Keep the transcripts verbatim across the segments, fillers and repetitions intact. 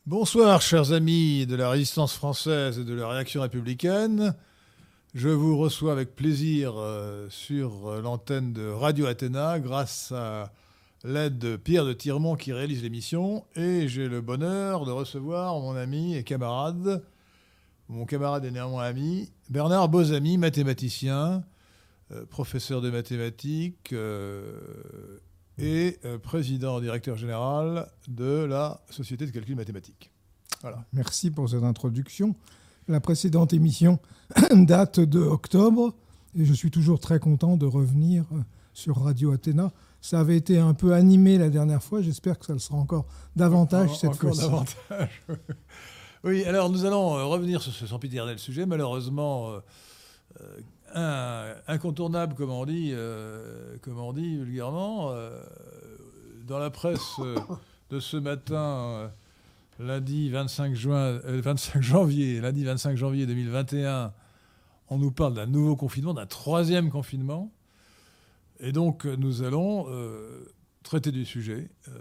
Bonsoir, chers amis de la résistance française et de la réaction républicaine. Je vous reçois avec plaisir euh, sur l'antenne de Radio Athéna grâce à l'aide de Pierre de Tirmont qui réalise l'émission. Et j'ai le bonheur de recevoir mon ami et camarade, mon camarade et néanmoins ami, Bernard Bozamy, mathématicien, euh, professeur de mathématiques euh, et euh, président, directeur général de la Société de calcul mathématique. Voilà. Merci pour cette introduction. La précédente émission date de octobre et je suis toujours très content de revenir sur Radio Athéna. Ça avait été un peu animé la dernière fois, j'espère que ça le sera encore davantage en, cette encore fois-ci. Davantage. Oui, alors nous allons revenir sur ce sempiternel sujet, malheureusement euh, un, incontournable, comme on dit, euh, comme on dit vulgairement. Euh, dans la presse euh, de ce matin, euh, lundi vingt-cinq juin, euh, vingt-cinq janvier, lundi vingt-cinq janvier deux mille vingt et un, on nous parle d'un nouveau confinement, d'un troisième confinement. Et donc, nous allons euh, traiter du sujet. Euh,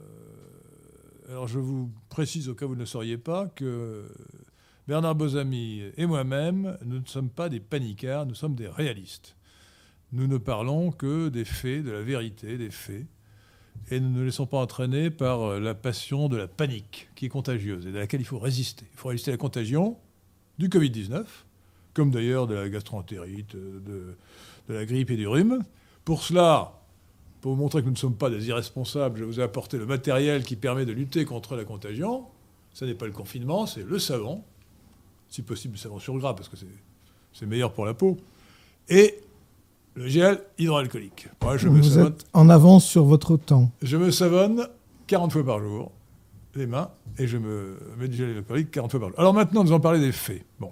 alors, je vous précise, au cas où vous ne le sauriez pas, que Bernard Bozamy et moi-même, nous ne sommes pas des panicards, nous sommes des réalistes. Nous ne parlons que des faits, de la vérité, des faits. Et nous ne nous laissons pas entraîner par la passion de la panique, qui est contagieuse et à laquelle il faut résister. Il faut résister à la contagion du covid dix-neuf, comme d'ailleurs de la gastroentérite, de, de la grippe et du rhume. Pour cela, pour vous montrer que nous ne sommes pas des irresponsables, je vous ai apporté le matériel qui permet de lutter contre la contagion. Ce n'est pas le confinement, c'est le savon. Si possible, le savon sur gras, parce que c'est, c'est meilleur pour la peau. Et le gel hydroalcoolique. Moi, je me Vous savonne, êtes en avance sur votre temps. Je me savonne quarante fois par jour, les mains, et je me mets du gel hydroalcoolique quarante fois par jour. Alors maintenant, nous allons parler des faits. Bon.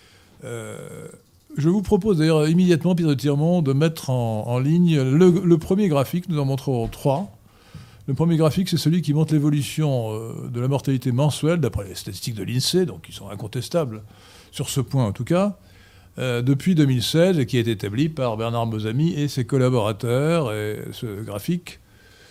Euh... Je vous propose d'ailleurs immédiatement, Pierre de Tirmont, de mettre en, en ligne le, le premier graphique. Nous en montrerons trois. Le premier graphique, c'est celui qui montre l'évolution euh, de la mortalité mensuelle, d'après les statistiques de l'INSEE, donc qui sont incontestables sur ce point en tout cas, euh, depuis deux mille seize, et qui a été établi par Bernard Bozamy et ses collaborateurs. Et ce graphique,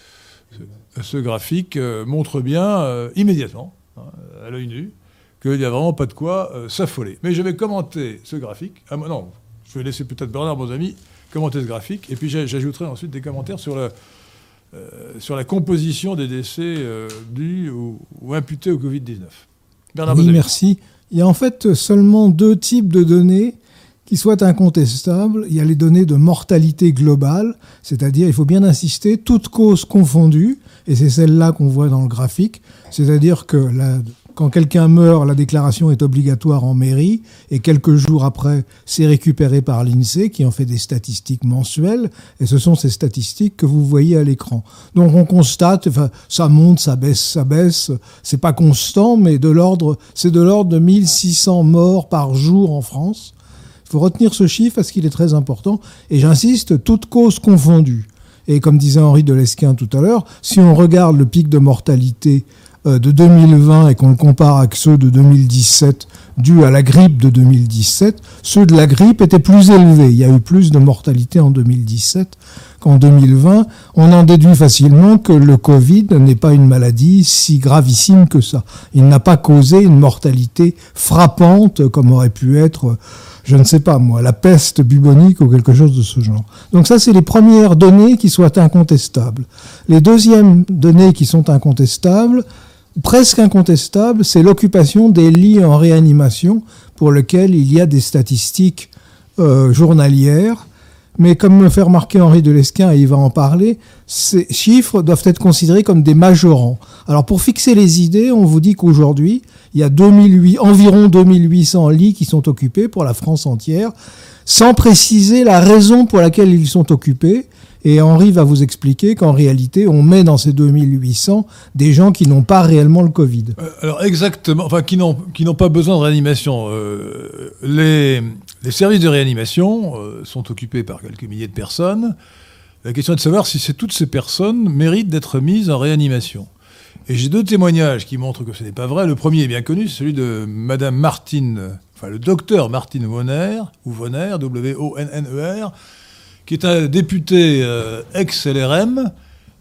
ce, ce graphique euh, montre bien euh, immédiatement, hein, à l'œil nu, qu'il n'y a vraiment pas de quoi euh, s'affoler. Mais je vais commenter ce graphique. Ah, non, je vais laisser peut-être Bernard Bozamy commenter ce graphique, et puis j'ajouterai ensuite des commentaires sur, le, euh, sur la composition des décès euh, dus ou, ou imputés au covid dix-neuf. Bernard Oui, Bozamy. merci. Il y a en fait seulement deux types de données qui soient incontestables. Il y a les données de mortalité globale, c'est-à-dire, il faut bien insister, toutes causes confondues, et c'est celle-là qu'on voit dans le graphique, c'est-à-dire que la... Quand quelqu'un meurt, la déclaration est obligatoire en mairie et quelques jours après, c'est récupéré par l'INSEE qui en fait des statistiques mensuelles et ce sont ces statistiques que vous voyez à l'écran. Donc on constate, enfin, ça monte, ça baisse, ça baisse, c'est pas constant mais de l'ordre, c'est de l'ordre de mille six cents morts par jour en France. Il faut retenir ce chiffre parce qu'il est très important et j'insiste, toutes causes confondues. Et comme disait Henri de Lesquen tout à l'heure, si on regarde le pic de mortalité de deux mille vingt et qu'on le compare avec ceux de deux mille dix-sept dus à la grippe de deux mille dix-sept, ceux de la grippe étaient plus élevés. Il y a eu plus de mortalité en deux mille dix-sept qu'en deux mille vingt. On en déduit facilement que le Covid n'est pas une maladie si gravissime que ça. Il n'a pas causé une mortalité frappante comme aurait pu être, je ne sais pas moi, la peste bubonique ou quelque chose de ce genre. Donc ça, c'est les premières données qui soient incontestables. Les deuxièmes données qui sont incontestables, presque incontestable, c'est l'occupation des lits en réanimation pour lequel il y a des statistiques euh, journalières. Mais comme me fait remarquer Henri de Lesquen, et il va en parler, ces chiffres doivent être considérés comme des majorants. Alors pour fixer les idées, on vous dit qu'aujourd'hui, il y a deux mille huit, environ deux mille huit cents lits qui sont occupés pour la France entière, sans préciser la raison pour laquelle ils sont occupés. Et Henri va vous expliquer qu'en réalité, on met dans ces deux mille huit cents des gens qui n'ont pas réellement le Covid. Euh, alors exactement, enfin qui n'ont, qui n'ont pas besoin de réanimation. Euh, les, les services de réanimation euh, sont occupés par quelques milliers de personnes. La question est de savoir si c'est, toutes ces personnes méritent d'être mises en réanimation. Et j'ai deux témoignages qui montrent que ce n'est pas vrai. Le premier est bien connu, c'est celui de Madame Martine, enfin le docteur Martine Wohner, ou Wohner, W O N N E R, qui est un député euh, ex-L R M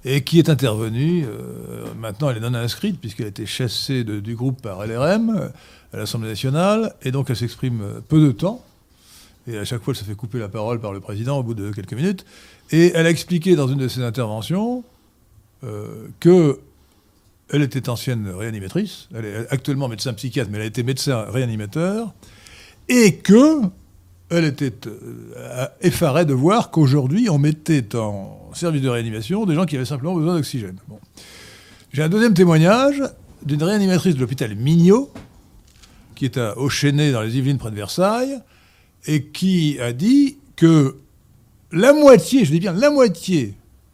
et qui est intervenue, euh, maintenant elle est non inscrite, puisqu'elle a été chassée de, du groupe par L R M à l'Assemblée nationale, et donc elle s'exprime peu de temps, et à chaque fois elle se fait couper la parole par le président au bout de quelques minutes, et elle a expliqué dans une de ses interventions euh, que elle était ancienne réanimatrice, elle est actuellement médecin psychiatre, mais elle a été médecin réanimateur, et que elle était euh, effarée de voir qu'aujourd'hui, on mettait en service de réanimation des gens qui avaient simplement besoin d'oxygène. Bon. J'ai un deuxième témoignage d'une réanimatrice de l'hôpital Mignot, qui est à Auchenay, dans les Yvelines, près de Versailles, et qui a dit que la moitié, je dis bien la moitié,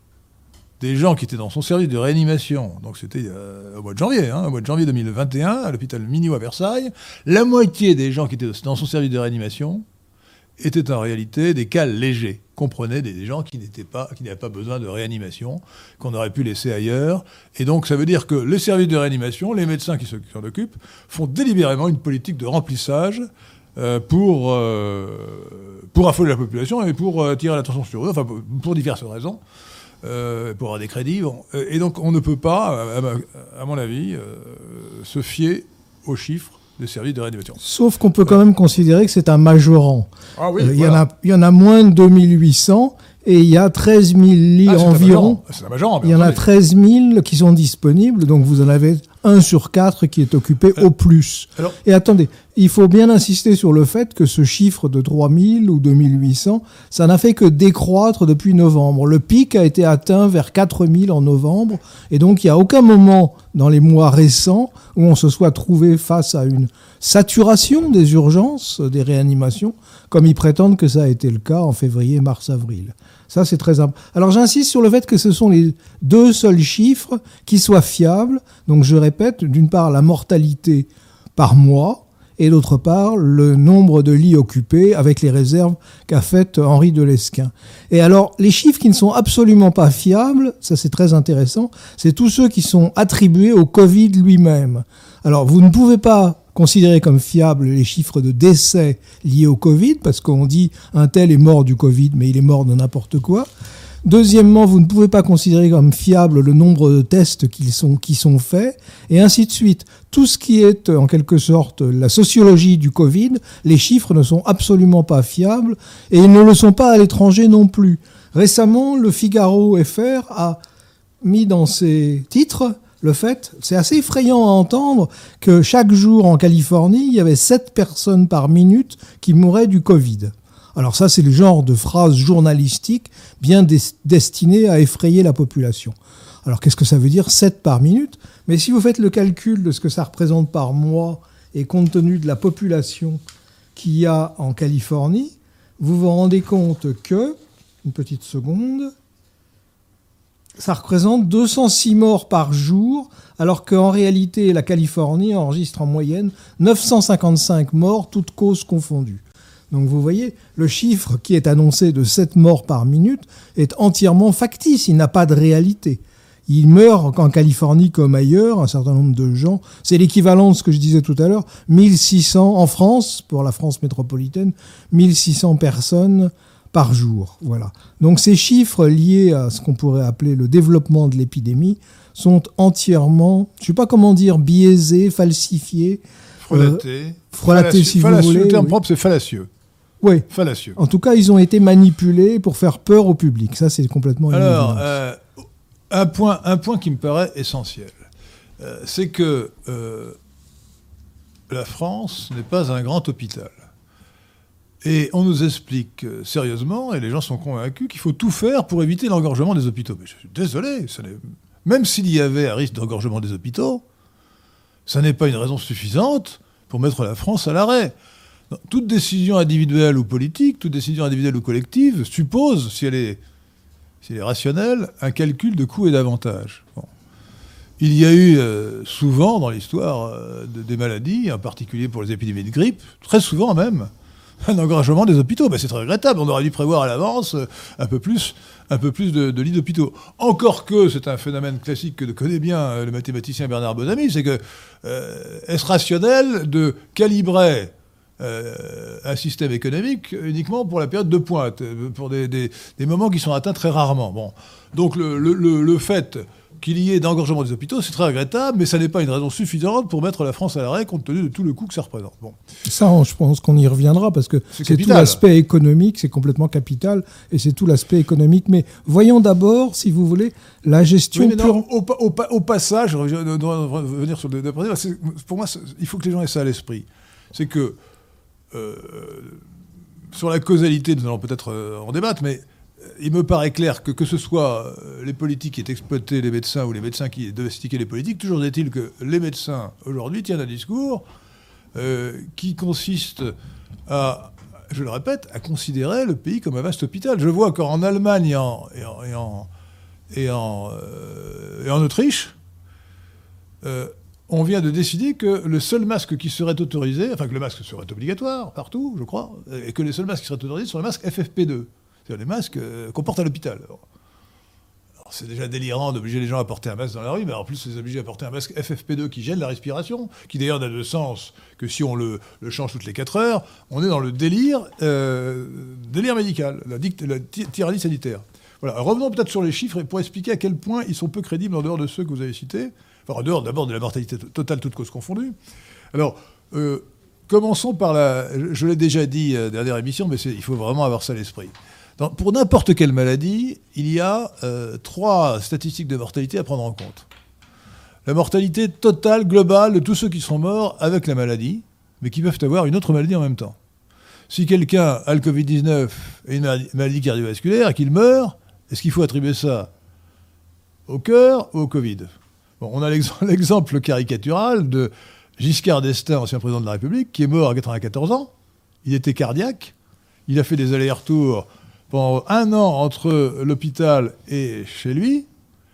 des gens qui étaient dans son service de réanimation, donc c'était euh, au mois de janvier, hein, au mois de janvier deux mille vingt et un, à l'hôpital Mignot à Versailles, la moitié des gens qui étaient dans son service de réanimation étaient en réalité des cas légers. Comprenez des gens qui n'étaient pas, qui n'avaient pas besoin de réanimation, qu'on aurait pu laisser ailleurs. Et donc ça veut dire que les services de réanimation, les médecins qui s'en occupent, font délibérément une politique de remplissage euh, pour, euh, pour affoler la population et pour attirer l'attention sur eux, enfin pour, pour diverses raisons. Euh, pour avoir des crédits. Bon. Et donc, on ne peut pas, à, à mon avis, euh, se fier aux chiffres des services de réanimation. Sauf qu'on peut quand même considérer que c'est un majorant. Ah oui, euh, il, voilà. y en a, il y en a moins de deux mille huit cents et il y a treize mille lits ah, c'est environ. Un c'est un majorant. Il y en a treize mille qui sont disponibles, donc vous en avez un sur quatre qui est occupé alors, au plus. Alors, et attendez, il faut bien insister sur le fait que ce chiffre de trois mille ou deux mille huit cents, ça n'a fait que décroître depuis novembre. Le pic a été atteint vers quatre mille en novembre, et donc il n'y a aucun moment dans les mois récents où on se soit trouvé face à une saturation des urgences, des réanimations, comme ils prétendent que ça a été le cas en février, mars, avril. Ça, c'est très important. Alors, j'insiste sur le fait que ce sont les deux seuls chiffres qui soient fiables. Donc, je répète, d'une part, la mortalité par mois, et d'autre part, le nombre de lits occupés avec les réserves qu'a faites Henri de Lesquen. Et alors, les chiffres qui ne sont absolument pas fiables, ça c'est très intéressant, c'est tous ceux qui sont attribués au Covid lui-même. Alors, vous ne pouvez pas considérer comme fiables les chiffres de décès liés au Covid, parce qu'on dit un tel est mort du Covid, mais il est mort de n'importe quoi. Deuxièmement, vous ne pouvez pas considérer comme fiable le nombre de tests qui sont, qui sont faits, et ainsi de suite. Tout ce qui est, en quelque sorte, la sociologie du Covid, les chiffres ne sont absolument pas fiables, et ils ne le sont pas à l'étranger non plus. Récemment, le Figaro F R a mis dans ses titres le fait, c'est assez effrayant à entendre, que chaque jour en Californie, il y avait sept personnes par minute qui mouraient du Covid. Alors ça, c'est le genre de phrase journalistique bien des- destinée à effrayer la population. Alors qu'est-ce que ça veut dire, sept par minute ? Mais si vous faites le calcul de ce que ça représente par mois, et compte tenu de la population qu'il y a en Californie, vous vous rendez compte que, une petite seconde, ça représente deux cent six morts par jour, alors qu'en réalité, la Californie enregistre en moyenne neuf cent cinquante-cinq morts, toutes causes confondues. Donc vous voyez, le chiffre qui est annoncé de sept morts par minute est entièrement factice, il n'a pas de réalité. Il meurt en Californie comme ailleurs, un certain nombre de gens. C'est l'équivalent de ce que je disais tout à l'heure, mille six cents en France, pour la France métropolitaine, mille six cents personnes par jour. Voilà. Donc ces chiffres liés à ce qu'on pourrait appeler le développement de l'épidémie sont entièrement, je ne sais pas comment dire, biaisés, falsifiés. Frelaté. Euh, frelaté, fallacieux, si vous fallacieux, voulez. Le terme Oui. propre, c'est fallacieux. Oui. Fallacieux. En tout cas, ils ont été manipulés pour faire peur au public. Ça, c'est complètement une Alors, évidence. euh, un, point, un point qui me paraît essentiel, euh, c'est que euh, la France n'est pas un grand hôpital. Et on nous explique euh, sérieusement, et les gens sont convaincus, qu'il faut tout faire pour éviter l'engorgement des hôpitaux. Mais je suis désolé, ça n'est... même s'il y avait un risque d'engorgement des hôpitaux, ça n'est pas une raison suffisante pour mettre la France à l'arrêt. Non, toute décision individuelle ou politique, toute décision individuelle ou collective suppose, si elle est, si elle est rationnelle, un calcul de coûts et d'avantages. Bon. Il y a eu euh, souvent dans l'histoire euh, de, des maladies, en particulier pour les épidémies de grippe, très souvent même, un engorgement des hôpitaux. Ben, c'est très regrettable. On aurait dû prévoir à l'avance euh, un peu plus, un peu plus de, de lits d'hôpitaux. Encore que c'est un phénomène classique que connaît bien euh, le mathématicien Bernard Bonamy, c'est que euh, est-ce rationnel de calibrer euh, un système économique uniquement pour la période de pointe, pour des, des, des moments qui sont atteints très rarement. Bon. Donc le, le, le fait qu'il y ait d'engorgement des hôpitaux, c'est très regrettable, mais ça n'est pas une raison suffisante pour mettre la France à l'arrêt compte tenu de tout le coût que ça représente. Bon. Ça, je pense qu'on y reviendra parce que c'est, c'est tout l'aspect économique, c'est complètement capital et c'est tout l'aspect économique. Mais voyons d'abord, si vous voulez, la gestion... Oui, mais non, au, au, au passage, je dois revenir sur le débat, pour moi, il faut que les gens aient ça à l'esprit. C'est que, euh, sur la causalité, nous allons peut-être en débattre, mais il me paraît clair que que ce soit les politiques qui aient exploité les médecins ou les médecins qui aient domestiqué les politiques, toujours est-il que les médecins, aujourd'hui, tiennent un discours euh, qui consiste à, je le répète, à considérer le pays comme un vaste hôpital. Je vois qu'en Allemagne et en, et en, et en, et en, euh, et en Autriche, euh, on vient de décider que le seul masque qui serait autorisé, enfin que le masque serait obligatoire partout, je crois, et que les seuls masques qui seraient autorisés sont les masques F F P deux. C'est-à-dire les masques euh, qu'on porte à l'hôpital. Alors, alors c'est déjà délirant d'obliger les gens à porter un masque dans la rue, mais en plus, c'est obligé à porter un masque F F P deux qui gêne la respiration, qui d'ailleurs n'a de sens que si on le, le change toutes les quatre heures. On est dans le délire, euh, délire médical, la, la tyrannie sanitaire. Voilà. Alors, revenons peut-être sur les chiffres pour expliquer à quel point ils sont peu crédibles en dehors de ceux que vous avez cités. Enfin, en dehors d'abord de la mortalité totale, toutes causes confondues. Alors, euh, commençons par la... Je, je l'ai déjà dit à la dernière émission, mais c'est, il faut vraiment avoir ça à l'esprit. Dans, pour n'importe quelle maladie, il y a euh, trois statistiques de mortalité à prendre en compte. La mortalité totale, globale, de tous ceux qui sont morts avec la maladie, mais qui peuvent avoir une autre maladie en même temps. Si quelqu'un a le covid dix-neuf et une maladie cardiovasculaire et qu'il meurt, est-ce qu'il faut attribuer ça au cœur ou au Covid ? Bon, on a l'exemple, l'exemple caricatural de Giscard d'Estaing, ancien président de la République, qui est mort à quatre-vingt-quatorze ans. Il était cardiaque. Il a fait des allers-retours pendant un an entre l'hôpital et chez lui.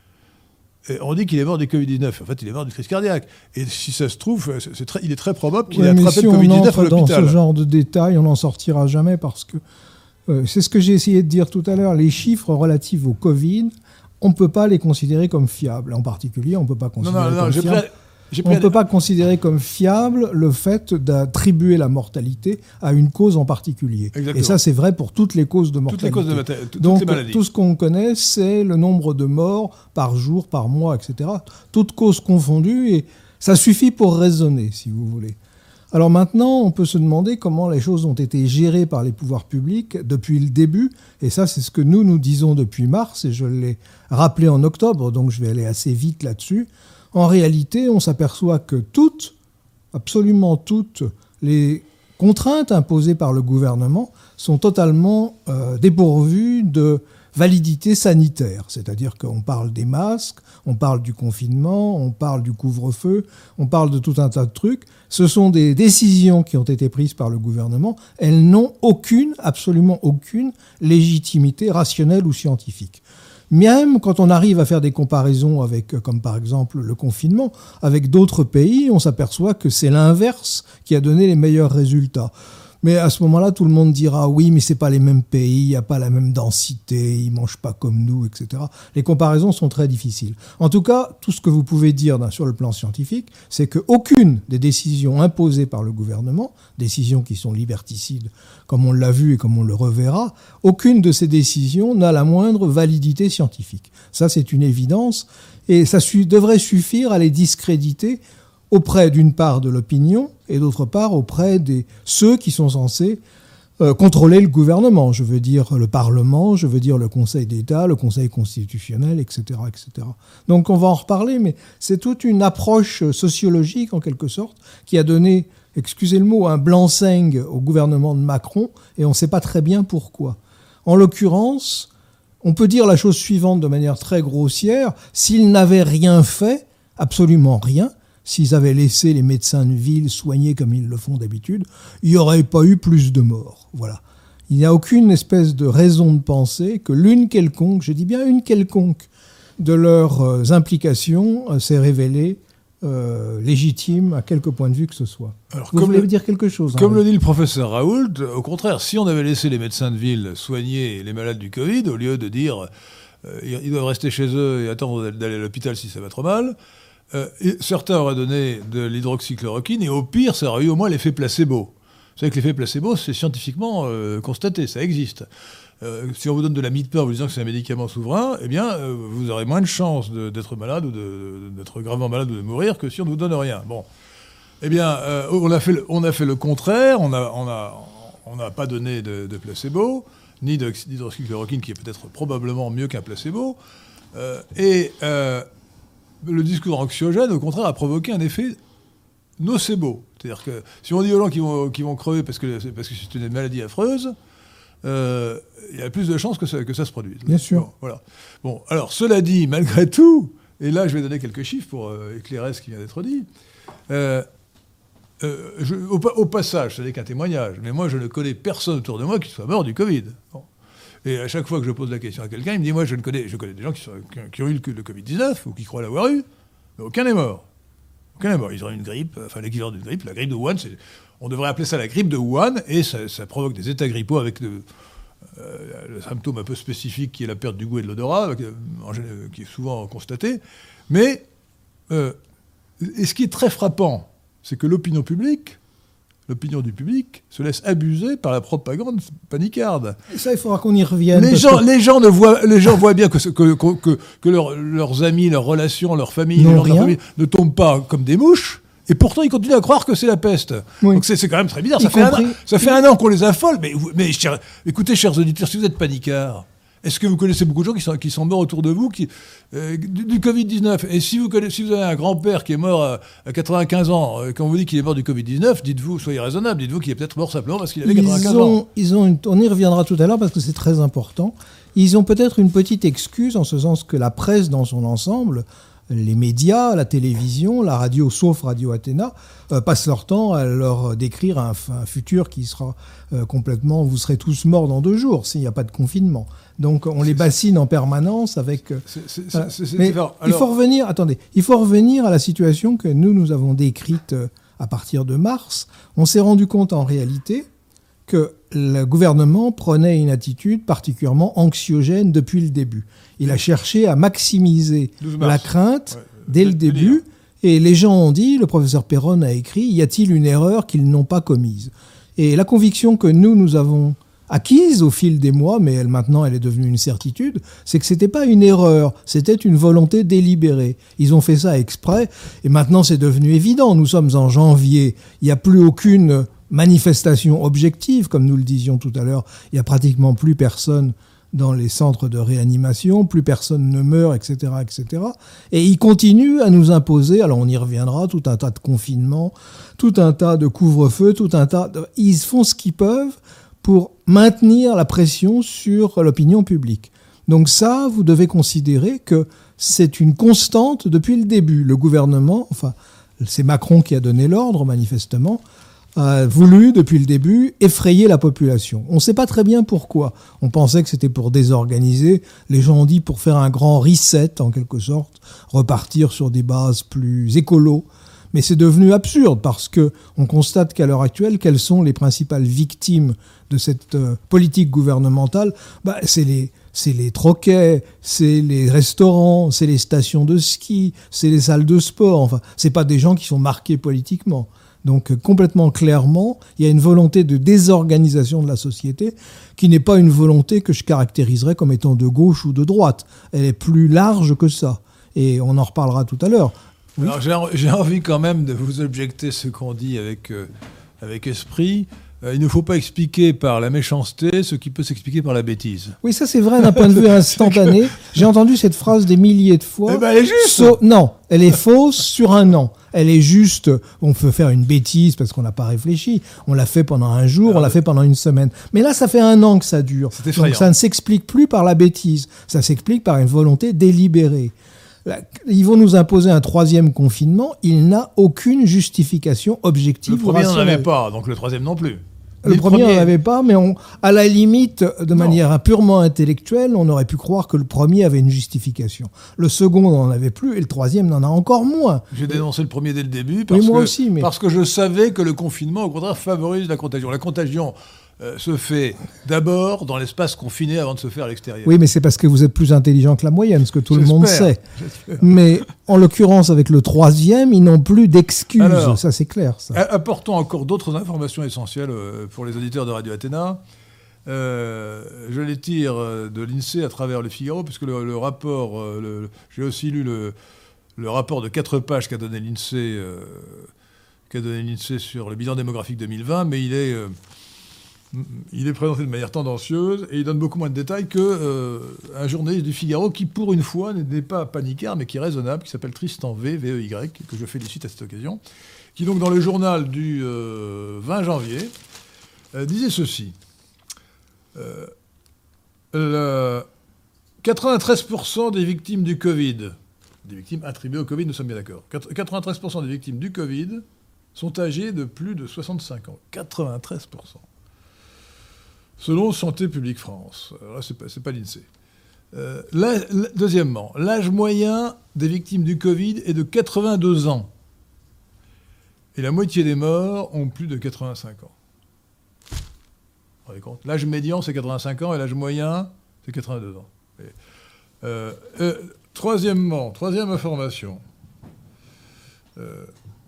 Et on dit qu'il est mort du covid dix-neuf. En fait, il est mort d'une crise cardiaque. Et si ça se trouve, c'est, c'est très, il est très probable qu'il ait ouais, attrapé si le covid dix-neuf à l'hôpital. Dans ce genre de détails, on n'en sortira jamais parce que euh, c'est ce que j'ai essayé de dire tout à l'heure. Les chiffres relatifs au Covid, on ne peut pas les considérer comme fiables. En particulier, on ne peut pas considérer non, non, non, comme fiables. Pris... On ne peut pas considérer comme fiable le fait d'attribuer la mortalité à une cause en particulier. Exactement. Et ça, c'est vrai pour toutes les causes de mortalité. Toutes les causes de mater- toutes Donc, les maladies. Tout ce qu'on connaît, c'est le nombre de morts par jour, par mois, et cetera. Toutes causes confondues, et ça suffit pour raisonner, si vous voulez. Alors maintenant, on peut se demander comment les choses ont été gérées par les pouvoirs publics depuis le début. Et ça, c'est ce que nous, nous disons depuis mars, et je l'ai rappelé en octobre, donc je vais aller assez vite là-dessus. En réalité, on s'aperçoit que toutes, absolument toutes, les contraintes imposées par le gouvernement sont totalement euh, dépourvues de validité sanitaire. C'est-à-dire qu'on parle des masques, on parle du confinement, on parle du couvre-feu, on parle de tout un tas de trucs. Ce sont des décisions qui ont été prises par le gouvernement. Elles n'ont aucune, absolument aucune légitimité rationnelle ou scientifique. Même quand on arrive à faire des comparaisons avec, comme par exemple le confinement, avec d'autres pays, on s'aperçoit que c'est l'inverse qui a donné les meilleurs résultats. Mais à ce moment-là, tout le monde dira « oui, mais c'est pas les mêmes pays, il n'y a pas la même densité, ils mangent pas comme nous, et cetera » Les comparaisons sont très difficiles. En tout cas, tout ce que vous pouvez dire sur le plan scientifique, c'est qu'aucune des décisions imposées par le gouvernement, décisions qui sont liberticides, comme on l'a vu et comme on le reverra, aucune de ces décisions n'a la moindre validité scientifique. Ça, c'est une évidence, et ça su- devrait suffire à les discréditer auprès d'une part de l'opinion et d'autre part auprès de ceux qui sont censés euh, contrôler le gouvernement. Je veux dire le Parlement, je veux dire le Conseil d'État, le Conseil constitutionnel, et cetera, et cetera. Donc on va en reparler, mais c'est toute une approche sociologique en quelque sorte qui a donné, excusez le mot, un blanc-seing au gouvernement de Macron et on ne sait pas très bien pourquoi. En l'occurrence, on peut dire la chose suivante de manière très grossière, s'ils n'avaient rien fait, absolument rien, s'ils avaient laissé les médecins de ville soigner comme ils le font d'habitude, il n'y aurait pas eu plus de morts. Voilà. Il n'y a aucune espèce de raison de penser que l'une quelconque, je dis bien une quelconque, de leurs implications s'est révélée euh, légitime à quelque point de vue que ce soit. Alors, vous voulez le, dire quelque chose Comme hein, le dit le professeur Raoult, au contraire, si on avait laissé les médecins de ville soigner les malades du Covid, au lieu de dire euh, ils doivent rester chez eux et attendre d'aller à l'hôpital si ça va trop mal, Euh, et certains auraient donné de l'hydroxychloroquine et au pire, ça aurait eu au moins l'effet placebo. savez que l'effet placebo, c'est scientifiquement euh, constaté, ça existe. Euh, si on vous donne de la mie-de-pain en vous disant que c'est un médicament souverain, eh bien, euh, vous aurez moins de chances de, d'être malade ou de, d'être gravement malade ou de mourir que si on ne vous donne rien. Bon. Eh bien, euh, on, a fait le, on a fait le contraire, on n'a on a, on a pas donné de, de placebo, ni d'hydroxychloroquine, qui est peut-être probablement mieux qu'un placebo. Euh, et euh, le discours anxiogène, au contraire, a provoqué un effet nocebo. C'est-à-dire que si on dit aux gens qu'ils vont, qu'ils vont crever parce que, parce que c'est une maladie affreuse, euh, il y a plus de chances que ça, que ça se produise. Bien sûr. Bon, voilà. Bon, alors, cela dit, malgré tout, et là, je vais donner quelques chiffres pour euh, éclairer ce qui vient d'être dit. Euh, euh, je, au, au passage, ce n'est qu'un témoignage, mais moi, je ne connais personne autour de moi qui soit mort du Covid. Bon. Et à chaque fois que je pose la question à quelqu'un, il me dit, moi, je, ne connais, je connais des gens qui, sont, qui, qui ont eu le, le covid dix-neuf ou qui croient l'avoir eu, mais aucun n'est mort. Aucun n'est mort. Ils ont eu une grippe, enfin, l'équivalent d'une grippe. La grippe de Wuhan, c'est, on devrait appeler ça la grippe de Wuhan, et ça, ça provoque des états grippaux avec le, euh, le symptôme un peu spécifique qui est la perte du goût et de l'odorat, euh, qui est souvent constaté. Mais, euh, et ce qui est très frappant, c'est que l'opinion publique, l'opinion du public, se laisse abuser par la propagande panicarde. Et ça, il faudra qu'on y revienne. Les gens, que... les gens, ne voient, les gens voient bien que, que, que, que leur, leurs amis, leurs relations, leur famille, les gens de leur famille ne tombent pas comme des mouches, et pourtant ils continuent à croire que c'est la peste. Oui. Donc c'est, c'est quand même très bizarre. Ça fait, un, ça fait un an qu'on les affole, mais, mais cher, écoutez, chers auditeurs, si vous êtes panicards, est-ce que vous connaissez beaucoup de gens qui sont, qui sont morts autour de vous qui, euh, du, du covid dix-neuf? Et si vous, connaissez, si vous avez un grand-père qui est mort à, à quatre-vingt-quinze ans, euh, quand on vous dit qu'il est mort du covid dix-neuf, dites-vous, soyez raisonnable, dites-vous qu'il est peut-être mort simplement parce qu'il avait quatre-vingt-quinze ils ont, ans. Ils ont une, on y reviendra tout à l'heure parce que c'est très important. Ils ont peut-être une petite excuse en ce sens que la presse dans son ensemble, les médias, la télévision, la radio, sauf Radio Athéna, euh, passent leur temps à leur décrire un, un futur qui sera euh, complètement... Vous serez tous morts dans deux jours s'il n'y a pas de confinement. Donc on c'est, les bassine en permanence avec... C'est, c'est, voilà. c'est, c'est, Mais alors... il faut revenir... Attendez, il faut revenir à la situation que nous, nous avons décrite euh, à partir de mars. On s'est rendu compte en réalité que le gouvernement prenait une attitude particulièrement anxiogène depuis le début. Il a cherché à maximiser la crainte ouais, dès le début. Et les gens ont dit, le professeur Perron a écrit, y a-t-il une erreur qu'ils n'ont pas commise? Et la conviction que nous, nous avons acquise au fil des mois, mais elle, maintenant elle est devenue une certitude, c'est que c'était pas une erreur, c'était une volonté délibérée. Ils ont fait ça exprès, et maintenant c'est devenu évident. Nous sommes en janvier, il n'y a plus aucune manifestation objective, comme nous le disions tout à l'heure, il n'y a pratiquement plus personne dans les centres de réanimation, plus personne ne meurt, et cetera, et cetera. Et ils continuent à nous imposer, alors on y reviendra, tout un tas de confinements, tout un tas de couvre-feu, tout un tas de... Ils font ce qu'ils peuvent pour maintenir la pression sur l'opinion publique. Donc ça, vous devez considérer que c'est une constante depuis le début. Le gouvernement, enfin, c'est Macron qui a donné l'ordre, manifestement, a voulu, depuis le début, effrayer la population. On ne sait pas très bien pourquoi. On pensait que c'était pour désorganiser. Les gens ont dit pour faire un grand reset, en quelque sorte, repartir sur des bases plus écolos. Mais c'est devenu absurde parce que on constate qu'à l'heure actuelle, quelles sont les principales victimes de cette euh, politique gouvernementale? Bah, c'est les, c'est les troquets, c'est les restaurants, c'est les stations de ski, c'est les salles de sport. Enfin, c'est pas des gens qui sont marqués politiquement. Donc complètement clairement, il y a une volonté de désorganisation de la société qui n'est pas une volonté que je caractériserais comme étant de gauche ou de droite. Elle est plus large que ça. Et on en reparlera tout à l'heure. Oui. Alors j'ai, j'ai envie quand même de vous objecter ce qu'on dit avec, euh, avec esprit. Euh, il ne faut pas expliquer par la méchanceté ce qui peut s'expliquer par la bêtise. Oui, ça c'est vrai d'un point de vue instantané. J'ai entendu cette phrase des milliers de fois. Eh ben, elle est juste. So- non, elle est fausse sur un an. Elle est juste, on peut faire une bêtise parce qu'on n'a pas réfléchi. On l'a fait pendant un jour, ah, on l'a fait pendant une semaine. Mais là, ça fait un an que ça dure. Donc ça ne s'explique plus par la bêtise. Ça s'explique par une volonté délibérée. Ils vont nous imposer un troisième confinement. Il n'a aucune justification objective. Le premier n'en avait pas, donc le troisième non plus. Le, le premier n'en avait pas, mais on, à la limite, de manière non. purement intellectuelle, on aurait pu croire que le premier avait une justification. Le second n'en avait plus, et le troisième n'en a encore moins. J'ai dénoncé le premier dès le début, parce, mais moi que, aussi, mais... parce que je savais que le confinement, au contraire, favorise la contagion. La contagion euh, se fait d'abord dans l'espace confiné avant de se faire à l'extérieur. Oui, mais c'est parce que vous êtes plus intelligent que la moyenne, ce que tout J'espère, le monde sait. J'espère. Mais en l'occurrence, avec le troisième, ils n'ont plus d'excuses. Alors, ça, c'est clair. Ça. Apportons encore d'autres informations essentielles pour les auditeurs de Radio Athéna. Euh, je les tire de l'INSEE à travers le Figaro, puisque le, le rapport, le, j'ai aussi lu le, le rapport de quatre pages qu'a donné l'INSEE, euh, qu'a donné l'INSEE sur le bilan démographique deux mille vingt, mais il est, euh, il est présenté de manière tendancieuse et il donne beaucoup moins de détails qu'un euh, journaliste du Figaro qui, pour une fois, n'est pas paniquard, mais qui est raisonnable, qui s'appelle Tristan V, V E Y, que je félicite à cette occasion, qui donc dans le journal du euh, vingt janvier euh, disait ceci. Euh, le quatre-vingt-treize pour cent des victimes du Covid, des victimes attribuées au Covid, nous sommes bien d'accord, quatre-vingt-treize pour cent des victimes du Covid sont âgées de plus de soixante-cinq ans. quatre-vingt-treize pour cent. Selon Santé publique France. Alors là, c'est pas, c'est pas l'INSEE. Euh, là, là, deuxièmement, l'âge moyen des victimes du Covid est de quatre-vingt-deux ans. Et la moitié des morts ont plus de quatre-vingt-cinq ans. Vous vous rendez compte ? L'âge médian, c'est quatre-vingt-cinq ans, et l'âge moyen, c'est quatre-vingt-deux ans. Et, euh, euh, troisièmement, troisième information. Euh,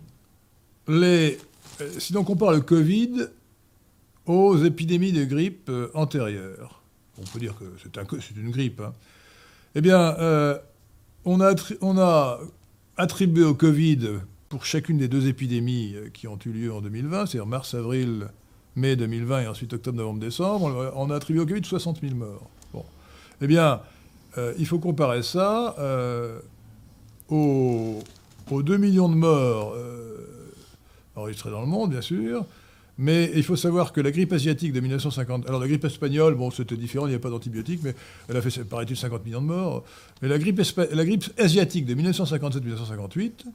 les, euh, si l'on compare le Covid aux épidémies de grippe euh, antérieures, on peut dire que c'est, un, c'est une grippe, hein, eh bien, euh, on, a attri- on a attribué au Covid, pour chacune des deux épidémies qui ont eu lieu en deux mille vingt, c'est-à-dire mars, avril, mai deux mille vingt et ensuite octobre, novembre, décembre, on a attribué au Covid soixante mille morts. Bon. Eh bien, euh, il faut comparer ça euh, aux, aux deux millions de morts euh, enregistrés dans le monde, bien sûr, mais il faut savoir que la grippe asiatique de mille neuf cent cinquante... Alors la grippe espagnole, bon, c'était différent, il n'y avait pas d'antibiotiques, mais elle a fait, paraît-il, cinquante millions de morts. Mais la grippe, espa... la grippe asiatique de mille neuf cent cinquante-sept à mille neuf cent cinquante-huit...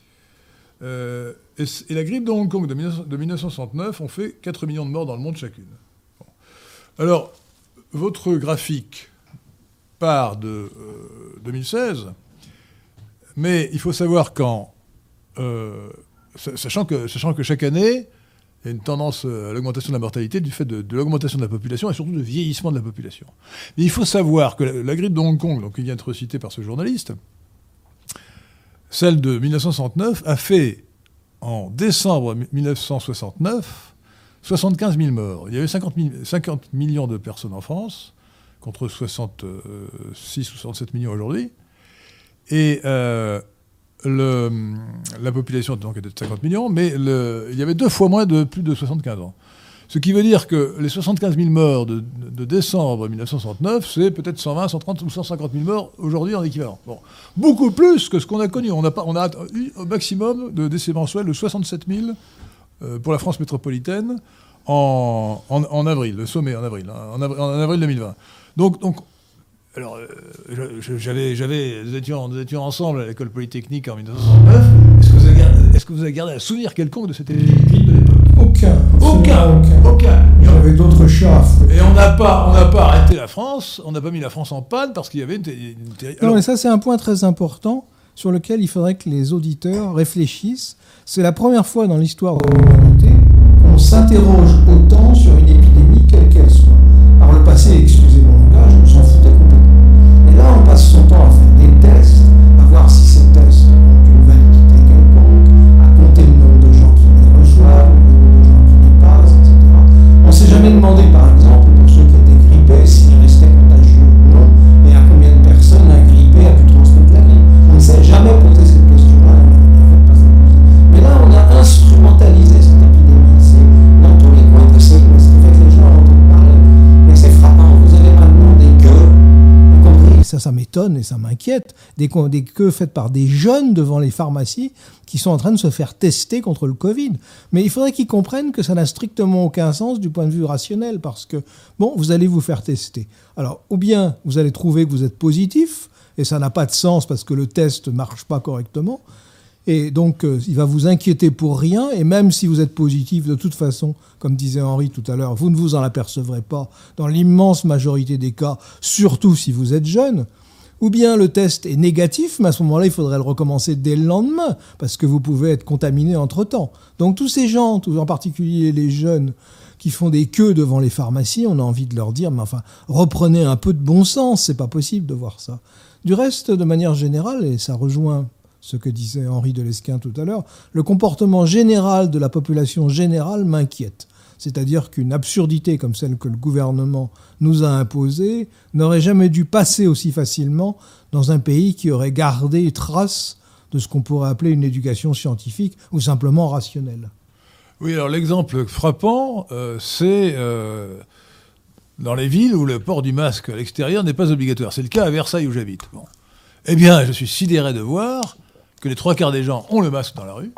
Euh, et, et la grippe de Hong Kong de, de mille neuf cent soixante-neuf ont fait quatre millions de morts dans le monde chacune. Bon. Alors, votre graphique part de euh, deux mille seize, mais il faut savoir qu'en... Euh, sachant, que, sachant que chaque année, il y a une tendance à l'augmentation de la mortalité du fait de, de l'augmentation de la population et surtout du vieillissement de la population. Mais il faut savoir que la, la grippe de Hong Kong, donc, qui vient d'être citée par ce journaliste, celle de mille neuf cent soixante-neuf a fait, en décembre mille neuf cent soixante-neuf, soixante-quinze mille morts. Il y avait cinquante millions de personnes en France, contre soixante-six ou soixante-sept millions aujourd'hui. Et euh, le, la population donc, était de cinquante millions, mais le, il y avait deux fois moins de plus de soixante-quinze ans. Ce qui veut dire que les soixante-quinze mille morts de, de décembre mille neuf cent soixante-neuf, c'est peut-être cent vingt, cent trente ou cent cinquante mille morts aujourd'hui en équivalent. Bon. Beaucoup plus que ce qu'on a connu. On a, pas, on a eu au maximum de décès mensuels de soixante-sept mille euh, pour la France métropolitaine en, en, en avril, le sommet en avril, hein, en, avril en avril deux mille vingt. Donc, donc alors, euh, j'avais, j'avais, nous étions, nous étions ensemble à l'école polytechnique en mille neuf cent soixante-neuf. Est-ce que vous avez gardé, est-ce que vous avez gardé un souvenir quelconque de cette épidémie de l'époque ? Aucun. Aucun. Aucun. Aucun. J'avais d'autres chats. Et on n'a pas, on n'a pas arrêté la France, on n'a pas mis la France en panne parce qu'il y avait une, une terrible... Non, mais ça, c'est un point très important sur lequel il faudrait que les auditeurs réfléchissent. C'est la première fois dans l'histoire de l'humanité qu'on s'interroge autant sur une épidémie, quelle qu'elle soit. Par le passé, excusez mon langage, on s'en foutait complètement. Et là, on passe son temps à faire des tests, à voir si ces tests ont une validité quelconque, à compter le nombre de gens qui les reçoivent, le nombre de gens qui les passent, et cetera. On ne s'est jamais demandé, par exemple, pour ceux qui étaient grippés, s'ils restaient contagieux ou non, et à combien de personnes un grippé a pu transmettre la grippe. On ne s'est jamais posé cette question-là, mais là, on a instrumentalisé cette épidémie. C'est dans tous les coins possibles, ce qui fait que les gens entendent parler. Mais c'est frappant, vous avez maintenant des queues, y compris, ça, ça m'étonne et ça m'inquiète, des, des queues faites par des jeunes devant les pharmacies qui sont en train de se faire tester contre le Covid. Mais il faudrait qu'ils comprennent que ça n'a strictement aucun sens du point de vue rationnel, parce que, bon, vous allez vous faire tester. Alors, ou bien vous allez trouver que vous êtes positif, et ça n'a pas de sens parce que le test ne marche pas correctement, et donc euh, il va vous inquiéter pour rien, et même si vous êtes positif, de toute façon, comme disait Henri tout à l'heure, vous ne vous en apercevrez pas dans l'immense majorité des cas, surtout si vous êtes jeune. Ou bien le test est négatif, mais à ce moment-là, il faudrait le recommencer dès le lendemain, parce que vous pouvez être contaminé entre-temps. Donc tous ces gens, tous en particulier les jeunes, qui font des queues devant les pharmacies, on a envie de leur dire, mais enfin, reprenez un peu de bon sens, c'est pas possible de voir ça. Du reste, de manière générale, et ça rejoint ce que disait Henri de Lesquen tout à l'heure, le comportement général de la population générale m'inquiète. C'est-à-dire qu'une absurdité comme celle que le gouvernement nous a imposée n'aurait jamais dû passer aussi facilement dans un pays qui aurait gardé trace de ce qu'on pourrait appeler une éducation scientifique ou simplement rationnelle. Oui, alors l'exemple frappant, euh, c'est euh, dans les villes où le port du masque à l'extérieur n'est pas obligatoire. C'est le cas à Versailles où j'habite. Bon. Eh bien, je suis sidéré de voir que les trois quarts des gens ont le masque dans la rue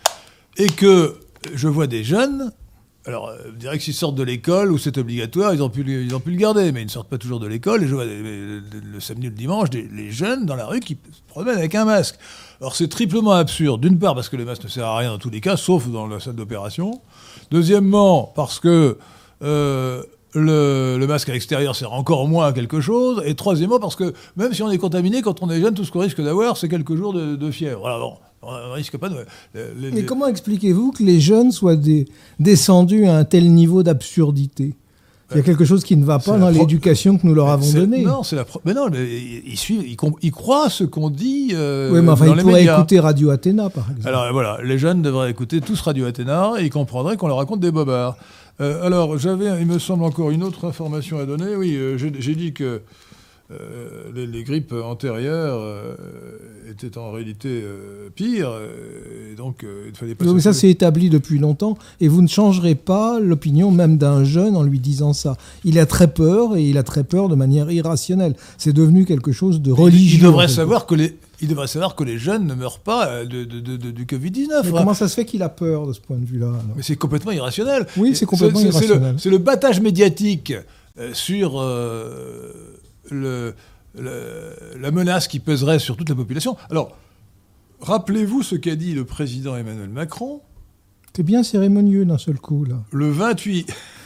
et que je vois des jeunes. Alors, je dirais que s'ils sortent de l'école où c'est obligatoire, ils ont pu, ils ont pu le garder, mais ils ne sortent pas toujours de l'école. Et je vois les, les, le samedi ou le dimanche des, les jeunes dans la rue qui se promènent avec un masque. Alors, c'est triplement absurde. D'une part, parce que le masque ne sert à rien dans tous les cas, sauf dans la salle d'opération. Deuxièmement, parce que euh, le, le masque à l'extérieur sert encore moins à quelque chose. Et troisièmement, parce que même si on est contaminé, quand on est jeune, tout ce qu'on risque d'avoir, c'est quelques jours de, de fièvre. Voilà, bon. On ne risque pas de... Les, les... Et comment expliquez-vous que les jeunes soient des, descendus à un tel niveau d'absurdité ? Il y a quelque chose qui ne va pas dans pro... l'éducation que nous leur avons c'est... donnée. Non, c'est la pro... mais non, mais ils, suivent, ils, comp... ils croient ce qu'on dit euh, oui, mais enfin, dans ils les pourraient médias. écouter Radio Athéna, par exemple. Alors voilà, les jeunes devraient écouter tous Radio Athéna et ils comprendraient qu'on leur raconte des bobards. Euh, alors, j'avais, il me semble, encore une autre information à donner. Oui, euh, j'ai, j'ai dit que Euh, les, les grippes antérieures euh, étaient en réalité euh, pires, euh, et donc euh, il ne fallait pas... Oui, mais ça, c'est établi depuis longtemps, et vous ne changerez pas l'opinion même d'un jeune en lui disant ça. Il a très peur, et il a très peur de manière irrationnelle. C'est devenu quelque chose de religieux. Il, il, devrait, savoir que les, il devrait savoir que les jeunes ne meurent pas de, de, de, de, du covid dix-neuf. Mais hein. Comment ça se fait qu'il a peur de ce point de vue-là alors ? Mais c'est complètement irrationnel. Oui, c'est complètement c'est, irrationnel. C'est le, c'est le battage médiatique euh, sur... Euh, Le, le, la menace qui pèserait sur toute la population. Alors, rappelez-vous ce qu'a dit le président Emmanuel Macron. C'est bien cérémonieux d'un seul coup, là. Le vingt-huit...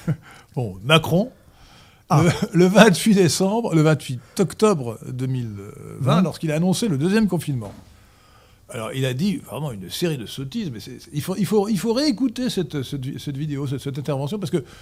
bon, Macron, ah. le, le vingt-huit décembre, le vingt-huit octobre deux mille vingt, mmh. lorsqu'il a annoncé le deuxième confinement. Alors, il a dit vraiment une série de sottises, mais c'est, il, faut, il, faut, il faut réécouter cette, cette, cette vidéo, cette, cette intervention, parce que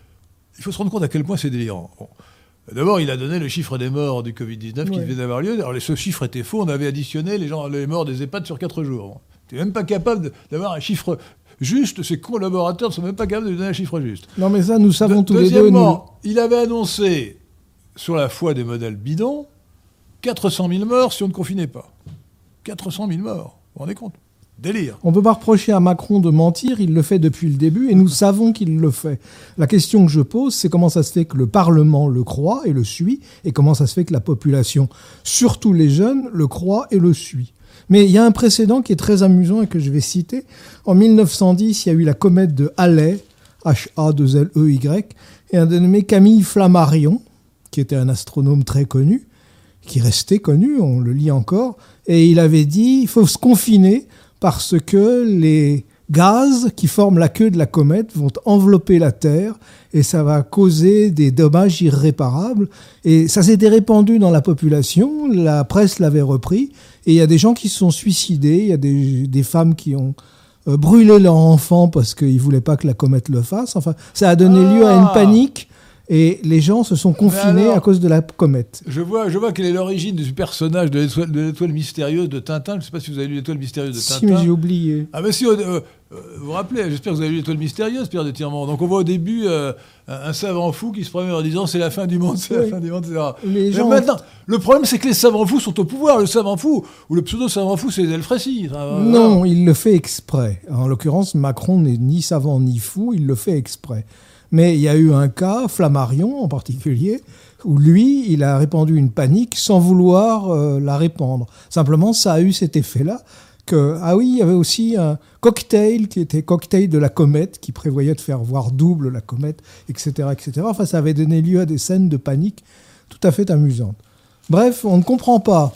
il faut se rendre compte à quel point c'est délirant. Bon. D'abord, il a donné le chiffre des morts du covid dix-neuf qui ouais. devait avoir lieu. Alors, ce chiffre était faux. On avait additionné les, gens, les morts des EHPAD sur quatre jours. Tu n'es même pas capable de, d'avoir un chiffre juste. Ces collaborateurs ne sont même pas capables de donner un chiffre juste. Non, mais ça, nous savons de, tous les deux. Deuxièmement, nous... il avait annoncé, sur la foi des modèles bidons, quatre cent mille morts si on ne confinait pas. quatre cent mille morts. Vous vous rendez compte ? Délire. On ne peut pas reprocher à Macron de mentir, il le fait depuis le début, et nous savons qu'il le fait. La question que je pose, c'est comment ça se fait que le Parlement le croit et le suit, et comment ça se fait que la population, surtout les jeunes, le croit et le suit. Mais il y a un précédent qui est très amusant et que je vais citer. En mille neuf cent dix, il y a eu la comète de Halley, H A deux L E Y, et un dénommé Camille Flammarion, qui était un astronome très connu, qui restait connu, on le lit encore, et il avait dit, il faut se confiner, parce que les gaz qui forment la queue de la comète vont envelopper la Terre et ça va causer des dommages irréparables. Et ça s'était répandu dans la population, la presse l'avait repris, et il y a des gens qui se sont suicidés, il y a des, des femmes qui ont euh, brûlé leur enfant parce qu'ils ne voulaient pas que la comète le fasse. Enfin, ça a donné ah. lieu à une panique. Et les gens se sont confinés alors, à cause de la comète. Je vois, je vois quelle est l'origine du personnage de l'étoile, de l'étoile mystérieuse de Tintin. Je ne sais pas si vous avez lu l'étoile mystérieuse de Tintin. Si, mais j'ai oublié. Ah ben si, euh, euh, vous vous rappelez, j'espère que vous avez lu l'étoile mystérieuse, Pierre de Tirement. Donc on voit au début euh, un, un savant fou qui se promène en disant c'est la fin du monde, c'est oui. la fin du monde, et cetera. Les gens... maintenant, le problème c'est que les savants fous sont au pouvoir. Le savant fou, ou le pseudo-savant fou, c'est Delfrécy. Enfin, non, voilà. Il le fait exprès. En l'occurrence, Macron n'est ni savant ni fou, il le fait exprès. Mais il y a eu un cas, Flammarion en particulier, où lui, il a répandu une panique sans vouloir euh, la répandre. Simplement, ça a eu cet effet-là que, ah oui, il y avait aussi un cocktail qui était cocktail de la comète, qui prévoyait de faire voir double la comète, et cetera, et cetera. Enfin, ça avait donné lieu à des scènes de panique tout à fait amusantes. Bref, on ne comprend pas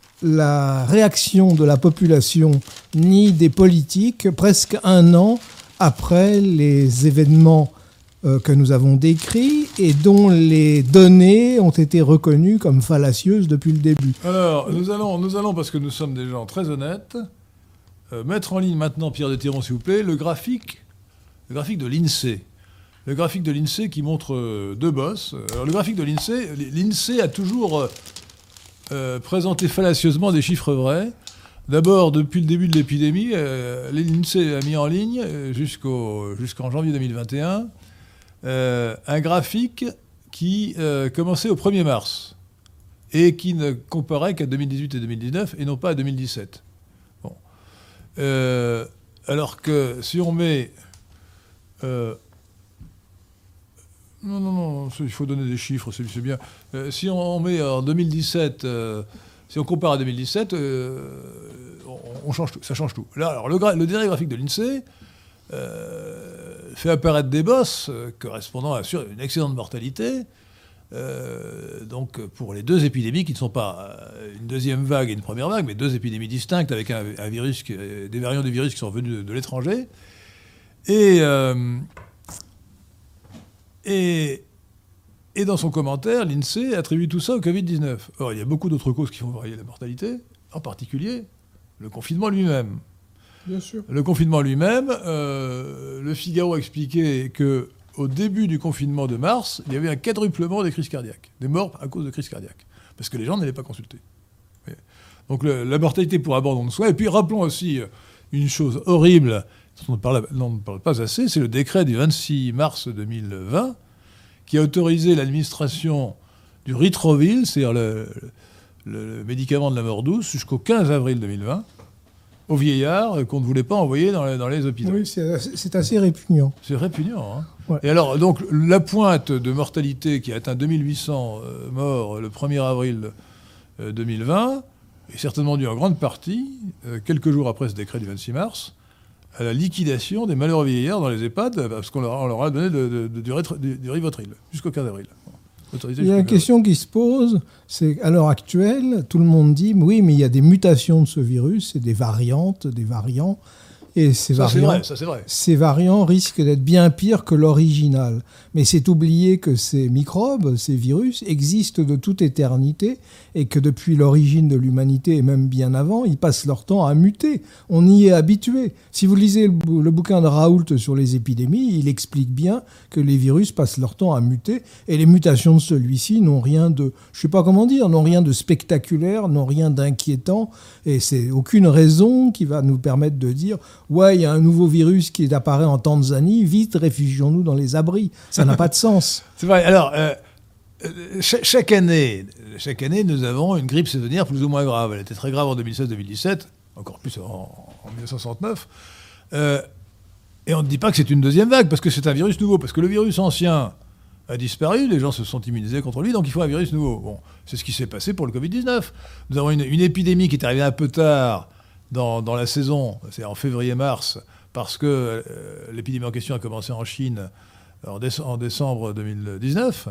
la réaction de la population ni des politiques presque un an après les événements Euh, que nous avons décrits et dont les données ont été reconnues comme fallacieuses depuis le début. Alors, nous allons, nous allons parce que nous sommes des gens très honnêtes, euh, mettre en ligne maintenant, Pierre de Tirement, s'il vous plaît, le graphique, le graphique de l'INSEE. le graphique de l'INSEE qui montre euh, deux bosses. Alors, le graphique de l'INSEE, l'INSEE a toujours euh, présenté fallacieusement des chiffres vrais. D'abord, depuis le début de l'épidémie, euh, l'INSEE a mis en ligne, jusqu'au, jusqu'en janvier deux mille vingt et un, euh, un graphique qui euh, commençait au premier mars et qui ne comparait qu'à deux mille dix-huit et deux mille dix-neuf et non pas à deux mille dix-sept. Bon. Euh, alors que si on met... Euh, non, non, non, il faut donner des chiffres, c'est, c'est bien. Euh, si on met en deux mille dix-sept... Euh, Si on compare à deux mille dix-sept, euh, on, on change tout, ça change tout. Là, alors, le, gra- le dernier graphique de l'INSEE euh, fait apparaître des bosses euh, correspondant à une excellente mortalité. Euh, donc, pour les deux épidémies qui ne sont pas euh, une deuxième vague et une première vague, mais deux épidémies distinctes avec un, un virus, qui, des variants du virus qui sont venus de, de l'étranger. Et, euh, et Et dans son commentaire, l'INSEE attribue tout ça au covid dix-neuf. Or, il y a beaucoup d'autres causes qui font varier la mortalité, en particulier le confinement lui-même. Bien sûr. Le confinement lui-même, euh, le Figaro a expliqué qu'au début du confinement de mars, il y avait un quadruplement des crises cardiaques, des morts à cause de crises cardiaques, parce que les gens n'allaient pas consulter. Donc le, la mortalité pour abandon de soi. Et puis rappelons aussi une chose horrible, dont on ne parle, dont on ne parle pas assez, c'est le décret du vingt-six mars deux mille vingt, qui a autorisé l'administration du Ritrovil, c'est-à-dire le, le, le médicament de la mort douce, jusqu'au quinze avril deux mille vingt, aux vieillards qu'on ne voulait pas envoyer dans les, dans les hôpitaux. Oui, c'est, c'est assez répugnant. C'est répugnant. Hein. Ouais. Et alors, donc, la pointe de mortalité qui a atteint deux mille huit cents euh, morts le premier avril euh, deux mille vingt est certainement due en grande partie, euh, quelques jours après ce décret du vingt-six mars, à la liquidation des malheureux vieillards dans les EHPAD, parce qu'on leur, on leur a donné de, de, de, du, rétro, du, du Rivotril, jusqu'au quinze avril. Autorisé il y a une question avril. qui se pose, c'est qu'à l'heure actuelle, tout le monde dit, oui, mais il y a des mutations de ce virus, c'est des variantes, des variants, et ces, ça, variants, c'est vrai, ça, c'est vrai. ces variants risquent d'être bien pires que l'original. Mais c'est oublier que ces microbes, ces virus, existent de toute éternité et que depuis l'origine de l'humanité et même bien avant, ils passent leur temps à muter. On y est habitué. Si vous lisez le, bou- le bouquin de Raoult sur les épidémies, il explique bien que les virus passent leur temps à muter et les mutations de celui-ci n'ont rien de, je ne sais pas comment dire, n'ont rien de spectaculaire, n'ont rien d'inquiétant et c'est aucune raison qui va nous permettre de dire ouais, il y a un nouveau virus qui apparaît en Tanzanie, vite, réfugions-nous dans les abris. Ça n'a pas de sens. C'est vrai. Alors, euh, chaque, chaque année, chaque année, nous avons une grippe saisonnière plus ou moins grave. Elle était très grave en deux mille seize deux mille dix-sept, encore plus en, en mille neuf cent soixante-neuf. Euh, et on ne dit pas que c'est une deuxième vague, parce que c'est un virus nouveau. Parce que le virus ancien a disparu, les gens se sont immunisés contre lui, donc il faut un virus nouveau. Bon, c'est ce qui s'est passé pour le covid dix-neuf. Nous avons une, une épidémie qui est arrivée un peu tard dans, dans la saison, c'est en février-mars, parce que euh, l'épidémie en question a commencé en Chine en, déce- en décembre deux mille dix-neuf.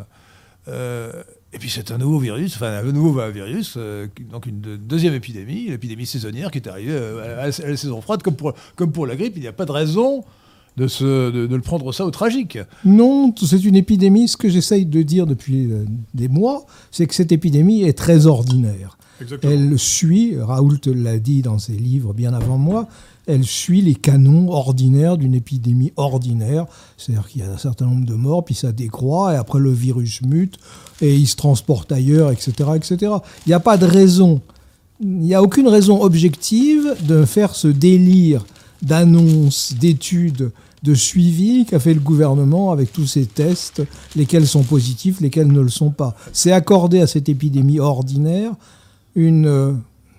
Euh, et puis c'est un nouveau virus, enfin un nouveau virus, euh, donc une de- deuxième épidémie, l'épidémie saisonnière qui est arrivée euh, à, la, à la saison froide, comme pour, comme pour la grippe. Il n'y a pas de raison de, se, de, de le prendre ça au tragique. Non, c'est une épidémie. Ce que j'essaye de dire depuis euh, des mois, c'est que cette épidémie est très ordinaire. Exactement. Elle suit, Raoult l'a dit dans ses livres bien avant moi, elle suit les canons ordinaires d'une épidémie ordinaire. C'est-à-dire qu'il y a un certain nombre de morts, puis ça décroît, et après le virus mute, et il se transporte ailleurs, et cetera, et cetera. Il n'y a pas de raison, il n'y a aucune raison objective de faire ce délire d'annonces, d'études, de suivi qu'a fait le gouvernement avec tous ces tests, lesquels sont positifs, lesquels ne le sont pas. C'est accorder à cette épidémie ordinaire une... Euh,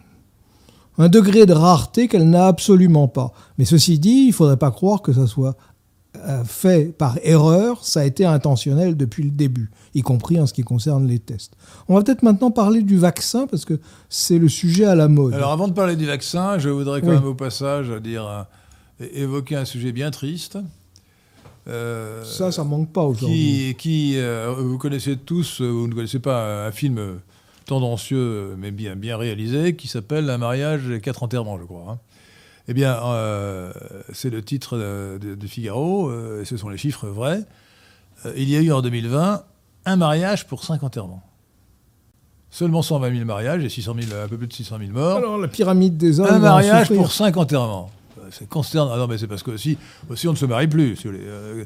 un degré de rareté qu'elle n'a absolument pas. Mais ceci dit, il ne faudrait pas croire que ça soit euh, fait par erreur, ça a été intentionnel depuis le début, y compris en ce qui concerne les tests. On va peut-être maintenant parler du vaccin, parce que c'est le sujet à la mode. Alors avant de parler du vaccin, je voudrais quand Oui. même au passage dire, euh, évoquer un sujet bien triste. Euh, ça, ça manque pas aujourd'hui. Qui, qui euh, vous connaissez tous, euh, vous ne connaissez pas un film euh, tendancieux, mais bien, bien réalisé, qui s'appelle « Un mariage et quatre enterrements », je crois. Hein. Eh bien, euh, c'est le titre de, de, de Figaro, euh, et ce sont les chiffres vrais. Euh, il y a eu en deux mille vingt un mariage pour cinq enterrements. Seulement cent vingt mille mariages et six cent mille, un peu plus de six cent mille morts. Alors, la pyramide des hommes Un va en mariage souffrir. pour cinq enterrements. C'est consternant. Ah non, mais c'est parce que aussi, aussi on ne se marie plus. Si vous voulez. Euh,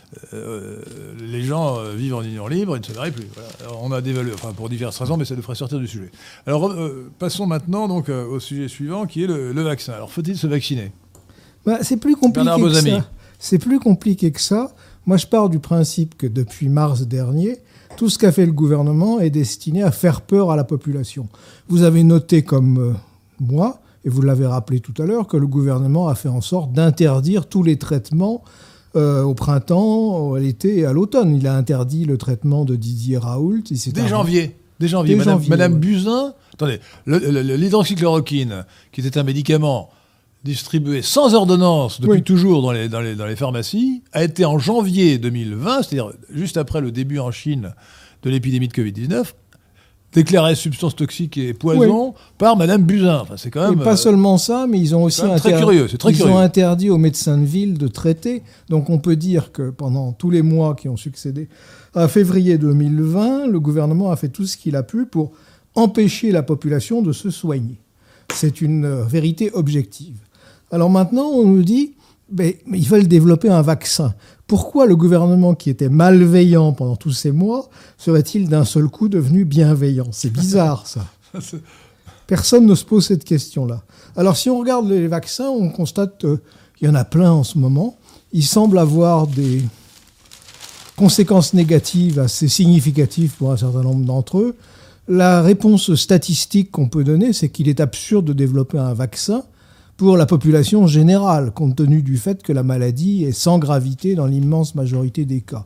euh, les gens euh, vivent en union libre, ils ne se verraient plus. Voilà. Alors, on a dévalué, enfin pour diverses raisons, mais ça nous ferait sortir du sujet. Alors euh, passons maintenant donc euh, au sujet suivant, qui est le, le vaccin. Alors faut-il se vacciner? Bah, c'est plus compliqué Bernard que Bozami. ça. C'est plus compliqué que ça. Moi, je pars du principe que depuis mars dernier, tout ce qu'a fait le gouvernement est destiné à faire peur à la population. Vous avez noté comme euh, moi, et vous l'avez rappelé tout à l'heure, que le gouvernement a fait en sorte d'interdire tous les traitements euh, au printemps, à l'été et à l'automne. Il a interdit le traitement de Didier Raoult. Dès janvier. Dès janvier. Dès Madame, janvier, Madame ouais. Buzyn, attendez, le- le- le- l'hydroxychloroquine, qui était un médicament distribué sans ordonnance depuis Oui. toujours dans les, dans, les, dans les pharmacies, a été en janvier deux mille vingt, c'est-à-dire juste après le début en Chine de l'épidémie de covid dix-neuf, déclaré substance toxique et poison par Madame Buzyn. Enfin, c'est quand Et même pas euh, seulement ça, mais ils ont aussi quand même très inter- curieux, c'est très ils curieux. ont interdit aux médecins de ville de traiter. Donc on peut dire que pendant tous les mois qui ont succédé à février deux mille vingt, le gouvernement a fait tout ce qu'il a pu pour empêcher la population de se soigner. C'est une euh, vérité objective. Alors maintenant, on nous dit, ben, mais ils veulent développer un vaccin. Pourquoi le gouvernement qui était malveillant pendant tous ces mois serait-il d'un seul coup devenu bienveillant? C'est bizarre, ça. Personne ne se pose cette question-là. Alors, si on regarde les vaccins, on constate qu'il y en a plein en ce moment. Ils semblent avoir des conséquences négatives assez significatives pour un certain nombre d'entre eux. La réponse statistique qu'on peut donner, c'est qu'il est absurde de développer un vaccin pour la population générale, compte tenu du fait que la maladie est sans gravité dans l'immense majorité des cas.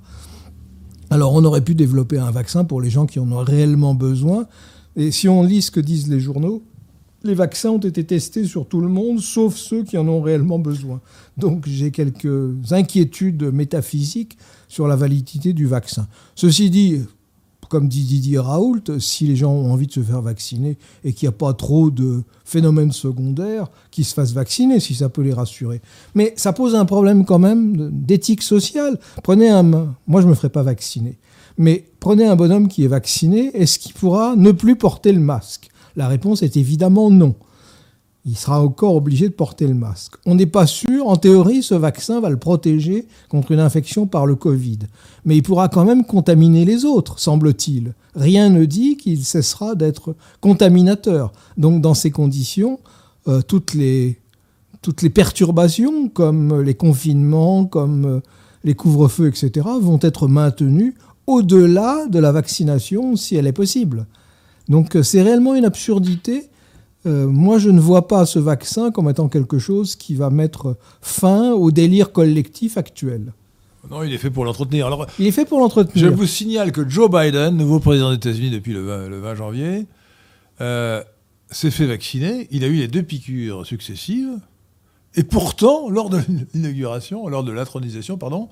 Alors on aurait pu développer un vaccin pour les gens qui en ont réellement besoin. Et si on lit ce que disent les journaux, les vaccins ont été testés sur tout le monde, sauf ceux qui en ont réellement besoin. Donc j'ai quelques inquiétudes métaphysiques sur la validité du vaccin. Ceci dit, comme dit Didier Raoult, si les gens ont envie de se faire vacciner et qu'il n'y a pas trop de phénomènes secondaires, qu'ils se fassent vacciner, si ça peut les rassurer. Mais ça pose un problème quand même d'éthique sociale. Prenez un... Moi, je ne me ferai pas vacciner. Mais prenez un bonhomme qui est vacciné, est-ce qu'il pourra ne plus porter le masque? La réponse est évidemment non. Il sera encore obligé de porter le masque. On n'est pas sûr. En théorie, ce vaccin va le protéger contre une infection par le Covid. Mais il pourra quand même contaminer les autres, semble-t-il. Rien ne dit qu'il cessera d'être contaminateur. Donc, dans ces conditions, euh, toutes les, toutes les perturbations, comme les confinements, comme euh, les couvre-feux, et cetera, vont être maintenues au-delà de la vaccination, si elle est possible. Donc, euh, c'est réellement une absurdité. Euh, moi, je ne vois pas ce vaccin comme étant quelque chose qui va mettre fin au délire collectif actuel. Non, il est fait pour l'entretenir. Alors, il est fait pour l'entretenir. Je vous signale que Joe Biden, nouveau président des États-Unis depuis le vingt, le vingt janvier, euh, s'est fait vacciner. Il a eu les deux piqûres successives. Et pourtant, lors de l'inauguration, lors de l'intronisation, pardon,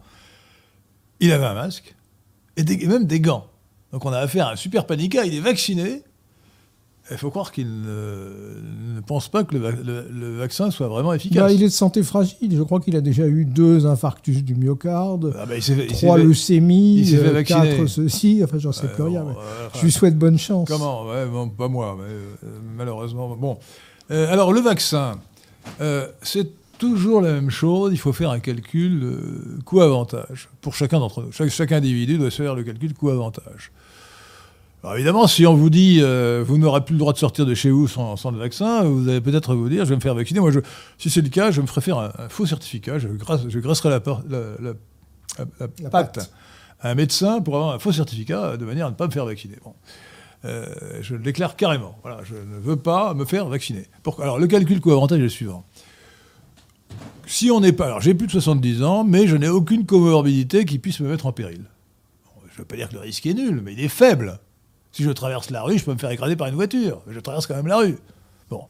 il avait un masque et, des, et même des gants. Donc on a affaire à un super panica. Il est vacciné. Il faut croire qu'il ne, ne pense pas que le, le, le vaccin soit vraiment efficace. Bah, il est de santé fragile. Je crois qu'il a déjà eu deux infarctus du myocarde, ah bah, il s'est fait, trois il leucémies, il s'est fait vacciner. quatre ceci. Enfin, j'en sais euh, plus rien. bon, Mais euh, je lui souhaite bonne chance. Comment ouais, bon, pas moi, mais, euh, malheureusement. Bon. Euh, alors, le vaccin, euh, c'est toujours la même chose. Il faut faire un calcul euh, coût-avantage pour chacun d'entre nous. Chaque, chaque individu doit se faire le calcul coût-avantage. Alors évidemment, si on vous dit euh, vous n'aurez plus le droit de sortir de chez vous sans, sans le vaccin, vous allez peut-être vous dire je vais me faire vacciner. Moi, je, si c'est le cas, je me ferai faire un, un faux certificat. Je, grasse, je graisserai la, la, la, la, la, la patte, patte à un médecin pour avoir un faux certificat de manière à ne pas me faire vacciner. Bon. Euh, je le déclare carrément. Voilà, je ne veux pas me faire vacciner. Pourquoi ? Alors le calcul coût-avantage est le suivant. Si on n'est pas... Alors j'ai plus de soixante-dix ans, mais je n'ai aucune comorbidité qui puisse me mettre en péril. Bon, je ne veux pas dire que le risque est nul, mais il est faible. Si je traverse la rue, je peux me faire écraser par une voiture. Mais je traverse quand même la rue. Bon.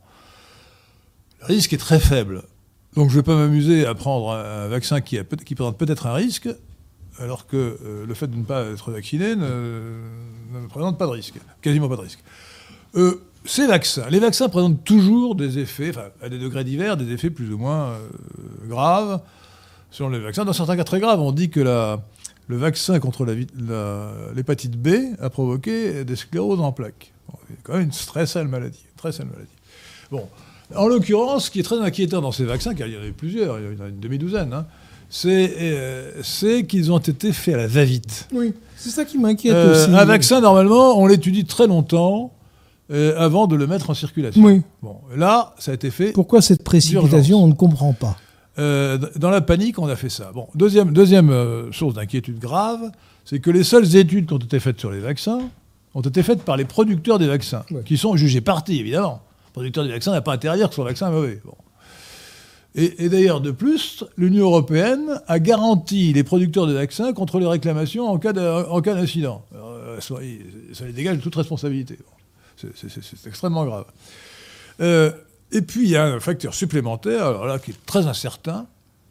Le risque est très faible. Donc je ne vais pas m'amuser à prendre un vaccin qui, a, qui présente peut-être un risque, alors que euh, le fait de ne pas être vacciné ne, ne présente pas de risque. Quasiment pas de risque. Euh, ces vaccins, les vaccins présentent toujours des effets, enfin, à des degrés divers, des effets plus ou moins euh, graves. Selon les vaccins, dans certains cas très graves, on dit que la... le vaccin contre la, la, l'hépatite B a provoqué des scléroses en plaques. Bon, c'est quand même une très sale maladie. Très sale maladie. Bon, en l'occurrence, ce qui est très inquiétant dans ces vaccins, car il y en a eu plusieurs, il y en a une demi-douzaine, hein, c'est, euh, c'est qu'ils ont été faits à la va-vite. Oui, c'est ça qui m'inquiète Euh, aussi. un vaccin, normalement, on l'étudie très longtemps euh, avant de le mettre en circulation. Oui. Bon, là, ça a été fait. Pourquoi cette précipitation, d'urgence. on ne comprend pas. Euh, dans la panique, on a fait ça. Bon, deuxième, deuxième euh, source d'inquiétude grave, c'est que les seules études qui ont été faites sur les vaccins ont été faites par les producteurs des vaccins, Ouais. qui sont jugés partis, évidemment. Le producteur des vaccins n'a pas intérêt à dire que son vaccin est mauvais. Bon. Et, et d'ailleurs, de plus, l'Union européenne a garanti les producteurs de vaccins contre les réclamations en cas, de, en cas d'incident. Alors, euh, ça, ça les dégage de toute responsabilité. Bon. C'est, c'est, c'est, c'est extrêmement grave. Euh, et puis, il y a un facteur supplémentaire, alors là, qui est très incertain,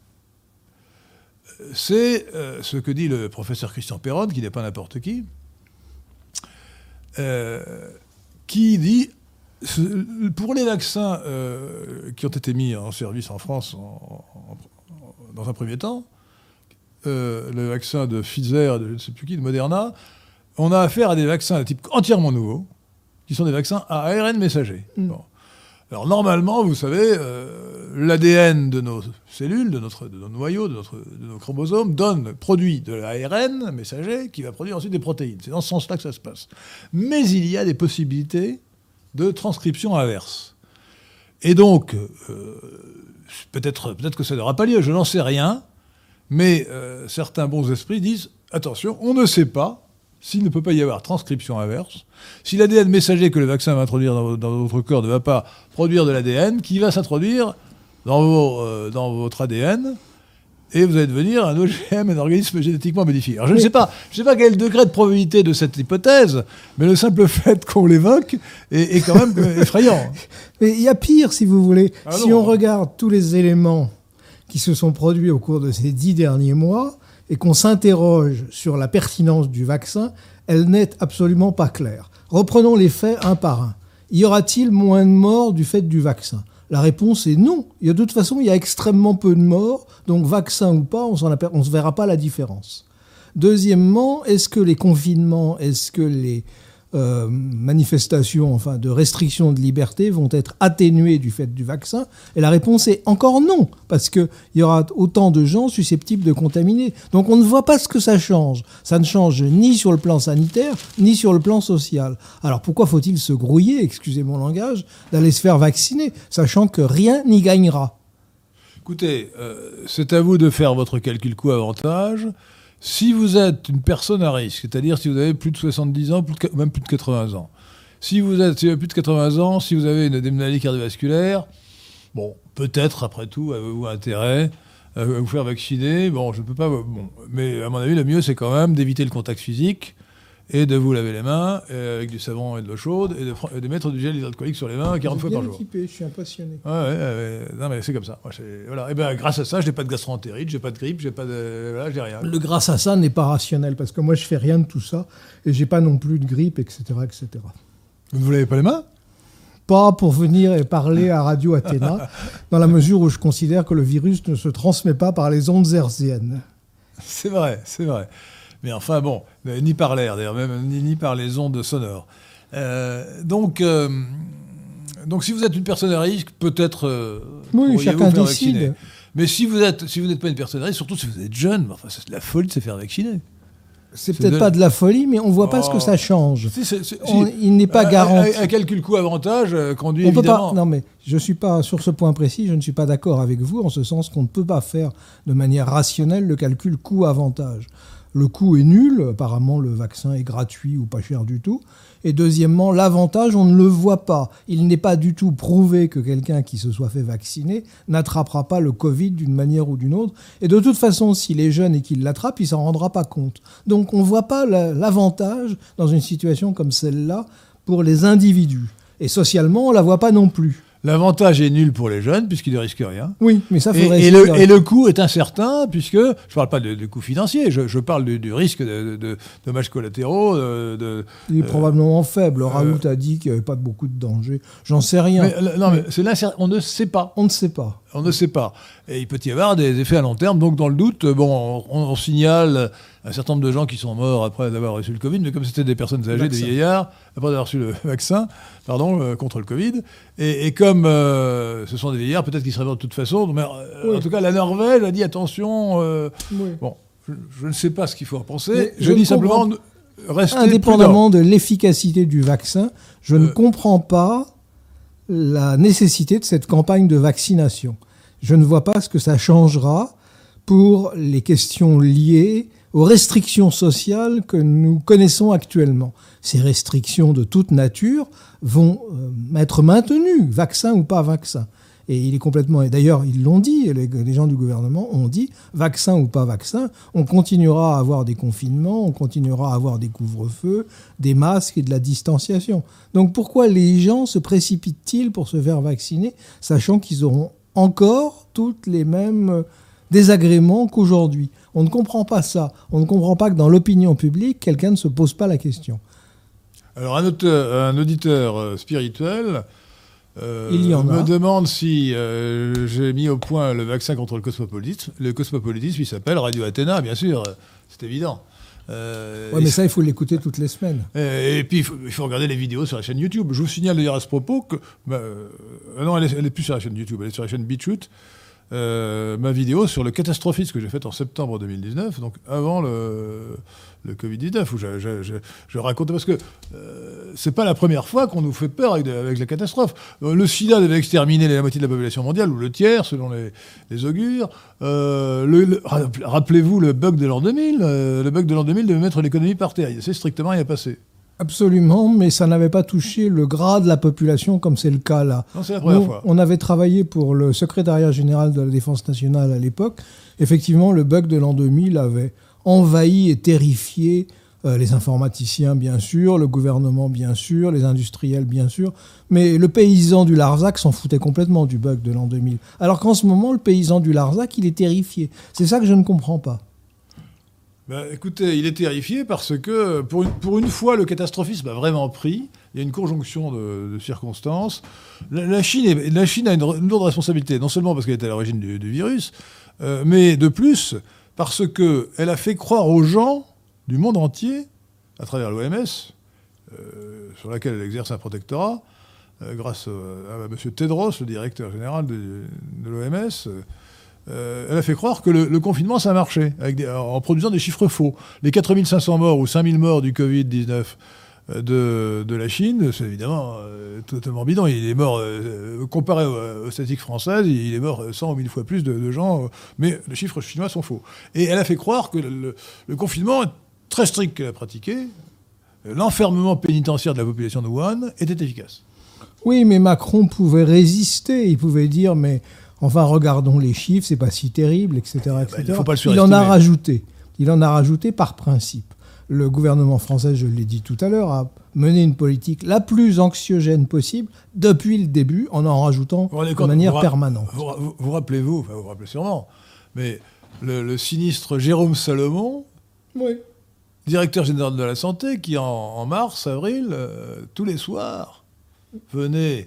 c'est euh, ce que dit le professeur Christian Perron, qui n'est pas n'importe qui, euh, qui dit, pour les vaccins euh, qui ont été mis en service en France en, en, dans un premier temps, euh, le vaccin de Pfizer, de je ne sais plus qui, de Moderna, on a affaire à des vaccins de type entièrement nouveaux, qui sont des vaccins à A R N messager. Mm. Bon. Alors normalement, vous savez, euh, l'A D N de nos cellules, de, notre, de nos noyaux, de, notre, de nos chromosomes, donne, produit de l'A R N messager qui va produire ensuite des protéines. C'est dans ce sens-là que ça se passe. Mais il y a des possibilités de transcription inverse. Et donc, euh, peut-être, peut-être que ça n'aura pas lieu, je n'en sais rien, mais euh, certains bons esprits disent, attention, on ne sait pas s'il ne peut pas y avoir transcription inverse, si l'A D N messager que le vaccin va introduire dans, dans votre corps ne va pas produire de l'A D N, qui va s'introduire dans, vos, euh, dans votre A D N, et vous allez devenir un O G M, un organisme génétiquement modifié. Alors je ne sais pas, je sais pas quel est le degré de probabilité de cette hypothèse, mais le simple fait qu'on l'évoque est, est quand même effrayant. Mais il y a pire, si vous voulez. Ah si non. on regarde tous les éléments qui se sont produits au cours de ces dix derniers mois, et qu'on s'interroge sur la pertinence du vaccin, elle n'est absolument pas claire. Reprenons les faits un par un. Y aura-t-il moins de morts du fait du vaccin ? La réponse est non. Et de toute façon, il y a extrêmement peu de morts, donc vaccin ou pas, on ne se verra pas la différence. Deuxièmement, est-ce que les confinements, est-ce que les euh, manifestations, enfin de restrictions de liberté vont être atténuées du fait du vaccin ? Et la réponse est encore non, parce qu'il y aura autant de gens susceptibles de contaminer. Donc on ne voit pas ce que ça change. Ça ne change ni sur le plan sanitaire, ni sur le plan social. Alors pourquoi faut-il se grouiller, excusez mon langage, d'aller se faire vacciner, sachant que rien n'y gagnera ? Écoutez, euh, c'est à vous de faire votre calcul coût-avantage. Si vous êtes une personne à risque, c'est-à-dire si vous avez plus de soixante-dix ans, plus de, même plus de quatre-vingts ans, si vous, êtes, si vous avez plus de quatre-vingts ans, si vous avez une, des maladies cardiovasculaires, bon, peut-être, après tout, avez-vous intérêt à vous faire vacciner. Bon, je ne peux pas... Bon, mais à mon avis, le mieux, c'est quand même d'éviter le contact physique et de vous laver les mains euh, avec du savon et de l'eau chaude et de, et de mettre du gel hydroalcoolique sur les mains quarante fois par jour. Équipé, je suis impressionné. Ouais, ouais, ouais, non mais c'est comme ça. Moi, voilà. Et ben grâce à ça, je n'ai pas de gastroentérite, j'ai pas de grippe, j'ai pas de, voilà, j'ai rien. Le grâce à ça n'est pas rationnel parce que moi je fais rien de tout ça et j'ai pas non plus de grippe, et cetera, et cetera. Vous ne vous lavez pas les mains ? Pas pour venir et parler à Radio Athéna, dans la mesure où je considère que le virus ne se transmet pas par les ondes hertziennes. C'est vrai, c'est vrai. Mais enfin bon, ni par l'air d'ailleurs, même ni, ni par les ondes sonores. Euh, donc, euh, donc si vous êtes une personne à risque, peut-être euh, oui, chacun vous faire décide. Vacciner. Mais si vous êtes, si vous n'êtes pas une personne à risque, surtout si vous êtes jeune, enfin, c'est de la folie de se faire vacciner. C'est, c'est peut-être de... pas de la folie, mais on ne voit pas oh. ce que ça change. Si, c'est, c'est, on, si. Il n'est pas garanti. Un, un calcul coût-avantage euh, conduit on évidemment... Peut pas, non, mais je suis pas, sur ce point précis, je ne suis pas d'accord avec vous, en ce sens qu'on ne peut pas faire de manière rationnelle le calcul coût-avantage. Le coût est nul, apparemment le vaccin est gratuit ou pas cher du tout. Et deuxièmement, l'avantage, on ne le voit pas. Il n'est pas du tout prouvé que quelqu'un qui se soit fait vacciner n'attrapera pas le Covid d'une manière ou d'une autre. Et de toute façon, s'il est jeune et qu'il l'attrape, il ne s'en rendra pas compte. Donc on ne voit pas l'avantage dans une situation comme celle-là pour les individus. Et socialement, on ne la voit pas non plus. L'avantage est nul pour les jeunes, puisqu'ils ne risquent rien. Oui, mais ça faudrait... Et, et, le, et le coût est incertain, puisque... Je ne parle pas de, de coût financier, je, je parle du, du risque de, de, de dommages collatéraux. De, de, Il est euh, probablement faible. Raoult euh, a dit qu'il n'y avait pas de beaucoup de danger. J'en sais rien. Mais, non, mais c'est l'incertitude. On ne sait pas. On ne sait pas. On ne sait pas. Et il peut y avoir des effets à long terme. Donc, dans le doute, bon, on, on signale un certain nombre de gens qui sont morts après avoir reçu le Covid, mais comme c'était des personnes âgées, des vieillards, après avoir reçu le vaccin, pardon, euh, contre le Covid. Et, et comme euh, ce sont des vieillards, peut-être qu'ils seraient morts de toute façon. Mais, euh, oui. En tout cas, la Norvège a dit attention. Euh, oui. Bon, je, je ne sais pas ce qu'il faut en penser. Mais je, je dis simplement, restez indépendamment prudent. De l'efficacité du vaccin, je euh, ne comprends pas la nécessité de cette campagne de vaccination. Je ne vois pas ce que ça changera pour les questions liées aux restrictions sociales que nous connaissons actuellement. Ces restrictions de toute nature vont euh, être maintenues, vaccin ou pas vaccin. Et il est complètement... Et d'ailleurs, ils l'ont dit, les, les gens du gouvernement ont dit, vaccin ou pas vaccin, on continuera à avoir des confinements, on continuera à avoir des couvre-feux, des masques et de la distanciation. Donc pourquoi les gens se précipitent-ils pour se faire vacciner, sachant qu'ils auront encore toutes les mêmes désagréments qu'aujourd'hui? On ne comprend pas ça. On ne comprend pas que dans l'opinion publique, quelqu'un ne se pose pas la question. Alors un, auteur, un auditeur spirituel euh, Il y en me a. demande si euh, j'ai mis au point le vaccin contre le cosmopolitisme. Le cosmopolitisme, il s'appelle Radio Athéna, bien sûr, c'est évident. Euh, oui, mais ça, il faut l'écouter toutes les semaines. Et, et puis, il faut, il faut regarder les vidéos sur la chaîne YouTube. Je vous signale d'ailleurs à ce propos que... Bah, euh, non, elle est, elle est plus sur la chaîne YouTube, elle est sur la chaîne BitChute. Euh, ma vidéo sur le catastrophisme que j'ai faite en septembre deux mille dix-neuf, donc avant le, le covid dix-neuf, où je, je, je, je racontais, parce que euh, c'est pas la première fois qu'on nous fait peur avec, avec la catastrophe. Le sida devait exterminer la moitié de la population mondiale, ou le tiers, selon les, les augures. Euh, le, le, rappelez-vous le bug de l'an deux mille. Euh, le bug de l'an deux mille devait mettre l'économie par terre. C'est strictement rien passé. Absolument, mais ça n'avait pas touché le gras de la population comme c'est le cas là. Non, c'est la première Nous, fois. On avait travaillé pour le secrétariat général de la Défense nationale à l'époque. Effectivement, le bug de l'an deux mille avait envahi et terrifié euh, les informaticiens, bien sûr, le gouvernement, bien sûr, les industriels, bien sûr. Mais le paysan du Larzac s'en foutait complètement du bug de l'an deux mille. Alors qu'en ce moment, le paysan du Larzac, il est terrifié. C'est ça que je ne comprends pas. Ben, écoutez, il est terrifié parce que, pour une, pour une fois, le catastrophisme a vraiment pris. Il y a une conjonction de, de circonstances. La, la, Chine est, la Chine a une, une lourde responsabilité, non seulement parce qu'elle est à l'origine du, du virus, euh, mais de plus parce qu'elle a fait croire aux gens du monde entier, à travers l'O M S, euh, sur laquelle elle exerce un protectorat, euh, grâce à, à M. Tedros, le directeur général de, de l'O M S, euh, Euh, elle a fait croire que le, le confinement, ça marchait, avec des, en produisant des chiffres faux. Les quatre mille cinq cents morts ou cinq mille morts du covid dix-neuf de, de la Chine, c'est évidemment euh, totalement bidon. Il est mort, euh, comparé aux, aux statistiques françaises, il est mort cent ou mille fois plus de, de gens, euh, mais les chiffres chinois sont faux. Et elle a fait croire que le, le, le confinement très strict qu'elle a pratiqué, l'enfermement pénitentiaire de la population de Wuhan, était efficace. Oui, mais Macron pouvait résister, il pouvait dire, mais... Enfin, regardons les chiffres, c'est pas si terrible, et cetera, et cetera. Ben, il faut pas le il en a rajouté. Il en a rajouté par principe. Le gouvernement français, je l'ai dit tout à l'heure, a mené une politique la plus anxiogène possible depuis le début, en en rajoutant de manière vous, permanente. Vous, vous, vous rappelez-vous, enfin vous vous rappelez sûrement, mais le, le sinistre Jérôme Salomon, oui. directeur général de la santé, qui en, en mars, avril, euh, tous les soirs, venait...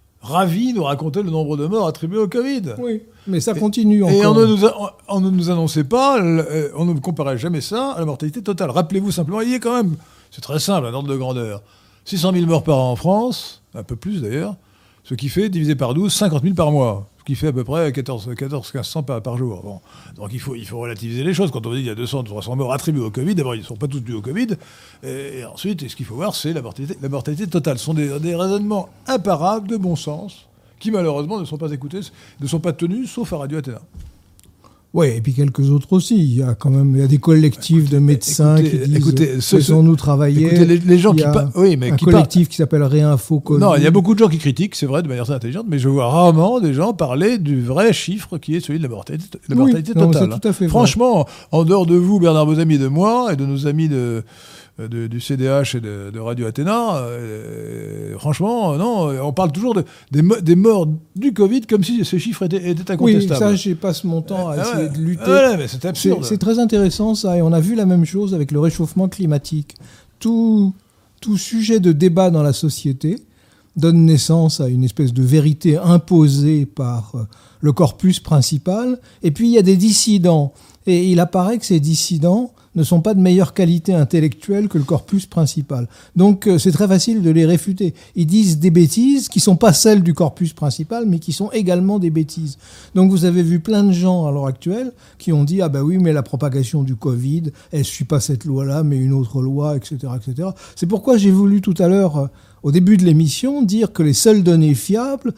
ravi nous raconter le nombre de morts attribués au Covid. Oui, mais ça continue encore. Et on ne nous, a, on ne nous annonçait pas, on ne comparait jamais ça à la mortalité totale. Rappelez-vous simplement, il y a quand même, c'est très simple, un ordre de grandeur, six cent mille morts par an en France, un peu plus d'ailleurs, ce qui fait, divisé par douze, cinquante mille par mois, ce qui fait à peu près quatorze à quinze cents par, par jour. Bon. Donc il faut, il faut relativiser les choses. Quand on dit qu'il y a deux cents, trois cents morts attribués au Covid, d'abord ils ne sont pas tous dus au Covid, et, et ensuite, ce qu'il faut voir, c'est la mortalité, la mortalité totale. Ce sont des, des raisonnements imparables, de bon sens, qui malheureusement ne sont pas écoutés, ne sont pas tenus, sauf à Radio Athéna. Oui, et puis quelques autres aussi. Il y a quand même il y a des collectifs écoutez, de médecins écoutez, qui disent écoutez, laissons-nous travailler. Écoutez, les, les gens il y a qui pa- oui, mais un qui collectif par- qui s'appelle Réinfo Covid. Non, il y a beaucoup de gens qui critiquent, c'est vrai, de manière très intelligente, mais je vois rarement des gens parler du vrai chiffre qui est celui de la mortalité, la oui, mortalité non, totale. c'est tout à fait Franchement, vrai. En dehors de vous, Bernard Bozamy et de moi, et de nos amis de... De, du C D H et de, de Radio Athéna, euh, franchement, non, on parle toujours de, des, des morts du Covid comme si ces chiffres étaient, étaient incontestables. Oui, ça, je passe mon temps à euh, essayer ouais, de lutter. Ouais, mais c'est absurde. C'est, c'est très intéressant, ça, et on a vu la même chose avec le réchauffement climatique. Tout, tout sujet de débat dans la société donne naissance à une espèce de vérité imposée par le corpus principal, et puis il y a des dissidents. Et il apparaît que ces dissidents ne sont pas de meilleure qualité intellectuelle que le corpus principal. Donc euh, c'est très facile de les réfuter. Ils disent des bêtises qui sont pas celles du corpus principal, mais qui sont également des bêtises. Donc vous avez vu plein de gens à l'heure actuelle qui ont dit « Ah ben oui, mais la propagation du Covid, elle suit pas cette loi-là, mais une autre loi, et cetera et cetera » C'est pourquoi j'ai voulu tout à l'heure, euh, au début de l'émission, dire que les seules données fiables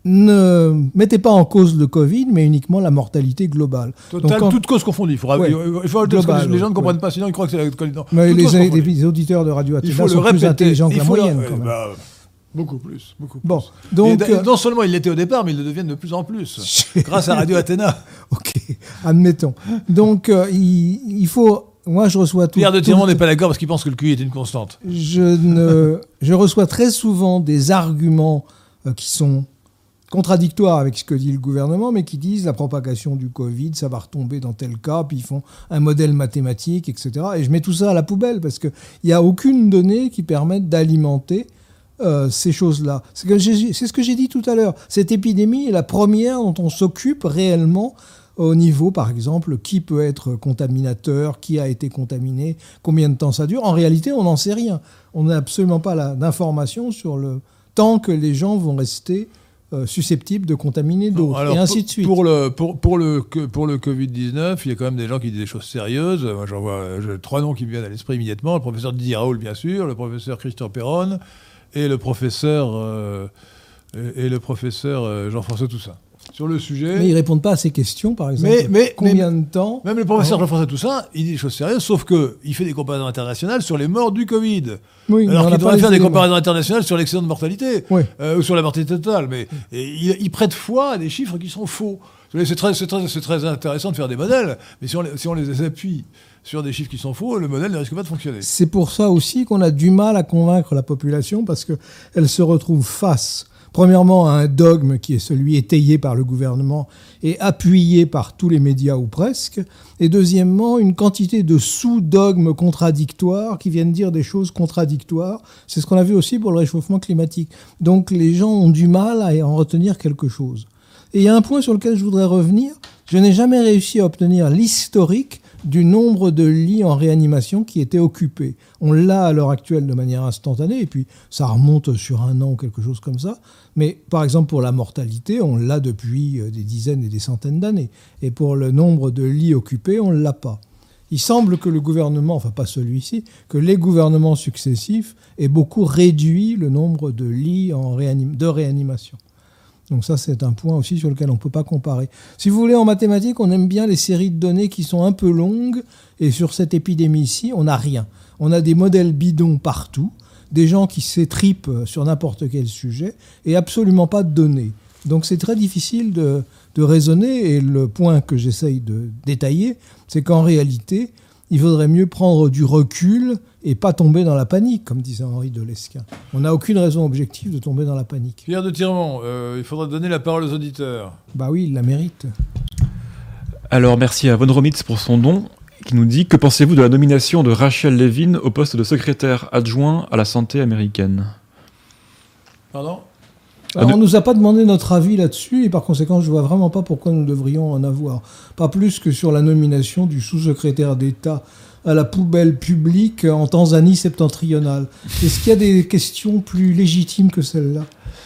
ne mettez pas en cause le Covid, mais uniquement la mortalité globale. Total, Donc, quand... toute cause confondue. Il faudra, ouais, il faut global, les gens ne comprennent ouais. pas, sinon ils croient que c'est la Covid. Mais les, les, les auditeurs de Radio Athéna sont plus intelligents que la moyenne, le... quand même. Bah, beaucoup plus, beaucoup plus. Bon, donc, et non seulement ils l'étaient au départ, mais ils le deviennent de plus en plus, grâce à Radio Athéna. Ok, admettons. Donc, euh, il, il faut... Moi, je reçois tout... Pierre de tout, Tirmont n'est pas d'accord parce qu'il pense que le Q I est une constante. Je, ne, je reçois très souvent des arguments euh, qui sont contradictoires avec ce que dit le gouvernement, mais qui disent la propagation du Covid, ça va retomber dans tel cas, puis ils font un modèle mathématique, et cetera. Et je mets tout ça à la poubelle parce qu'il n'y a aucune donnée qui permette d'alimenter euh, ces choses-là. C'est, que j'ai, c'est ce que j'ai dit tout à l'heure. Cette épidémie est la première dont on s'occupe réellement au niveau, par exemple, qui peut être contaminateur, qui a été contaminé, combien de temps ça dure. En réalité, on n'en sait rien. On n'a absolument pas la, d'informations sur le temps que les gens vont rester euh, susceptibles de contaminer d'autres, alors, et ainsi pour, de suite. Pour le, pour, pour, le, pour le covid dix-neuf, il y a quand même des gens qui disent des choses sérieuses. Moi, j'en vois j'ai trois noms qui me viennent à l'esprit immédiatement. Le professeur Didier Raoult, bien sûr, le professeur Christian Perron et le professeur, euh, et, et le professeur euh, Jean-François Toussaint. Sur le sujet. Mais ils ne répondent pas à ces questions, par exemple. Mais, mais, Combien mais, de temps Même le professeur Jean-François Toussaint, il dit des choses sérieuses, sauf qu'il fait des comparaisons internationales sur les morts du Covid. Oui, alors qu'il devrait faire des comparaisons morts. internationales sur l'excédent de mortalité, oui. euh, ou sur la mortalité totale. Mais et, il, il prête foi à des chiffres qui sont faux. C'est très, c'est très, c'est très intéressant de faire des modèles, mais si on, les, si on les appuie sur des chiffres qui sont faux, le modèle ne risque pas de fonctionner. C'est pour ça aussi qu'on a du mal à convaincre la population, parce qu'elle se retrouve face... Premièrement, à un dogme qui est celui étayé par le gouvernement et appuyé par tous les médias ou presque. Et deuxièmement, une quantité de sous-dogmes contradictoires qui viennent dire des choses contradictoires. C'est ce qu'on a vu aussi pour le réchauffement climatique. Donc les gens ont du mal à en retenir quelque chose. Et il y a un point sur lequel je voudrais revenir. Je n'ai jamais réussi à obtenir l'historique du nombre de lits en réanimation qui étaient occupés. On l'a à l'heure actuelle de manière instantanée, et puis ça remonte sur un an ou quelque chose comme ça. Mais par exemple, pour la mortalité, on l'a depuis des dizaines et des centaines d'années. Et pour le nombre de lits occupés, on ne l'a pas. Il semble que le gouvernement, enfin pas celui-ci, que les gouvernements successifs aient beaucoup réduit le nombre de lits en réanim- de réanimation. Donc ça, c'est un point aussi sur lequel on ne peut pas comparer. Si vous voulez, en mathématiques, on aime bien les séries de données qui sont un peu longues, et sur cette épidémie-ci, on n'a rien. On a des modèles bidons partout, des gens qui s'étripent sur n'importe quel sujet, et absolument pas de données. Donc c'est très difficile de, de raisonner, et le point que j'essaye de détailler, c'est qu'en réalité, il vaudrait mieux prendre du recul et pas tomber dans la panique, comme disait Henri de Lesquen. On n'a aucune raison objective de tomber dans la panique. Pierre de Tirmont, euh, il faudra donner la parole aux auditeurs. Bah oui, il la mérite. Alors merci à Von Romitz pour son don, qui nous dit « Que pensez-vous de la nomination de Rachel Levine au poste de secrétaire adjoint à la santé américaine ?» Pardon ? Alors, on ne nous a pas demandé notre avis là-dessus, et par conséquent, je ne vois vraiment pas pourquoi nous devrions en avoir. Pas plus que sur la nomination du sous-secrétaire d'État à la poubelle publique en Tanzanie septentrionale. Est-ce qu'il y a des questions plus légitimes que celle-là ?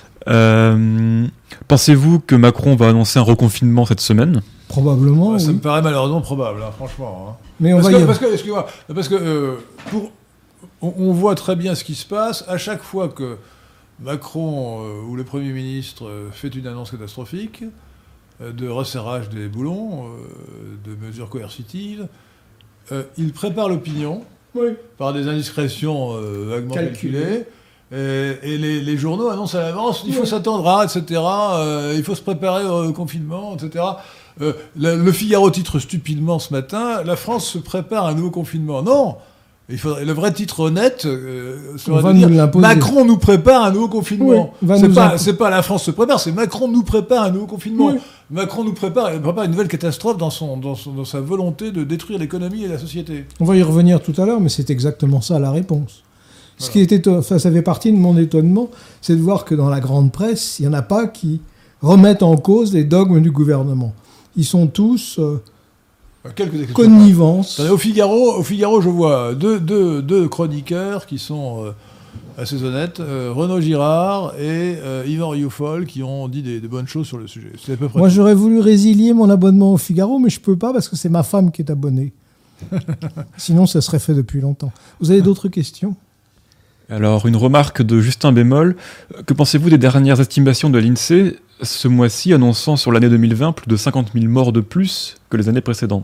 euh, Pensez-vous que Macron va annoncer un reconfinement cette semaine ? Probablement, ouais, Ça oui. me paraît malheureusement probable, hein, franchement. Hein. Mais on parce, va que, y... parce que, excusez-moi, parce que euh, pour, on, on voit très bien ce qui se passe. À chaque fois que Macron euh, ou le Premier ministre euh, fait une annonce catastrophique euh, de resserrage des boulons, euh, de mesures coercitives, euh, il prépare l'opinion oui. par des indiscrétions euh, vaguement calculées. calculées. Et, et les, les journaux annoncent à l'avance, il faut oui. s'attendre à, et cetera. Euh, il faut se préparer au confinement, et cetera. Euh, le, le Figaro titre stupidement ce matin, la France se prépare à un nouveau confinement. Non, il faudrait, le vrai titre honnête euh, serait de dire Macron nous prépare un nouveau confinement. Oui, c'est, pas, imp... c'est pas la France se prépare, c'est Macron nous prépare un nouveau confinement. Oui. Macron nous prépare, il prépare une nouvelle catastrophe dans, son, dans, son, dans sa volonté de détruire l'économie et la société. On va y revenir tout à l'heure, mais c'est exactement ça la réponse. Voilà. Ce qui était, ça, ça fait partie de mon étonnement, c'est de voir que dans la grande presse, il n'y en a pas qui remettent en cause les dogmes du gouvernement. Ils sont tous... Euh, Quelques connivence. Au Figaro, au Figaro, je vois deux, deux, deux chroniqueurs qui sont euh, assez honnêtes, euh, Renaud Girard et euh, Yvan Rioufol, qui ont dit des, des bonnes choses sur le sujet. C'est à peu près Moi, tout. j'aurais voulu résilier mon abonnement au Figaro, mais je peux pas parce que c'est ma femme qui est abonnée. Sinon, ça serait fait depuis longtemps. Vous avez d'autres questions ? Alors, une remarque de Justin Bémol. Que pensez-vous des dernières estimations de l'INSEE ce mois-ci, annonçant sur l'année deux mille vingt plus de cinquante mille morts de plus que les années précédentes ?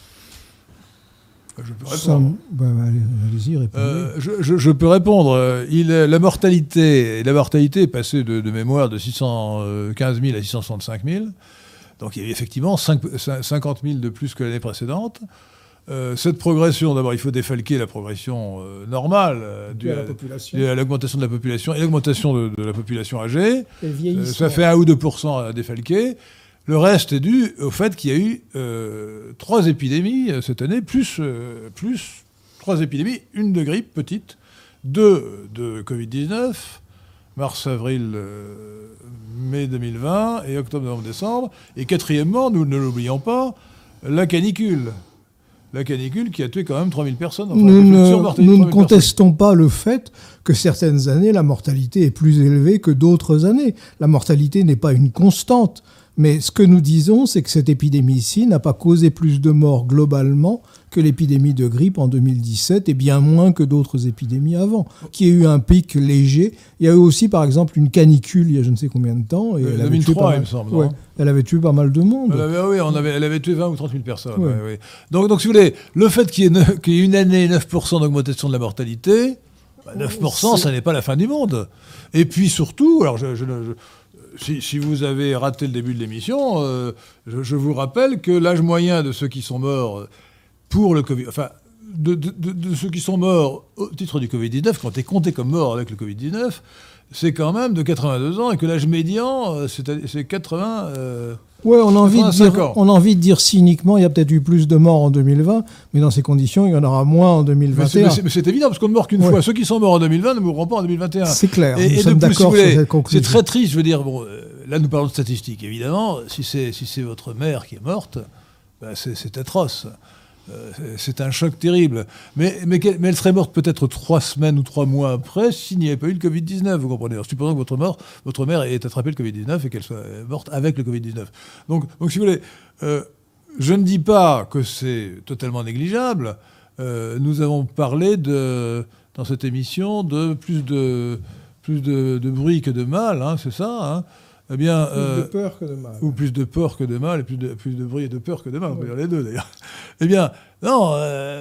Je peux Ça, répondre. bah, allez, allez-y, répondez. Euh, je, je, je peux répondre. Il, la mortalité, la mortalité est passée de, de mémoire de six cent quinze mille à six cent soixante-cinq mille. Donc il y a eu effectivement cinquante mille de plus que l'année précédente. Euh, cette progression, d'abord, il faut défalquer la progression euh, normale euh, due, à la à, population. due à l'augmentation de la population et l'augmentation de, de la population âgée. Et le Euh, vieillissement. ça fait un ou deux pour cent à défalquer. Le reste est dû au fait qu'il y a eu euh, trois épidémies euh, cette année, plus, euh, plus trois épidémies, une de grippe petite, deux de covid dix-neuf, mars, avril, euh, mai deux mille vingt et octobre, novembre, décembre. Et quatrièmement, nous ne l'oublions pas, la canicule. La canicule qui a tué quand même trois mille personnes. Enfin, Nous, une ne, surmortalité nous de ne trois mille contestons pas le fait que certaines années, la mortalité est plus élevée que d'autres années. La mortalité n'est pas une constante. Mais ce que nous disons, c'est que cette épidémie-ci n'a pas causé plus de morts globalement que l'épidémie de grippe en deux mille dix-sept et bien moins que d'autres épidémies avant, qui a eu un pic léger. Il y a eu aussi, par exemple, une canicule il y a je ne sais combien de temps. Et Euh, elle avait deux mille tué trois, pas mal- il me semble, Ouais, non elle avait tué pas mal de monde. Elle avait, ah oui, on avait, elle avait tué vingt ou trente mille personnes. Ouais. ouais, ouais. Donc, donc, si vous voulez, le fait qu'il y ait, ne- qu'il y ait une année neuf pour cent d'augmentation de la mortalité, bah, neuf pour cent, C'est- ça n'est pas la fin du monde. Et puis surtout, alors je, je, je- si, si vous avez raté le début de l'émission, euh, je, je vous rappelle que l'âge moyen de ceux qui sont morts pour le Covid, enfin, de, de, de, de ceux qui sont morts au titre du covid dix-neuf, qui ont été comptés comme morts avec le covid dix-neuf, c'est quand même de quatre-vingt-deux ans et que l'âge médian, euh, c'est, c'est quatre-vingts... Euh, Ouais, on a, envie de quatre-vingt-cinq dire, ans. on a envie de dire cyniquement, il y a peut-être eu plus de morts en deux mille vingt, mais dans ces conditions, il y en aura moins en deux mille vingt Mais et c'est, un. mais c'est- mais c'est évident, parce qu'on ne meurt qu'une Ouais. fois. Ceux qui sont morts en deux mille vingt ne mourront pas en deux mille vingt et un. C'est clair, Et, nous et sommes de plus, si vous d'accord sur voulez, cette conclusion. c'est très triste, je veux dire, bon, euh, là nous parlons de statistiques, évidemment, si c'est, si c'est votre mère qui est morte, ben, c'est, c'est atroce. Euh, c'est, c'est un choc terrible. Mais, mais, quel- mais elle serait morte peut-être trois semaines ou trois mois après s'il n'y avait pas eu le covid dix-neuf, vous comprenez. Alors, supposons que votre, mort, votre mère ait attrapé le covid dix-neuf et qu'elle soit morte avec le covid dix-neuf. Donc, donc si vous voulez, euh, je ne dis pas que c'est totalement négligeable. Euh, nous avons parlé de, dans cette émission de plus de, plus de, de bruit que de mal, hein, c'est ça, hein. Eh bien, Plus euh, de peur que de mal. ou plus de peur que de mal, et plus de, plus de bruit et de peur que de mal, on peut dire les deux d'ailleurs. Eh bien, non,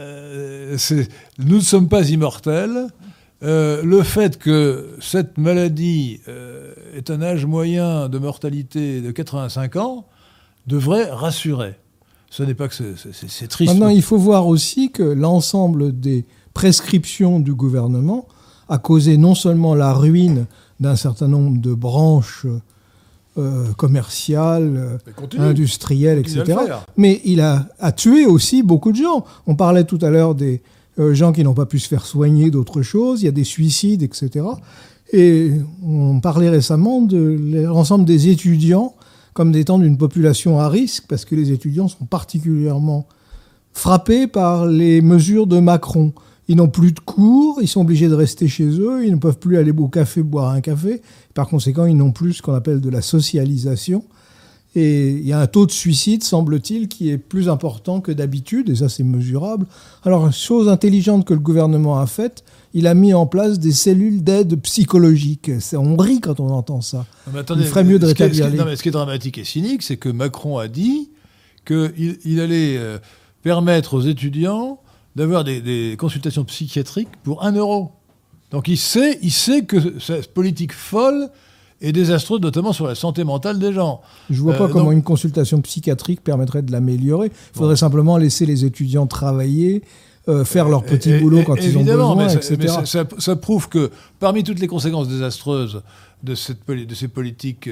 euh, c'est, nous ne sommes pas immortels. Euh, le fait que cette maladie euh, ait un âge moyen de mortalité de quatre-vingt-cinq ans devrait rassurer. Ce n'est pas que c'est, c'est, c'est triste. Maintenant, il faut voir aussi que l'ensemble des prescriptions du gouvernement a causé non seulement la ruine d'un certain nombre de branches euh, commerciales, euh, Mais continue. industrielles, Continue à le et cetera, faire. mais il a, a tué aussi beaucoup de gens. On parlait tout à l'heure des euh, gens qui n'ont pas pu se faire soigner d'autres choses, il y a des suicides, et cetera. Et on parlait récemment de l'ensemble des étudiants comme étant d'une population à risque, parce que les étudiants sont particulièrement frappés par les mesures de Macron. Ils n'ont plus de cours, ils sont obligés de rester chez eux, ils ne peuvent plus aller au café boire un café. Par conséquent, ils n'ont plus ce qu'on appelle de la socialisation. Et il y a un taux de suicide, semble-t-il, qui est plus important que d'habitude, et ça c'est mesurable. Alors, chose intelligente que le gouvernement a faite, il a mis en place des cellules d'aide psychologique. C'est- On rit quand on entend ça. Non, mais attendez, Il ferait mieux de ce qui est- rétablir ce qui est- les- non, mais ce qui est dramatique et cynique, c'est que Macron a dit qu'il il allait euh, permettre aux étudiants d'avoir des, des consultations psychiatriques pour un euro. Donc il sait, il sait que cette politique folle est désastreuse, notamment sur la santé mentale des gens. Je vois Euh, pas comment donc- une consultation psychiatrique permettrait de l'améliorer. Il faudrait simplement laisser les étudiants travailler, euh, faire leur petit Et- boulot et- quand ils ont évidemment, besoin, mais, ça, et cetera. mais ça- ça- ça prouve que parmi toutes les conséquences désastreuses de, cette, poli- de ces politiques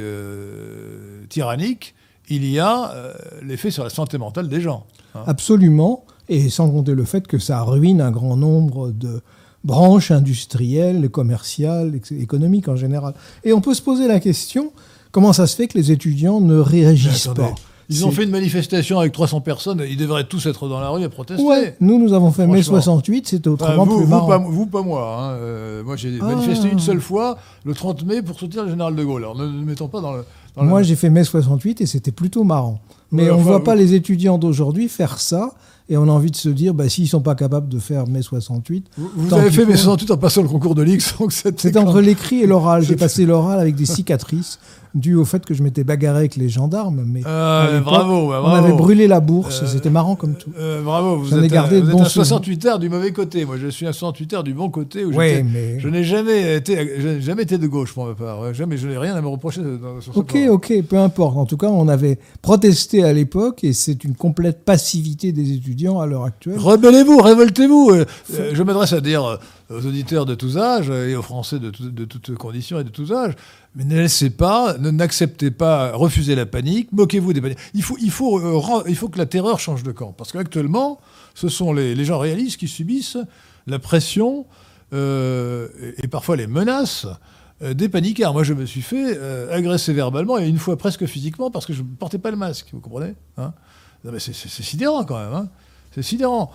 euh, tyranniques, il y a euh, l'effet sur la santé mentale des gens. hein. Absolument, et sans compter le fait que ça ruine un grand nombre de branches industrielles, commerciales, ex- économiques en général. Et on peut se poser la question, comment ça se fait que les étudiants ne réagissent Mais attendez. pas ? Ils ont fait une manifestation avec trois cents personnes. Ils devraient tous être dans la rue à protester. Ouais, nous, nous avons fait mai soixante-huit. C'était autrement bah, vous, plus vous, marrant. Pas, vous, pas moi. Hein. Euh, moi, j'ai ah. manifesté une seule fois, le trente mai, pour soutenir le général de Gaulle. Alors, ne nous mettons pas dans le... Dans moi, le... j'ai fait mai soixante-huit et c'était plutôt marrant. Mais ouais, on ne enfin, voit pas vous... les étudiants d'aujourd'hui faire ça. Et on a envie de se dire, bah, s'ils ne sont pas capables de faire mai soixante-huit... Vous, vous avez fait mai soixante-huit en passant le concours de l'X. C'était entre l'écrit et l'oral. J'ai passé l'oral avec des cicatrices dues au fait que je m'étais bagarré avec les gendarmes. Mais euh, bravo, bah, bravo. On avait brûlé la bourse. Euh, C'était marrant comme tout. Euh, bravo, vous J'en êtes, ai gardé vous êtes un soixante-huitard du mauvais côté. Moi, je suis un soixante-huitard du bon côté. Où ouais, mais... Je n'ai jamais été, jamais été de gauche, pour ma part. Jamais, je n'ai rien à me reprocher sur ce Ok, point. ok, peu importe. En tout cas, on avait protesté à l'époque et c'est une complète passivité des étudiants à l'heure actuelle. Rebellez-vous, révoltez-vous. Euh, je m'adresse à dire aux auditeurs de tous âges et aux Français de, tout, de toutes conditions et de tous âges, mais ne laissez pas, ne, n'acceptez pas, refusez la panique, moquez-vous des paniques. Il faut, il faut, euh, il faut que la terreur change de camp, parce qu'actuellement, ce sont les, les gens réalistes qui subissent la pression euh, et, et parfois les menaces euh, des paniquards. Moi, je me suis fait euh, agresser verbalement et une fois presque physiquement parce que je ne portais pas le masque, vous comprenez, hein? Non, mais c'est, c'est, c'est sidérant quand même, hein? C'est sidérant.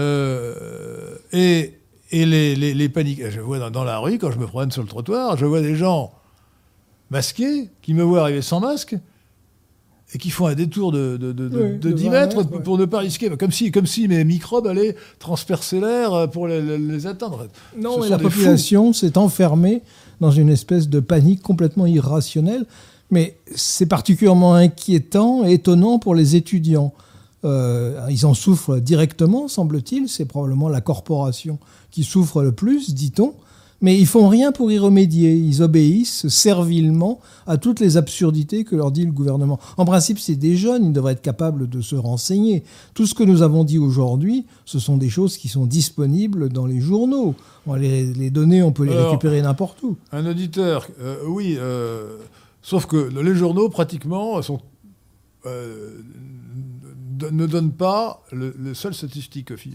Euh, et... Et les, les, les paniques, je vois dans, dans la rue, quand je me promène sur le trottoir, je vois des gens masqués qui me voient arriver sans masque et qui font un détour de, de, de, oui, de, de dix mètres ouais. pour ne pas risquer. Comme si, comme si mes microbes allaient transpercer l'air pour les, les, les atteindre. Non, mais la population s'est enfermée dans une espèce de panique complètement irrationnelle. Mais c'est particulièrement inquiétant et étonnant pour les étudiants. Euh, ils en souffrent directement, semble-t-il. C'est probablement la corporation qui souffre le plus, dit-on. Mais ils font rien pour y remédier. Ils obéissent servilement à toutes les absurdités que leur dit le gouvernement. En principe, c'est des jeunes, ils devraient être capables de se renseigner. Tout ce que nous avons dit aujourd'hui, ce sont des choses qui sont disponibles dans les journaux. Les, les données, on peut les Alors, récupérer n'importe où. Un auditeur, euh, oui, euh, sauf que les journaux, pratiquement, sont... Euh, ne donne pas le, le seul statistique euh,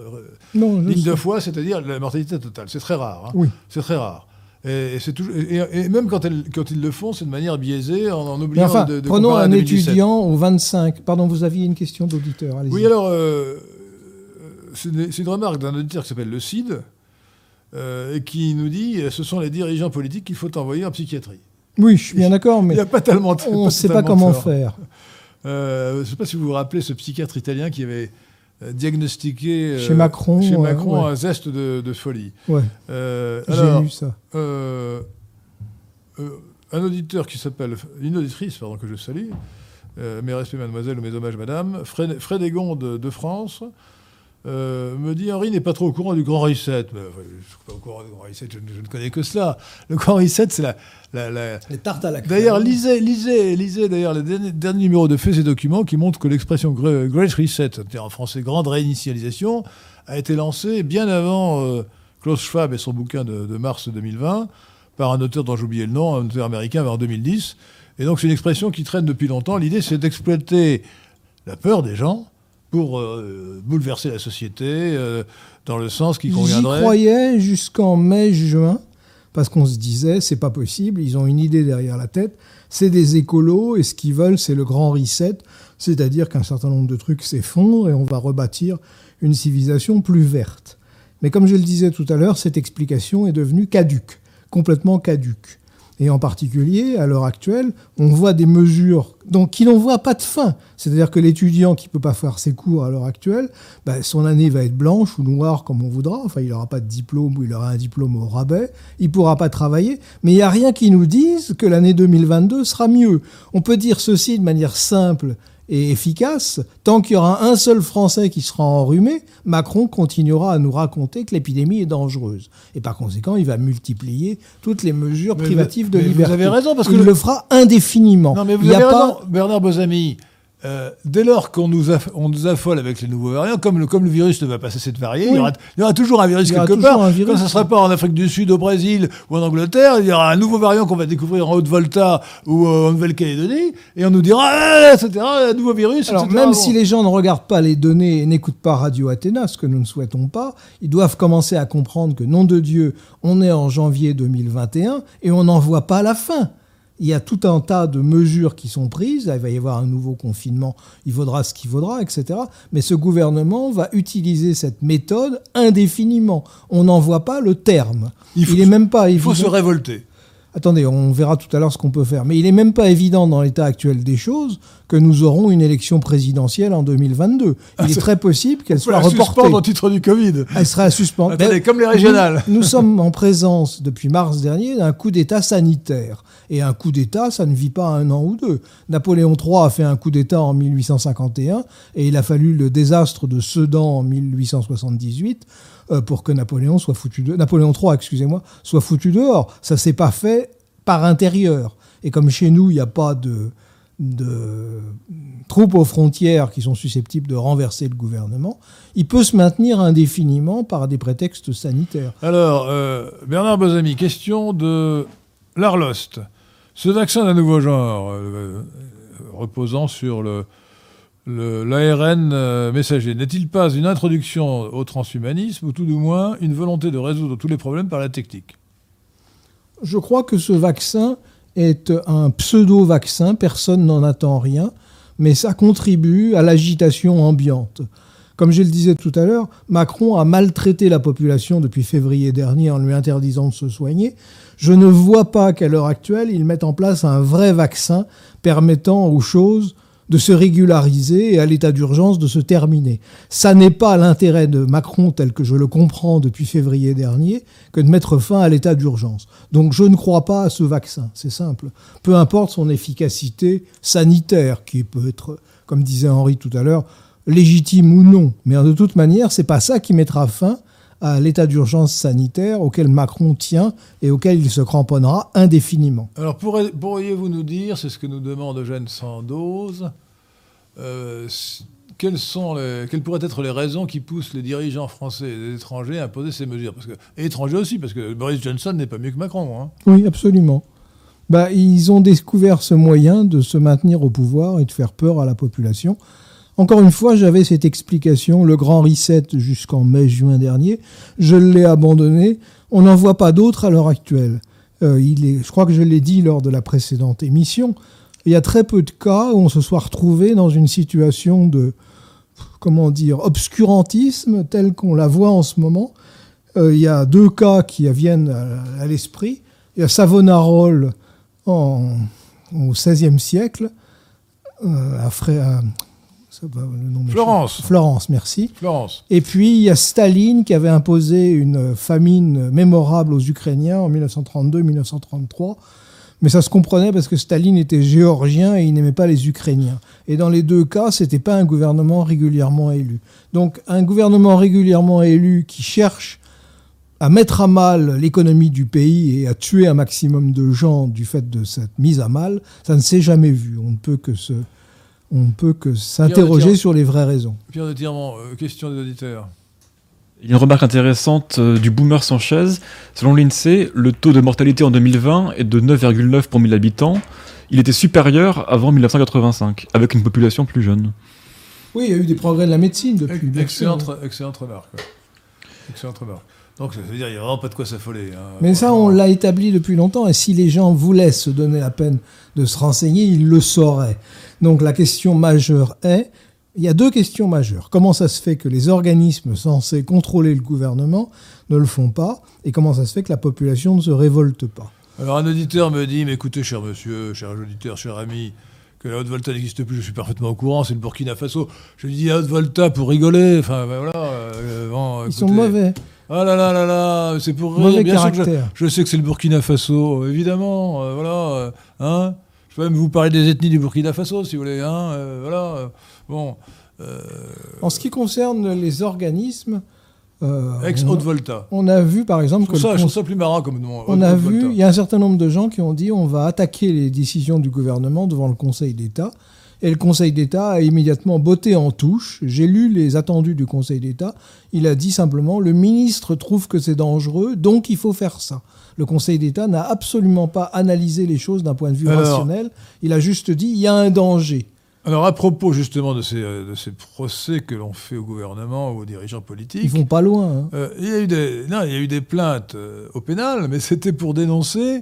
non, ligne de foi, c'est-à-dire la mortalité totale. C'est très rare. Hein. Oui. C'est très rare. Et, et, c'est toujours, et, et même quand, elles, quand ils le font, c'est de manière biaisée, en, en oubliant enfin, de, de prenons un deux mille dix-sept. Étudiant au vingt-cinq. Pardon, vous aviez une question d'auditeur. Allez-y. Oui, alors, euh, c'est, une, c'est une remarque d'un auditeur qui s'appelle Le Cid, euh, et qui nous dit ce sont les dirigeants politiques qu'il faut envoyer en psychiatrie. Oui, je suis bien d'accord, mais il y a pas tellement de, on ne sait pas comment fort. faire. Euh, je ne sais pas si vous vous rappelez ce psychiatre italien qui avait euh, diagnostiqué euh, chez Macron, chez Macron ouais. un zeste de, de folie. Ouais. Euh, J'ai alors, lu ça. Euh, euh, un auditeur qui s'appelle, une auditrice, pardon, que je salue, euh, mes respects mademoiselle ou mes hommages madame, Fred, Frédégonde de, de France, Euh, me dit Henri n'est pas trop au courant du Grand Reset. Mais, enfin, je ne suis pas au courant du Grand Reset, je, je ne connais que cela. Le Grand Reset, c'est la, la, la... les tartes à la crème. D'ailleurs, lisez, lisez, lisez d'ailleurs le dernier, dernier numéro de Faits et Documents qui montre que l'expression Great Reset, c'est-à-dire en français grande réinitialisation, a été lancée bien avant euh, Klaus Schwab et son bouquin de, de mars deux mille vingt par un auteur dont j'ai oublié le nom, un auteur américain vers deux mille dix. Et donc c'est une expression qui traîne depuis longtemps. L'idée, c'est d'exploiter la peur des gens pour euh, bouleverser la société euh, dans le sens qui conviendrait. J'y croyais jusqu'en mai-juin, parce qu'on se disait, c'est pas possible, ils ont une idée derrière la tête, c'est des écolos, et ce qu'ils veulent, c'est le grand reset, c'est-à-dire qu'un certain nombre de trucs s'effondrent, et on va rebâtir une civilisation plus verte. Mais comme je le disais tout à l'heure, cette explication est devenue caduque, complètement caduque. Et en particulier, à l'heure actuelle, on voit des mesures donc, qui n'en voient pas de fin. C'est-à-dire que l'étudiant qui ne peut pas faire ses cours à l'heure actuelle, bah, son année va être blanche ou noire comme on voudra. Enfin, il n'aura pas de diplôme ou il aura un diplôme au rabais. Il ne pourra pas travailler. Mais il n'y a rien qui nous dise que l'année deux mille vingt-deux sera mieux. On peut dire ceci de manière simple et efficace. Tant qu'il y aura un seul Français qui sera enrhumé, Macron continuera à nous raconter que l'épidémie est dangereuse. Et par conséquent, il va multiplier toutes les mesures mais privatives vous, de liberté. Vous avez raison, parce que il le... le fera indéfiniment. Non, mais vous il avez y a raison, pas... Bernard Bozami. Euh, dès lors qu'on nous, aff- on nous affole avec les nouveaux variants, comme le, comme le virus ne va pas cesser de varier, oui. il, y aura, il y aura toujours un virus quelque part. Virus. Quand ce ne sera pas en Afrique du Sud, au Brésil ou en Angleterre, il y aura un nouveau variant qu'on va découvrir en Haute-Volta ou en Nouvelle-Calédonie, et on nous dira, ah, et cetera, un nouveau virus, Alors, et cetera. Même bon. si les gens ne regardent pas les données et n'écoutent pas Radio Athéna, ce que nous ne souhaitons pas, ils doivent commencer à comprendre que, nom de Dieu, on est en janvier deux mille vingt et un et on n'en voit pas la fin. Il y a tout un tas de mesures qui sont prises. Il va y avoir un nouveau confinement, il vaudra ce qu'il vaudra, et cetera. Mais ce gouvernement va utiliser cette méthode indéfiniment. On n'en voit pas le terme. Il faut, il est même pas il faut se révolter. Attendez, on verra tout à l'heure ce qu'on peut faire. Mais il n'est même pas évident dans l'état actuel des choses que nous aurons une élection présidentielle en deux mille vingt-deux. Il ah, est très possible qu'elle soit reportée. On peut la suspendre au titre du Covid. Elle sera à suspendre. Attendez, ben, comme les régionales. Nous, nous sommes en présence, depuis mars dernier, d'un coup d'État sanitaire. Et un coup d'État, ça ne vit pas un an ou deux. Napoléon trois a fait un coup d'État en mille huit cent cinquante et un, et il a fallu le désastre de Sedan en mille huit cent soixante-dix-huit euh, pour que Napoléon soit foutu de... Napoléon trois, excusez-moi, soit foutu dehors. Ça ne s'est pas fait par intérieur. Et comme chez nous, il n'y a pas de, de troupes aux frontières qui sont susceptibles de renverser le gouvernement, il peut se maintenir indéfiniment par des prétextes sanitaires. Alors, euh, Bernard Bozamy, question de Larlost. Ce vaccin d'un nouveau genre, euh, reposant sur le, le, l'A R N euh, messager, n'est-il pas une introduction au transhumanisme, ou tout du moins une volonté de résoudre tous les problèmes par la technique ? Je crois que ce vaccin est un pseudo-vaccin, personne n'en attend rien, mais ça contribue à l'agitation ambiante. Comme je le disais tout à l'heure, Macron a maltraité la population depuis février dernier en lui interdisant de se soigner. Je ne vois pas qu'à l'heure actuelle, ils mettent en place un vrai vaccin permettant aux choses de se régulariser et à l'état d'urgence de se terminer. Ça n'est pas l'intérêt de Macron, tel que je le comprends depuis février dernier, que de mettre fin à l'état d'urgence. Donc je ne crois pas à ce vaccin, c'est simple. Peu importe son efficacité sanitaire, qui peut être, comme disait Henri tout à l'heure, légitime ou non. Mais de toute manière, c'est pas ça qui mettra fin à l'état d'urgence sanitaire auquel Macron tient et auquel il se cramponnera indéfiniment. Alors pourrez, pourriez-vous nous dire, c'est ce que nous demande Eugène Sandoz, euh, quelles, sont les, quelles pourraient être les raisons qui poussent les dirigeants français et les étrangers à imposer ces mesures, parce que, et étrangers aussi, parce que Boris Johnson n'est pas mieux que Macron. Hein. Oui, absolument. Bah, ils ont découvert ce moyen de se maintenir au pouvoir et de faire peur à la population. Encore une fois, j'avais cette explication, le grand reset jusqu'en mai-juin dernier. Je l'ai abandonné. On n'en voit pas d'autres à l'heure actuelle. Euh, il est, je crois que je l'ai dit lors de la précédente émission. Il y a très peu de cas où on se soit retrouvé dans une situation de, comment dire, obscurantisme tel qu'on la voit en ce moment. Euh, il y a deux cas qui viennent à, à l'esprit. Il y a Savonarole en, au seizième siècle, euh, à Fré... à, Le nom Florence. Florence, merci. Florence. Et puis, il y a Staline qui avait imposé une famine mémorable aux Ukrainiens en dix-neuf cent trente-deux dix-neuf cent trente-trois. Mais ça se comprenait parce que Staline était géorgien et il n'aimait pas les Ukrainiens. Et dans les deux cas, ce n'était pas un gouvernement régulièrement élu. Donc, un gouvernement régulièrement élu qui cherche à mettre à mal l'économie du pays et à tuer un maximum de gens du fait de cette mise à mal, ça ne s'est jamais vu. On ne peut que se... On ne peut que s'interroger sur les vraies raisons. Pierre de Tirmont, euh, question des auditeurs. Il y a une remarque intéressante euh, du boomer Sanchez. Selon l'INSEE, le taux de mortalité en deux mille vingt est de neuf virgule neuf pour mille habitants. Il était supérieur avant dix-neuf cent quatre-vingt-cinq, avec une population plus jeune. Oui, il y a eu des progrès de la médecine depuis. Excellente, excellente remarque. Excellente remarque. Donc, ça veut dire qu'il n'y a vraiment pas de quoi s'affoler. Hein. Mais ça, on l'a établi depuis longtemps. Et si les gens voulaient se donner la peine de se renseigner, ils le sauraient. Donc, la question majeure est... Il y a deux questions majeures. Comment ça se fait que les organismes censés contrôler le gouvernement ne le font pas? Et comment ça se fait que la population ne se révolte pas? Alors, un auditeur me dit, mais écoutez, cher monsieur, cher auditeur, cher ami, que la Haute-Volta n'existe plus, je suis parfaitement au courant, c'est le Burkina Faso. Je lui dis la Haute-Volta pour rigoler. Enfin, ben voilà. Euh, bon, Ils écoutez, sont mauvais. Ah là là là là, c'est pour Mauvais rire. Bien sûr que je, caractère. je sais que c'est le Burkina Faso, euh, évidemment. Euh, voilà. Euh, hein je peux même vous parler des ethnies du Burkina Faso, si vous voulez. Hein euh, voilà. Euh, bon. Euh, En ce qui concerne les organismes... Euh, Ex-Haute-Volta. On a vu, par exemple... Je trouve, que ça, le je trouve ça plus marrant comme nom. On a vu, il y a un certain nombre de gens qui ont dit on va attaquer les décisions du gouvernement devant le Conseil d'État. Et le Conseil d'État a immédiatement botté en touche. J'ai lu les attendus du Conseil d'État. Il a dit simplement le ministre trouve que c'est dangereux, donc il faut faire ça. Le Conseil d'État n'a absolument pas analysé les choses d'un point de vue Alors, rationnel. Il a juste dit il y a un danger. Alors, à propos justement de ces, de ces procès que l'on fait au gouvernement ou aux dirigeants politiques... Ils vont pas loin. Hein. Euh, il y a eu des, non, il y a eu des plaintes euh, au pénal, mais c'était pour dénoncer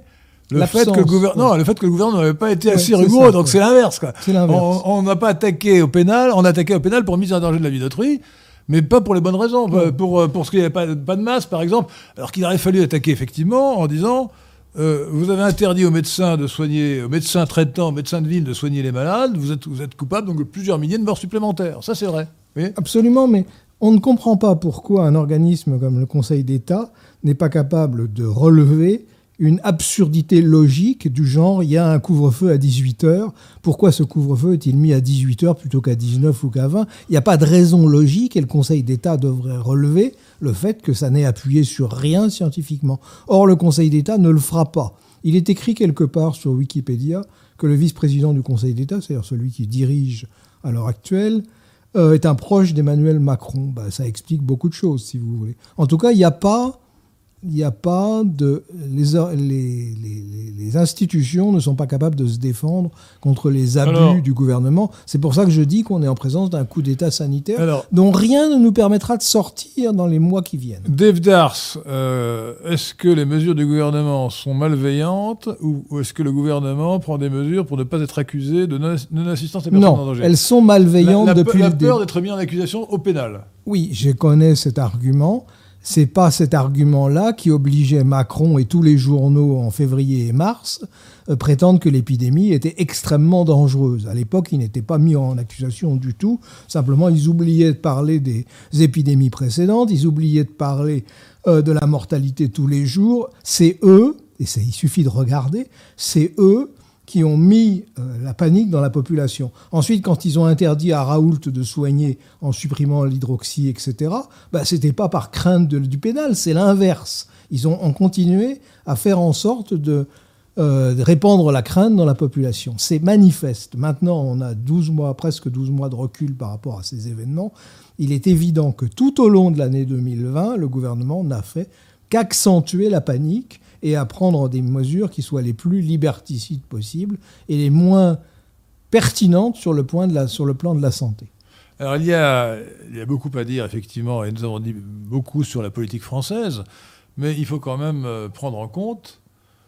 le fait que le gouvernement, ouais. le fait que le gouvernement n'avait pas été ouais, assez rigoureux, ça, donc ouais. c'est l'inverse, quoi. C'est l'inverse. On n'a pas attaqué au pénal, on a attaqué au pénal pour mise en danger de la vie d'autrui, mais pas pour les bonnes raisons. Ouais. Pour, pour ce qui n'y avait pas, pas de masse, par exemple, alors qu'il aurait fallu attaquer effectivement en disant euh, vous avez interdit aux médecins de soigner, aux médecins traitants, aux médecins de ville de soigner les malades, vous êtes, vous êtes coupable donc de plusieurs milliers de morts supplémentaires. Ça, c'est vrai. Oui. Absolument, mais on ne comprend pas pourquoi un organisme comme le Conseil d'État n'est pas capable de relever une absurdité logique du genre, il y a un couvre-feu à dix-huit heures, pourquoi ce couvre-feu est-il mis à dix-huit heures plutôt qu'à dix-neuf ou qu'à vingt? Il n'y a pas de raison logique et le Conseil d'État devrait relever le fait que ça n'est appuyé sur rien scientifiquement. Or, le Conseil d'État ne le fera pas. Il est écrit quelque part sur Wikipédia que le vice-président du Conseil d'État, c'est-à-dire celui qui dirige à l'heure actuelle, euh, est un proche d'Emmanuel Macron. Bah, ça explique beaucoup de choses, si vous voulez. En tout cas, il n'y a pas... Il n'y a pas de... Les, les, les, les institutions ne sont pas capables de se défendre contre les abus alors, du gouvernement. C'est pour ça que je dis qu'on est en présence d'un coup d'État sanitaire alors, dont rien ne nous permettra de sortir dans les mois qui viennent. Dave Dars, euh, est-ce que les mesures du gouvernement sont malveillantes ou, ou est-ce que le gouvernement prend des mesures pour ne pas être accusé de non-assistance à personnes en danger? Non, elles sont malveillantes la, la, depuis la le début. La peur d'être mis en accusation au pénal. Oui, je connais cet argument. C'est pas cet argument-là qui obligeait Macron et tous les journaux en février et mars euh, prétendre que l'épidémie était extrêmement dangereuse. À l'époque, ils n'étaient pas mis en accusation du tout. Simplement, ils oubliaient de parler des épidémies précédentes, ils oubliaient de parler euh, de la mortalité tous les jours. C'est eux, et il suffit de regarder, c'est eux qui ont mis euh, la panique dans la population. Ensuite, quand ils ont interdit à Raoult de soigner en supprimant l'hydroxy, et cetera, bah, c'était pas par crainte de, du pénal, c'est l'inverse. Ils ont, ont continué à faire en sorte de, euh, de répandre la crainte dans la population. C'est manifeste. Maintenant, on a douze mois, presque douze mois de recul par rapport à ces événements. Il est évident que tout au long de l'année deux mille vingt, le gouvernement n'a fait qu'accentuer la panique et à prendre des mesures qui soient les plus liberticides possibles et les moins pertinentes sur le, point de la, sur le plan de la santé. Alors il y a, il y a beaucoup à dire, effectivement, et nous avons dit beaucoup sur la politique française, mais il faut quand même prendre en compte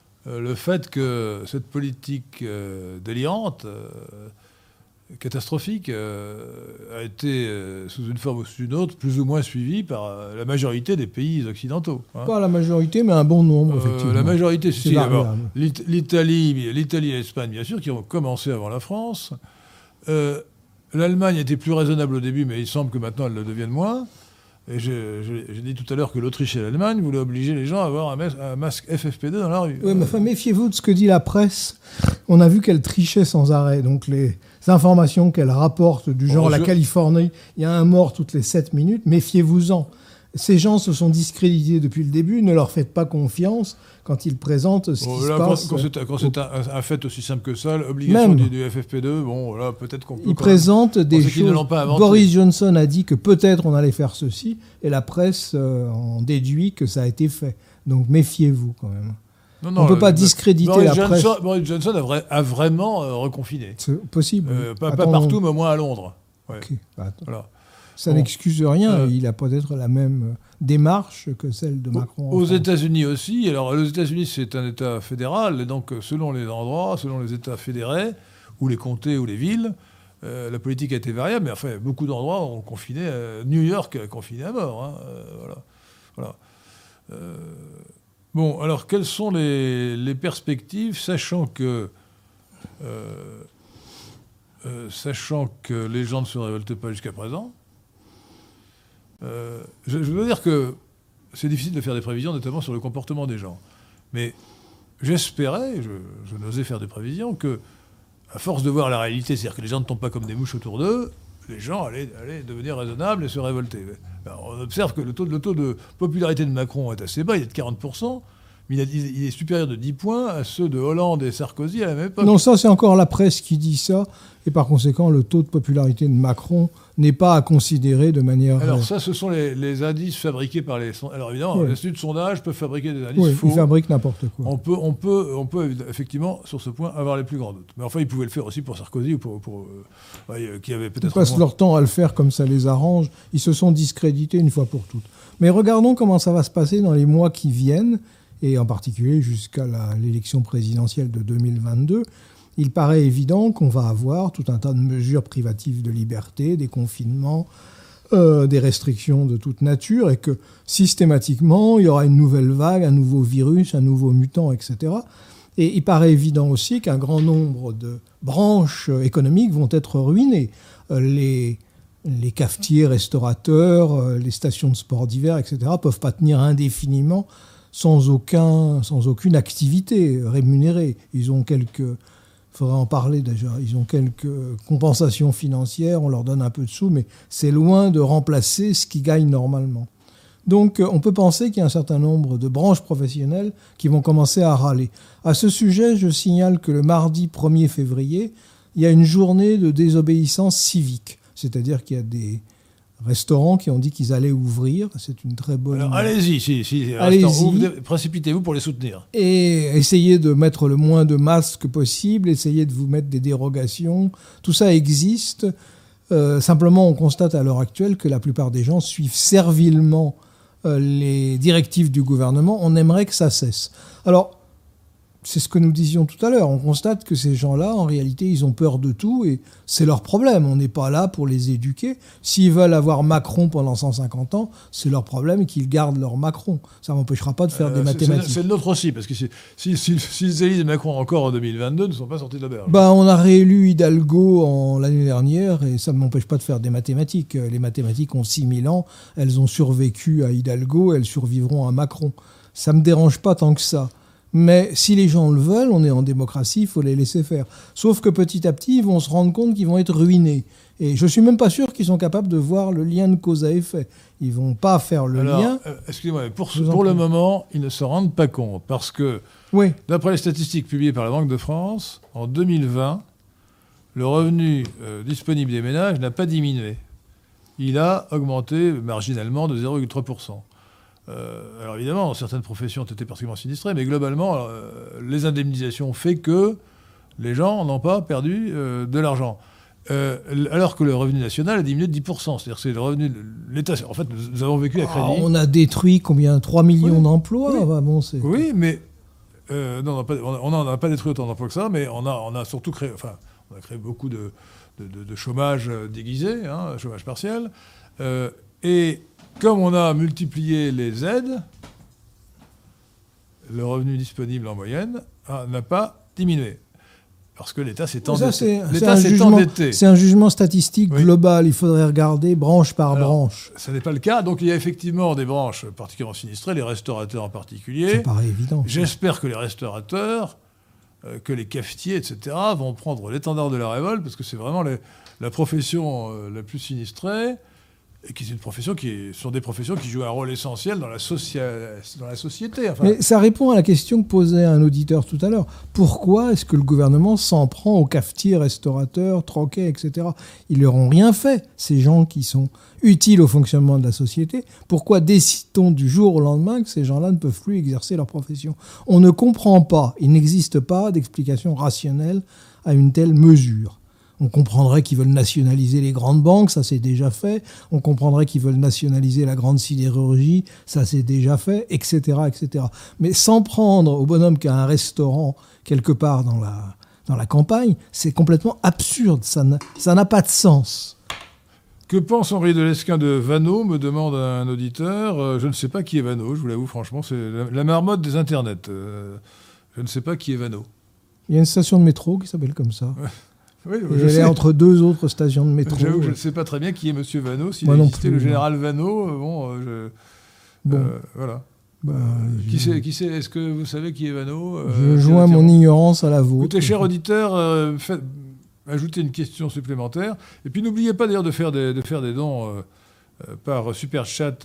le fait que cette politique délirante, catastrophique, a été, sous une forme ou sous une autre, plus ou moins suivie par la majorité des pays occidentaux. Hein. Pas la majorité, mais un bon nombre, euh, effectivement. La majorité, c'est si, d'abord l'Italie, l'Italie et l'Espagne, bien sûr, qui ont commencé avant la France. Euh, L'Allemagne était plus raisonnable au début, mais il semble que maintenant elle le devienne moins. Et j'ai, j'ai dit tout à l'heure que l'Autriche et l'Allemagne voulaient obliger les gens à avoir un, mas- un masque F F P deux dans la rue. Oui, mais enfin, méfiez-vous de ce que dit la presse. On a vu qu'elle trichait sans arrêt. Donc les informations qu'elle rapporte, du genre oh, la je... Californie, il y a un mort toutes les sept minutes, méfiez-vous-en. Ces gens se sont discrédités depuis le début, ne leur faites pas confiance quand ils présentent ce oh, qui là, se passe. Quand, quand c'est, quand c'est un, un fait aussi simple que ça, l'obligation du, du F F P deux, bon, là, peut-être qu'on peut... Ils présentent des choses... Boris Johnson a dit que peut-être on allait faire ceci, et la presse euh, en déduit que ça a été fait. Donc méfiez-vous quand même. Non, non, on ne peut pas discréditer Boris la Johnson, presse. Boris Johnson a, vra- a vraiment euh, reconfiné. C'est possible. Euh, pas, pas partout, mais au moins à Londres. Ouais. Okay. Bah, voilà. Ça bon. n'excuse rien. Euh, il a peut-être la même démarche que celle de Macron. Aux États-Unis aussi. Alors, aux États-Unis, c'est un État fédéral. Et donc, selon les endroits, selon les États fédérés, ou les comtés, ou les villes, euh, la politique a été variable. Mais enfin, beaucoup d'endroits ont confiné. Euh, New York a confiné à mort. Hein, euh, voilà. voilà. Euh, bon, alors, quelles sont les, les perspectives, sachant que... Euh, euh, sachant que les gens ne se révoltent pas jusqu'à présent. Euh, je, je veux dire que c'est difficile de faire des prévisions, notamment sur le comportement des gens. Mais j'espérais, je, je n'osais faire des prévisions, que, à force de voir la réalité, c'est-à-dire que les gens ne tombent pas comme des mouches autour d'eux, les gens allaient, allaient devenir raisonnables et se révolter. Alors, on observe que le taux, le taux de popularité de Macron est assez bas, il est de quarante pour cent, mais il, a, il est supérieur de dix points à ceux de Hollande et Sarkozy à la même époque. Non, ça, c'est encore la presse qui dit ça. Et par conséquent, le taux de popularité de Macron n'est pas à considérer de manière... Alors ça, ce sont les, les indices fabriqués par les... Alors évidemment, oui. Les instituts de sondage peuvent fabriquer des indices oui, faux. Ils fabriquent n'importe quoi. On peut, on, peut, on peut effectivement, sur ce point, avoir les plus grands doutes. Mais enfin, ils pouvaient le faire aussi pour Sarkozy ou pour... pour euh, ouais, qui avait peut-être... Ils passent moins... leur temps à le faire comme ça les arrange. Ils se sont discrédités une fois pour toutes. Mais regardons comment ça va se passer dans les mois qui viennent. et en particulier jusqu'à la, l'élection présidentielle de deux mille vingt-deux, il paraît évident qu'on va avoir tout un tas de mesures privatives de liberté, des confinements, euh, des restrictions de toute nature, et que systématiquement, il y aura une nouvelle vague, un nouveau virus, un nouveau mutant, et cetera. Et il paraît évident aussi qu'un grand nombre de branches économiques vont être ruinées. Euh, les, les cafetiers, restaurateurs, euh, les stations de sport d'hiver, et cetera, ne peuvent pas tenir indéfiniment sans, aucun, sans aucune activité rémunérée. Ils ont quelques... Il faudrait en parler déjà. Ils ont quelques compensations financières, on leur donne un peu de sous, mais c'est loin de remplacer ce qu'ils gagnent normalement. Donc on peut penser qu'il y a un certain nombre de branches professionnelles qui vont commencer à râler. À ce sujet, je signale que le mardi premier février, il y a une journée de désobéissance civique. C'est-à-dire qu'il y a des restaurants qui ont dit qu'ils allaient ouvrir. C'est une très bonne... Alors allez-y, si, si, allez-y. Ouvrez, précipitez-vous pour les soutenir. Et essayez de mettre le moins de masques possible, essayez de vous mettre des dérogations. Tout ça existe. Euh, simplement, on constate à l'heure actuelle que la plupart des gens suivent servilement euh, les directives du gouvernement. On aimerait que ça cesse. Alors, c'est ce que nous disions tout à l'heure. On constate que ces gens-là, en réalité, ils ont peur de tout et c'est leur problème. On n'est pas là pour les éduquer. S'ils veulent avoir Macron pendant cent cinquante ans, c'est leur problème qu'ils gardent leur Macron. Ça ne m'empêchera pas de faire euh, des mathématiques. C'est, c'est le nôtre aussi, parce que si, si, si, s'ils élisent Macron encore en deux mille vingt-deux, ils ne sont pas sortis de l'auberge. Ben, on a réélu Hidalgo en, l'année dernière et ça ne m'empêche pas de faire des mathématiques. Les mathématiques ont six mille ans, elles ont survécu à Hidalgo, elles survivront à Macron. Ça ne me dérange pas tant que ça. Mais si les gens le veulent, on est en démocratie, il faut les laisser faire. Sauf que petit à petit, ils vont se rendre compte qu'ils vont être ruinés. Et je ne suis même pas sûr qu'ils sont capables de voir le lien de cause à effet. Ils ne vont pas faire le Alors, lien. Euh, excusez-moi, pour, ce, pour le moment, ils ne se rendent pas compte. Parce que, oui. D'après les statistiques publiées par la Banque de France, en deux mille vingt, le revenu euh, disponible des ménages n'a pas diminué. Il a augmenté marginalement de zéro virgule trois pour cent. Euh, alors évidemment, certaines professions ont été particulièrement sinistrées, mais globalement, euh, les indemnisations ont fait que les gens n'ont pas perdu euh, de l'argent. Euh, alors que le revenu national a diminué de dix pour cent. C'est-à-dire que c'est le revenu de l'État. En fait, nous avons vécu à crédit. Ah, on a détruit combien ? trois millions oui. d'emplois oui. Bah, bon, c'est... oui, mais euh, non, on n'en a pas détruit autant d'emplois que ça, mais on a, on a surtout créé, enfin, on a créé beaucoup de, de, de, de chômage déguisé, hein, chômage partiel. Euh, et comme on a multiplié les aides, le revenu disponible en moyenne ah, n'a pas diminué. Parce que l'État s'est endetté. Ça, c'est, L'État c'est, un s'est jugement, endetté. c'est un jugement statistique oui. global. Il faudrait regarder branche par Alors, branche. Ce n'est pas le cas. Donc il y a effectivement des branches particulièrement sinistrées, les restaurateurs en particulier. Ça paraît évident. J'espère que les restaurateurs, euh, que les cafetiers, et cetera, vont prendre l'étendard de la révolte, parce que c'est vraiment les, la profession euh, la plus sinistrée. Et qui c'est une profession qui est, sont des professions qui jouent un rôle essentiel dans la, socia- dans la société. Enfin. Mais ça répond à la question que posait un auditeur tout à l'heure. Pourquoi est-ce que le gouvernement s'en prend aux cafetiers, restaurateurs, troquets, et cetera ? Ils leur ont rien fait, ces gens qui sont utiles au fonctionnement de la société. Pourquoi décide-t-on du jour au lendemain que ces gens-là ne peuvent plus exercer leur profession ? On ne comprend pas, il n'existe pas d'explication rationnelle à une telle mesure. On comprendrait qu'ils veulent nationaliser les grandes banques, ça c'est déjà fait. On comprendrait qu'ils veulent nationaliser la grande sidérurgie, ça c'est déjà fait, et cetera, et cetera. Mais s'en prendre au bonhomme qui a un restaurant quelque part dans la, dans la campagne, c'est complètement absurde, ça n'a, ça n'a pas de sens. Que pense Henri de Lesquen de Vano, me demande un auditeur. Euh, je ne sais pas qui est Vano, je vous l'avoue franchement, c'est la, la marmotte des internets. Euh, je ne sais pas qui est Vano. Il y a une station de métro qui s'appelle comme ça. Ouais. Oui, je elle sais. est entre deux autres stations de métro. J'avoue que je ne sais pas très bien qui est Monsieur Vano. S'il Moi a existé, plus, le général non. Vano, euh, bon, euh, je, bon. Euh, voilà. Bah, euh, qui, c'est, qui c'est Est-ce que vous savez qui est Vano euh, Je joins mon ignorance à la vôtre. Écoutez, cher auditeur, euh, fait, ajoutez une question supplémentaire. Et puis n'oubliez pas d'ailleurs de faire des, de faire des dons euh, euh, par super chat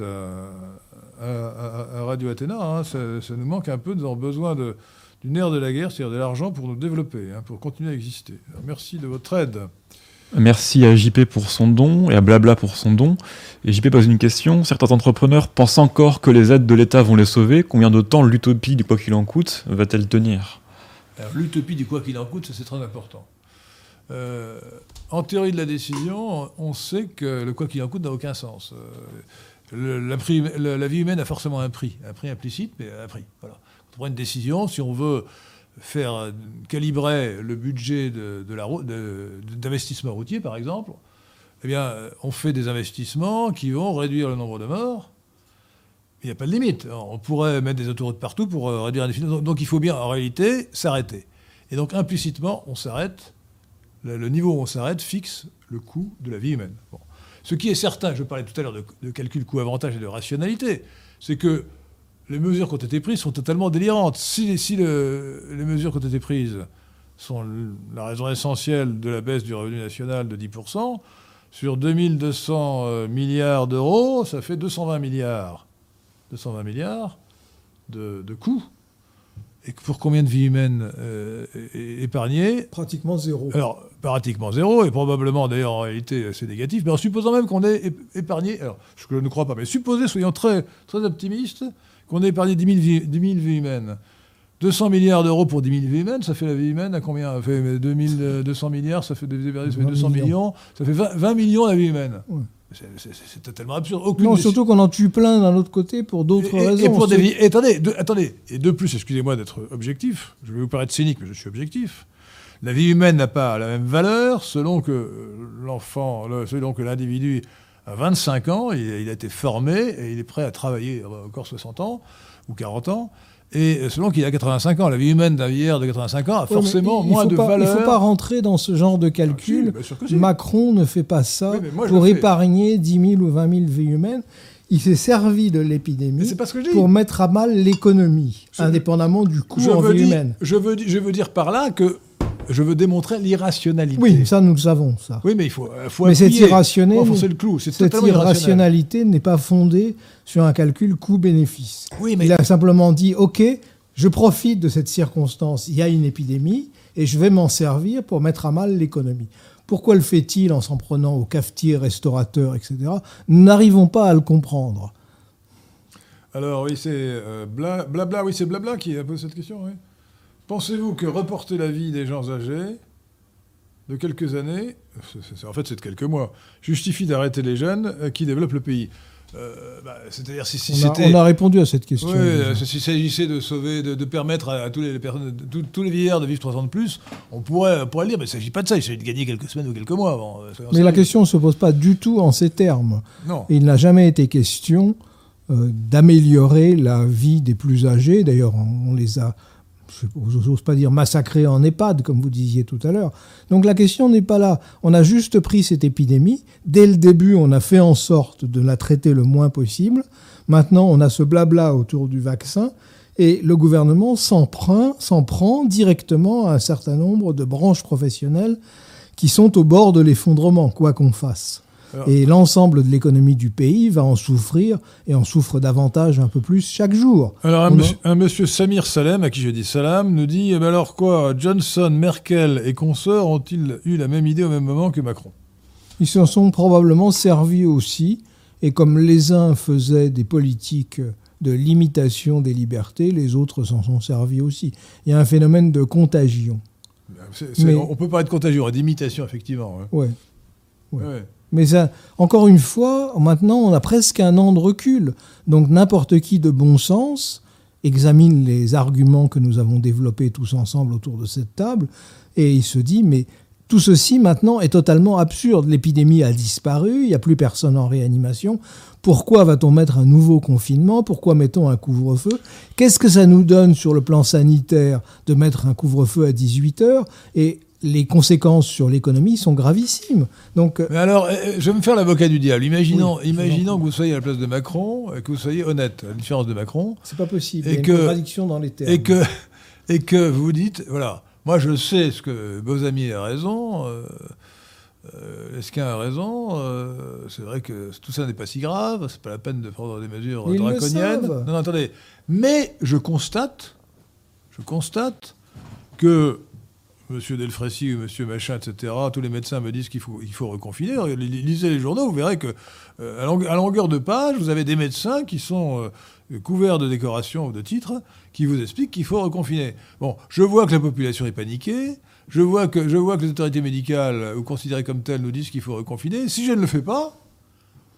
à, à, à, à Radio Athéna. Hein. Ça, ça nous manque un peu, nous avons besoin de... du nerf de la guerre, c'est-à-dire de l'argent pour nous développer, hein, pour continuer à exister. Alors, merci de votre aide. Merci à J P pour son don et à Blabla pour son don. Et J P pose une question. Certains entrepreneurs pensent encore que les aides de l'État vont les sauver. Combien de temps l'utopie du quoi qu'il en coûte va-t-elle tenir ? Alors, l'utopie du quoi qu'il en coûte, ça, c'est très important. Euh, en théorie de la décision, on sait que le quoi qu'il en coûte n'a aucun sens. Euh, le, la, prix, la, la vie humaine a forcément un prix, un prix implicite, mais un prix. Voilà. on prend une décision, si on veut faire calibrer le budget de, de la, de, d'investissement routier, par exemple, eh bien, on fait des investissements qui vont réduire le nombre de morts. Il n'y a pas de limite. On pourrait mettre des autoroutes partout pour réduire indéfiniment. Donc il faut bien, en réalité, s'arrêter. Et donc, implicitement, on s'arrête. Le, le niveau où on s'arrête fixe le coût de la vie humaine. Bon. Ce qui est certain, je parlais tout à l'heure de, de calcul coût-avantage et de rationalité, c'est que les mesures qui ont été prises sont totalement délirantes. Si, si le, les mesures qui ont été prises sont la raison essentielle de la baisse du revenu national de dix pour cent, sur deux mille deux cents milliards d'euros, ça fait deux cent vingt milliards. deux cent vingt milliards de, de coûts. Et pour combien de vies humaines euh, épargnées ? Pratiquement zéro. Alors, pratiquement zéro, et probablement, d'ailleurs, en réalité, c'est négatif. Mais en supposant même qu'on ait épargné, alors, ce que je ne crois pas, mais supposez, soyons très, très optimistes, qu'on ait épargné dix mille vies humaines. deux cents milliards d'euros pour dix mille vies humaines, ça fait la vie humaine à combien ? Ça fait deux mille deux cents milliards, ça fait, ça fait deux cents millions, ça fait vingt, vingt millions la vie humaine. Ouais. C'est, c'est, c'est totalement absurde. Aucune non, surtout qu'on en tue plein d'un autre côté pour d'autres et, raisons. Et pour des vies. Et attendez, de, attendez. Et de plus, excusez-moi d'être objectif, je vais vous paraître cynique, mais je suis objectif. La vie humaine n'a pas la même valeur selon que l'enfant, selon que l'individu a vingt-cinq ans, il, il a été formé et il est prêt à travailler encore soixante ans ou quarante ans. Et selon qu'il a quatre-vingt-cinq ans, la vie humaine d'un vieillard de quatre-vingt-cinq ans a forcément ouais, moins de pas, valeur. Il ne faut pas rentrer dans ce genre de calcul. Ah, si, si. Macron ne fait pas ça oui, pour épargner dix mille ou vingt mille vies humaines. Il s'est servi de l'épidémie pour mettre à mal l'économie, je, indépendamment du coût en vie humaine. Je veux, je veux dire par là que je veux démontrer l'irrationalité. Oui, ça, nous le savons, ça. Oui, mais il faut, faut mais cette, irrationalité, le clou. C'est cette irrationalité n'est pas fondée sur un calcul coût-bénéfice. Oui, mais... Il a simplement dit, OK, je profite de cette circonstance, il y a une épidémie, et je vais m'en servir pour mettre à mal l'économie. Pourquoi le fait-il en s'en prenant aux cafetiers, restaurateurs, et cetera. Nous n'arrivons pas à le comprendre. Alors, oui, c'est euh, blabla, bla, bla, oui, c'est blabla qui a posé cette question, oui. Pensez-vous que reporter la vie des gens âgés de quelques années, c'est, c'est, en fait c'est de quelques mois, justifie d'arrêter les jeunes qui développent le pays ? euh, bah, C'est-à-dire si, si on, a, c'était... on a répondu à cette question. Oui, s'il s'agissait de sauver, de, de permettre à, à tous, les personnes, tous, tous les vieillards de vivre trois ans de plus, on pourrait, on pourrait le dire, mais il ne s'agit pas de ça, il s'agit de gagner quelques semaines ou quelques mois avant. Mais la question ne se pose pas du tout en ces termes. Non. Il n'a jamais été question euh, d'améliorer la vie des plus âgés. D'ailleurs, on, on les a... je n'ose pas dire massacré en EHPAD, comme vous disiez tout à l'heure. Donc la question n'est pas là. On a juste pris cette épidémie. Dès le début, on a fait en sorte de la traiter le moins possible. Maintenant, on a ce blabla autour du vaccin. Et le gouvernement s'en prend, s'en prend directement à un certain nombre de branches professionnelles qui sont au bord de l'effondrement, quoi qu'on fasse. Alors, et l'ensemble de l'économie du pays va en souffrir, et en souffre davantage un peu plus chaque jour. Alors un, monsieur, a... un monsieur Samir Salem, à qui je dis salam, nous dit eh ben alors quoi, Johnson, Merkel et consorts ont-ils eu la même idée au même moment que Macron ? Ils s'en sont probablement servis aussi, et comme les uns faisaient des politiques de limitation des libertés, les autres s'en sont servis aussi. Il y a un phénomène de contagion. C'est, c'est, Mais... On peut parler de contagion, d'imitation, effectivement. Hein. Oui. Ouais. Ouais. Mais ça, encore une fois, maintenant, on a presque un an de recul. Donc n'importe qui de bon sens examine les arguments que nous avons développés tous ensemble autour de cette table, et il se dit, mais tout ceci maintenant est totalement absurde. L'épidémie a disparu, il n'y a plus personne en réanimation. Pourquoi va-t-on mettre un nouveau confinement ? Pourquoi mettons un couvre-feu ? Qu'est-ce que ça nous donne sur le plan sanitaire de mettre un couvre-feu à dix-huit heures ? Et les conséquences sur l'économie sont gravissimes. Donc, Mais alors, je vais me faire l'avocat du diable. Imaginons, oui, imaginons que vous soyez à la place de Macron, que vous soyez honnête, à la différence de Macron. C'est pas possible. Et il y a que, une contradiction dans les termes. Et que, et que vous vous dites, voilà, moi je sais ce que Bozami a raison, euh, euh, Lesquin a raison, euh, c'est vrai que tout ça n'est pas si grave, c'est pas la peine de prendre des mesures Ils draconiennes. Non, non, attendez. Mais je constate, je constate que Monsieur Delfrécy ou Monsieur Machin, et cetera, tous les médecins me disent qu'il faut, il faut reconfiner. Lisez les journaux, vous verrez que euh, à longueur de page, vous avez des médecins qui sont euh, couverts de décorations ou de titres qui vous expliquent qu'il faut reconfiner. Bon, je vois que la population est paniquée, je vois que, je vois que les autorités médicales ou considérées comme telles nous disent qu'il faut reconfiner. Si je ne le fais pas,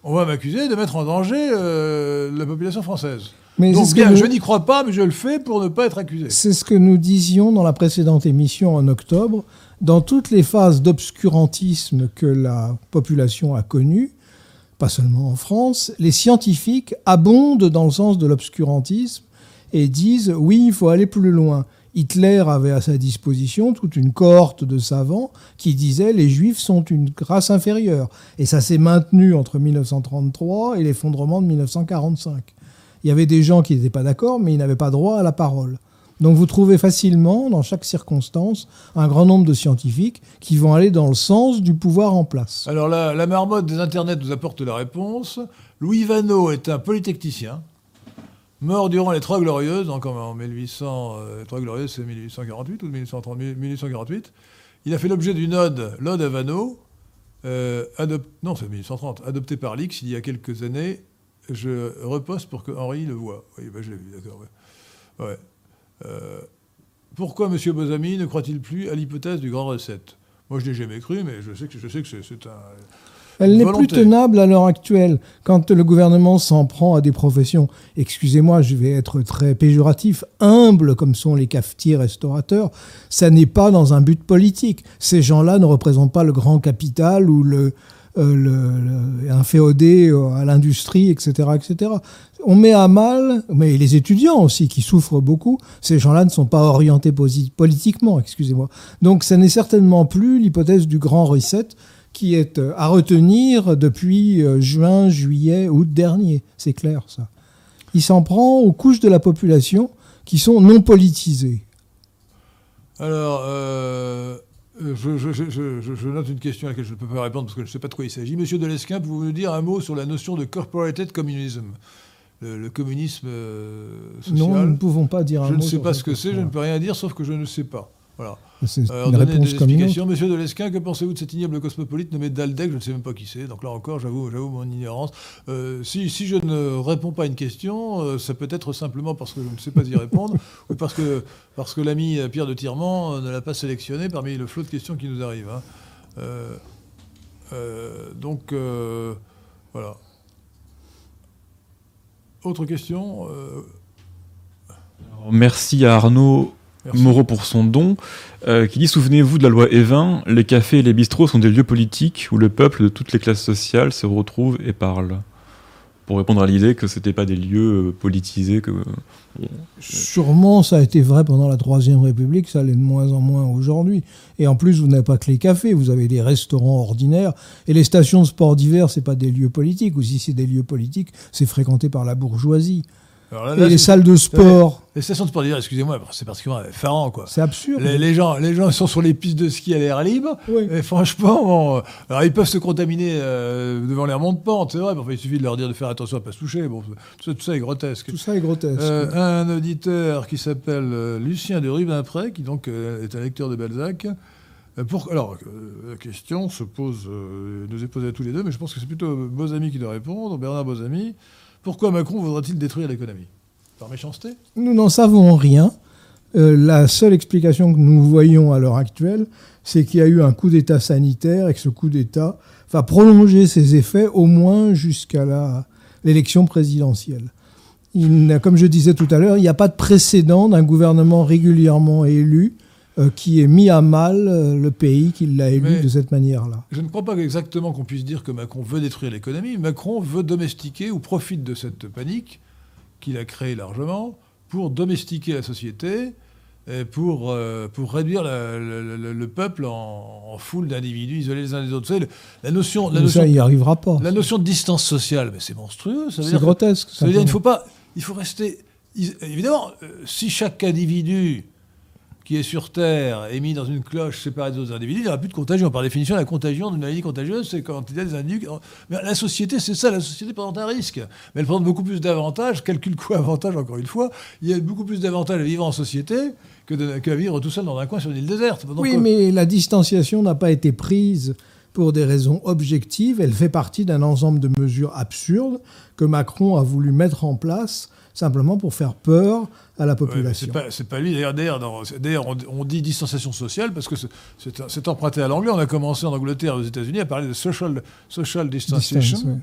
on va m'accuser de mettre en danger euh, la population française. Mais Donc ce bien, nous... je n'y crois pas, mais je le fais pour ne pas être accusé. C'est ce que nous disions dans la précédente émission en octobre. Dans toutes les phases d'obscurantisme que la population a connues, pas seulement en France, les scientifiques abondent dans le sens de l'obscurantisme et disent « oui, il faut aller plus loin ». Hitler avait à sa disposition toute une cohorte de savants qui disaient « les Juifs sont une race inférieure ». Et ça s'est maintenu entre mille neuf cent trente-trois et l'effondrement de mille neuf cent quarante-cinq. Il y avait des gens qui n'étaient pas d'accord, mais ils n'avaient pas droit à la parole. Donc vous trouvez facilement, dans chaque circonstance, un grand nombre de scientifiques qui vont aller dans le sens du pouvoir en place. Alors la, la marmotte des internets nous apporte la réponse. Louis Vaneau est un polytechnicien, mort durant les Trois Glorieuses, donc en mille huit cents, euh, les Trois Glorieuses c'est mille huit cent quarante-huit ou mille huit cent trente, mille huit cent quarante-huit. Il a fait l'objet d'une ode, l'ode à Vaneau, euh, adop- non c'est mille huit cent trente, adoptée par l'X il y a quelques années. Je reposte pour que Henri le voie. Oui, ben je l'ai vu, d'accord. Ouais. Ouais. Euh, pourquoi M. Bozamy ne croit-il plus à l'hypothèse du grand reset ? Moi, je n'ai jamais cru, mais je sais que, je sais que c'est, c'est un... Elle n'est plus tenable à l'heure actuelle. Quand le gouvernement s'en prend à des professions, excusez-moi, je vais être très péjoratif, humbles comme sont les cafetiers restaurateurs, ça n'est pas dans un but politique. Ces gens-là ne représentent pas le grand capital ou le... Euh, le, le, un féodé à l'industrie, et cetera, et cetera. On met à mal, mais les étudiants aussi, qui souffrent beaucoup, ces gens-là ne sont pas orientés posi- politiquement, excusez-moi. Donc ça n'est certainement plus l'hypothèse du grand reset qui est à retenir depuis juin, juillet, août dernier. C'est clair, ça. Il s'en prend aux couches de la population qui sont non politisées. Alors... Euh... Je, je, je, je, je note une question à laquelle je ne peux pas répondre parce que je ne sais pas de quoi il s'agit. Monsieur Delesquin, pouvez-vous nous dire un mot sur la notion de corporated communism, le, le communisme euh, social ? Non, nous ne pouvons pas dire un je mot. Je ne sais pas ce que question. c'est, je ne peux rien dire, sauf que je ne sais pas. Voilà. C'est Alors, une donnez réponse des comme une explications. autre. Monsieur Delesquin, que pensez-vous de cet ignoble cosmopolite nommé Daldec ? Je ne sais même pas qui c'est. Donc là encore, j'avoue, j'avoue mon ignorance. Euh, si, si je ne réponds pas à une question, euh, ça peut être simplement parce que je ne sais pas y répondre, ou parce que, parce que l'ami Pierre de Tirement ne l'a pas sélectionné parmi le flot de questions qui nous arrivent. Hein. Euh, euh, donc, euh, voilà. Autre question euh... Merci à Arnaud Merci. Moreau pour son don, euh, qui dit « Souvenez-vous de la loi Evin, les cafés et les bistrots sont des lieux politiques où le peuple de toutes les classes sociales se retrouve et parle. » Pour répondre à l'idée que ce n'étaient pas des lieux politisés. Que... Sûrement, ça a été vrai pendant la Troisième République, ça l'est de moins en moins aujourd'hui. Et en plus, vous n'avez pas que les cafés, vous avez des restaurants ordinaires. Et les stations de sport d'hiver, ce n'est pas des lieux politiques. Ou si c'est des lieux politiques, c'est fréquenté par la bourgeoisie. Alors là, là, et les salles de sport. Les stations de sport d'hiver, excusez-moi, c'est particulièrement effarant, quoi. C'est absurde. Les, les, gens, les gens sont sur les pistes de ski à l'air libre. Oui. Et franchement, bon, alors ils peuvent se contaminer euh, devant les remontes de pente, c'est vrai. Mais enfin, il suffit de leur dire de faire attention à ne pas se toucher. Bon, tout, tout ça est grotesque. Tout ça est grotesque. Euh, un auditeur qui s'appelle euh, Lucien de Rubempré, qui donc euh, est un lecteur de Balzac. Euh, pour, alors, euh, la question se pose, euh, nous est posée à tous les deux, mais je pense que c'est plutôt Bozamy qui doit répondre, Bernard Bozamy. Pourquoi Macron voudra-t-il détruire l'économie ? Par méchanceté ? Nous n'en savons rien. Euh, la seule explication que nous voyons à l'heure actuelle, c'est qu'il y a eu un coup d'État sanitaire et que ce coup d'État va prolonger ses effets au moins jusqu'à la, l'élection présidentielle. Il, comme je disais tout à l'heure, il n'y a pas de précédent d'un gouvernement régulièrement élu euh, qui ait mis à mal euh, le pays qui l'a élu Mais de cette manière-là. Je ne crois pas exactement qu'on puisse dire que Macron veut détruire l'économie. Macron veut domestiquer ou profite de cette panique qu'il a créée largement pour domestiquer la société et pour, euh, pour réduire la, la, la, le peuple en, en foule d'individus isolés les uns des autres. Vous savez, la notion, la notion, ça, il n'y arrivera pas. La notion de distance sociale, mais c'est monstrueux. Ça veut c'est dire grotesque. Que, ça veut dire qu'il faut pas, il faut rester... Évidemment, si chaque individu qui est sur Terre est mis dans une cloche séparée des autres individus, il n'y aura plus de contagion. Par définition, la contagion d'une maladie contagieuse, c'est quand il y a des individus... Mais la société, c'est ça, la société présente un risque. Mais elle présente beaucoup plus d'avantages, calcul coût-avantage, encore une fois. Il y a beaucoup plus d'avantages à vivre en société que de, qu'à vivre tout seul dans un coin sur une île déserte. Donc, oui, euh... mais la distanciation n'a pas été prise pour des raisons objectives. Elle fait partie d'un ensemble de mesures absurdes que Macron a voulu mettre en place simplement pour faire peur à la population. Ouais, c'est pas, c'est pas lui. D'ailleurs, d'ailleurs, dans, d'ailleurs on, on dit distanciation sociale parce que c'est, c'est, c'est emprunté à l'anglais. On a commencé en Angleterre et aux États-Unis à parler de social, social distanciation. Distance, ouais.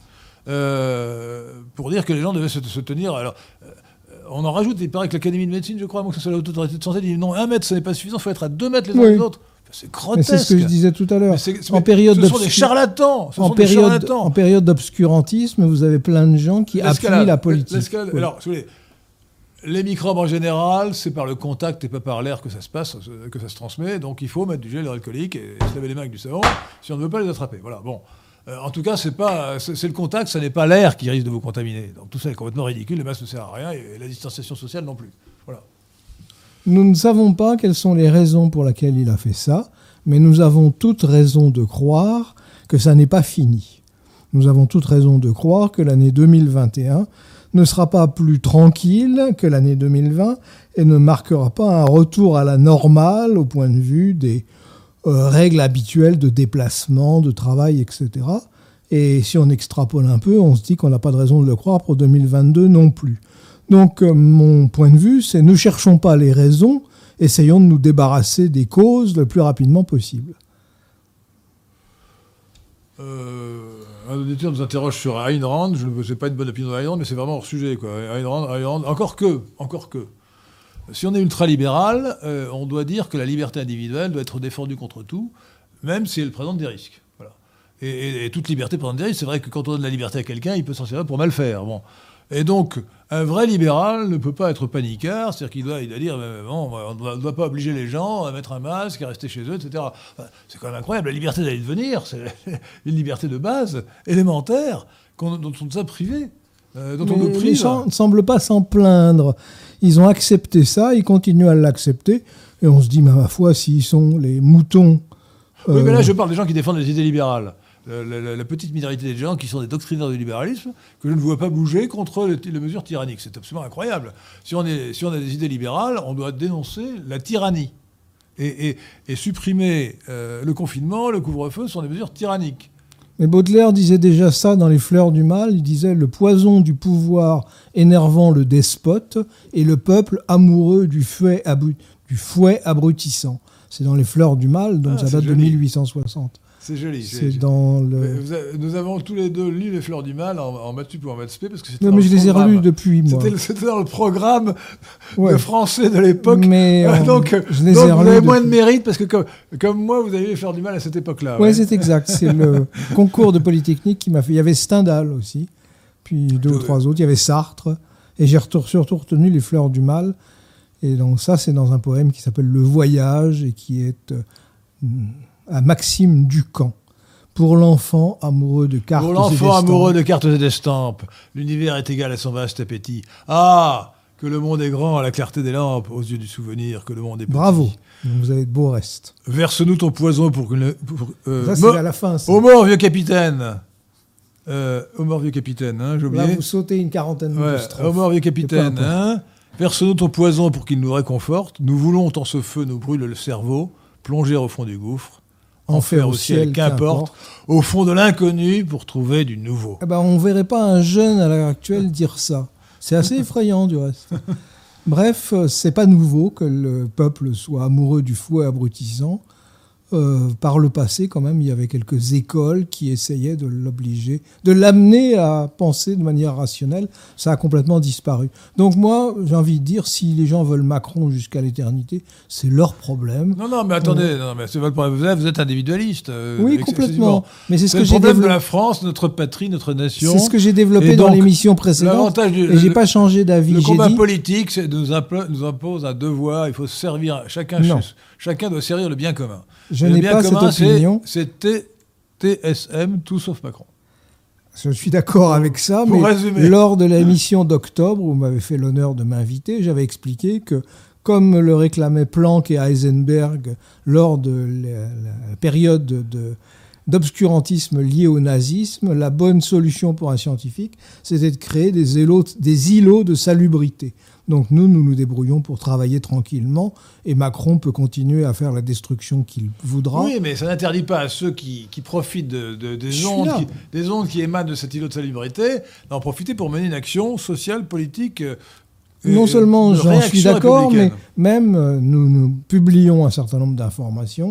euh, pour dire que les gens devaient se, se tenir. Alors, euh, on en rajoute, il paraît que l'Académie de médecine, je crois, avant que ce soit l'autorité de santé, dit non, un mètre, ce n'est pas suffisant, il faut être à deux mètres les uns Oui. des autres. C'est grotesque. Mais c'est ce que je disais tout à l'heure. Mais c'est- En mais période ce sont des d'obscur- charlatans. Ce En sont des période, charlatans. en période d'obscurantisme, vous avez plein de gens qui appuient L'escalade, la politique. l'escalade. Oui. Alors, si vous voulez, les microbes en général, c'est par le contact et pas par l'air que ça se passe, que ça se transmet. Donc il faut mettre du gel hydroalcoolique et se laver les mains avec du savon si on ne veut pas les attraper. Voilà. Bon. Euh, en tout cas, c'est pas, c'est, c'est le contact, ce n'est pas l'air qui risque de vous contaminer. Donc tout ça est complètement ridicule. Le masque ne sert à rien et la distanciation sociale non plus. Voilà. Nous ne savons pas quelles sont les raisons pour lesquelles il a fait ça, mais nous avons toute raison de croire que ça n'est pas fini. Nous avons toute raison de croire que l'année deux mille vingt et un ne sera pas plus tranquille que l'année deux mille vingt et ne marquera pas un retour à la normale au point de vue des euh, règles habituelles de déplacement, de travail, et cetera. Et si on extrapole un peu, on se dit qu'on n'a pas de raison de le croire pour deux mille vingt-deux non plus. Donc euh, mon point de vue, c'est ne cherchons pas les raisons, essayons de nous débarrasser des causes le plus rapidement possible. Euh, un auditeur nous interroge sur Ayn Rand. Je ne sais pas une bonne opinion d'Ayn Rand, mais c'est vraiment hors sujet, quoi. Ayn Rand, Ayn Rand, encore que, encore que. Si on est ultralibéral, euh, on doit dire que la liberté individuelle doit être défendue contre tout, même si elle présente des risques. Voilà. Et, et, et toute liberté présente des risques. C'est vrai que quand on donne la liberté à quelqu'un, il peut s'en servir pour mal faire. Bon. Et donc, un vrai libéral ne peut pas être paniquard, c'est-à-dire qu'il doit, il doit dire bon, on ne doit, doit pas obliger les gens à mettre un masque, à rester chez eux, et cetera. Enfin, c'est quand même incroyable. La liberté d'aller et de venir, c'est une liberté de base, élémentaire, qu'on, dont on nous a privés, euh, dont Mais on nous les prive. gens ne semblent pas s'en plaindre. Ils ont accepté ça, ils continuent à l'accepter, et on se dit, mais ma foi, s'ils sont les moutons... Oui, euh, mais là, je parle des gens qui défendent les idées libérales. La, la, la petite minorité des gens qui sont des doctrinaires du libéralisme, que je ne vois pas bouger contre les, les mesures tyranniques. C'est absolument incroyable. Si on, est, si on a des idées libérales, on doit dénoncer la tyrannie. Et, et, et supprimer euh, le confinement, le couvre-feu sont des mesures tyranniques. Mais Baudelaire disait déjà ça dans Les Fleurs du Mal. Il disait « Le poison du pouvoir énervant le despote et le peuple amoureux du fouet, abru- du fouet abrutissant ». C'est dans Les Fleurs du Mal, donc Ah, ça c'est date de joli. mille huit cent soixante. C'est joli. C'est dans le... Vous avez- Nous avons tous les deux lu Les Fleurs du Mal en, en maths sup ou en maths spé parce que c'était Non, dans mais le je les ai programme. relus depuis, moi. C'était, le- c'était dans le programme Ouais. de français de l'époque. Mais euh, donc, je les donc ai vous relus avez moins de depuis. mérite parce que comme, comme moi, vous avez lu Faire du mal à cette époque-là. Oui, c'est exact. C'est le concours de Polytechnique qui m'a fait... Il y avait Stendhal aussi, puis deux ou Ouais. trois autres. Il y avait Sartre. Et j'ai retour- surtout retenu Les Fleurs du Mal. Et donc ça, c'est dans un poème qui s'appelle Le Voyage et qui est euh, à Maxime Ducamp. Pour l'enfant amoureux de cartes Pour et l'enfant d'estampes. amoureux de cartes et d'estampes, l'univers est égal à son vaste appétit. Ah, que le monde est grand à la clarté des lampes, aux yeux du souvenir, que le monde est petit. Bravo. Donc vous avez de beaux restes. Verse-nous ton poison pour que... le- pour- euh, Ça, mo- c'est à la fin. ça. Au mort, vieux capitaine. Euh, au mort, vieux capitaine, hein, j'ai Là, oublié. vous sautez une quarantaine de Ouais, strophes. au mort, vieux capitaine. peu importe. Hein. Verse-nous ton poison pour qu'il nous réconforte. Nous voulons, tant ce feu nous brûle le cerveau, plonger au fond du gouffre. Enfer au ciel, qu'importe. Au fond de l'inconnu pour trouver du nouveau. Eh ben, on ne verrait pas un jeune à l'heure actuelle dire ça. C'est assez effrayant du reste. Bref, euh, c'est pas nouveau que le peuple soit amoureux du fouet abrutissant. Euh, par le passé, quand même, il y avait quelques écoles qui essayaient de l'obliger, de l'amener à penser de manière rationnelle. Ça a complètement disparu. Donc moi, j'ai envie de dire, si les gens veulent Macron jusqu'à l'éternité, c'est leur problème. Non, non, mais attendez, non, mais c'est votre problème. Vous êtes, vous êtes individualiste. euh, Oui, ex- complètement. exclusivement. Mais c'est ce C'est que le j'ai problème de développé. la France, notre patrie, notre nation. C'est ce que j'ai développé Et dans donc, l'émission précédente. L'avantage du Et j'ai le- pas changé d'avis. Le J'ai combat dit, politique, c'est nous, impo- nous impose un devoir. Il faut servir chacun. Non. chez- chacun doit servir le bien commun. je Et le n'ai bien pas cette commun, c'est- opinion. C'est T- T S M, tout sauf Macron. Je suis d'accord avec ça, Pour mais résumer. lors de l'émission d'octobre, où vous m'avez fait l'honneur de m'inviter, j'avais expliqué que, comme le réclamaient Planck et Heisenberg lors de la, la période de, d'obscurantisme lié au nazisme, la bonne solution pour un scientifique, c'était de créer des îlots, des îlots de salubrité. Donc nous, nous nous débrouillons pour travailler tranquillement, et Macron peut continuer à faire la destruction qu'il voudra. Oui, mais ça n'interdit pas à ceux qui, qui profitent de, de- des, Je suis ondes là. qui, des ondes qui émanent de cet îlot de salubrité d'en profiter pour mener une action sociale, politique. euh, Non euh, seulement de j'en suis réaction d'accord, mais républicaine. même euh, nous, nous publions un certain nombre d'informations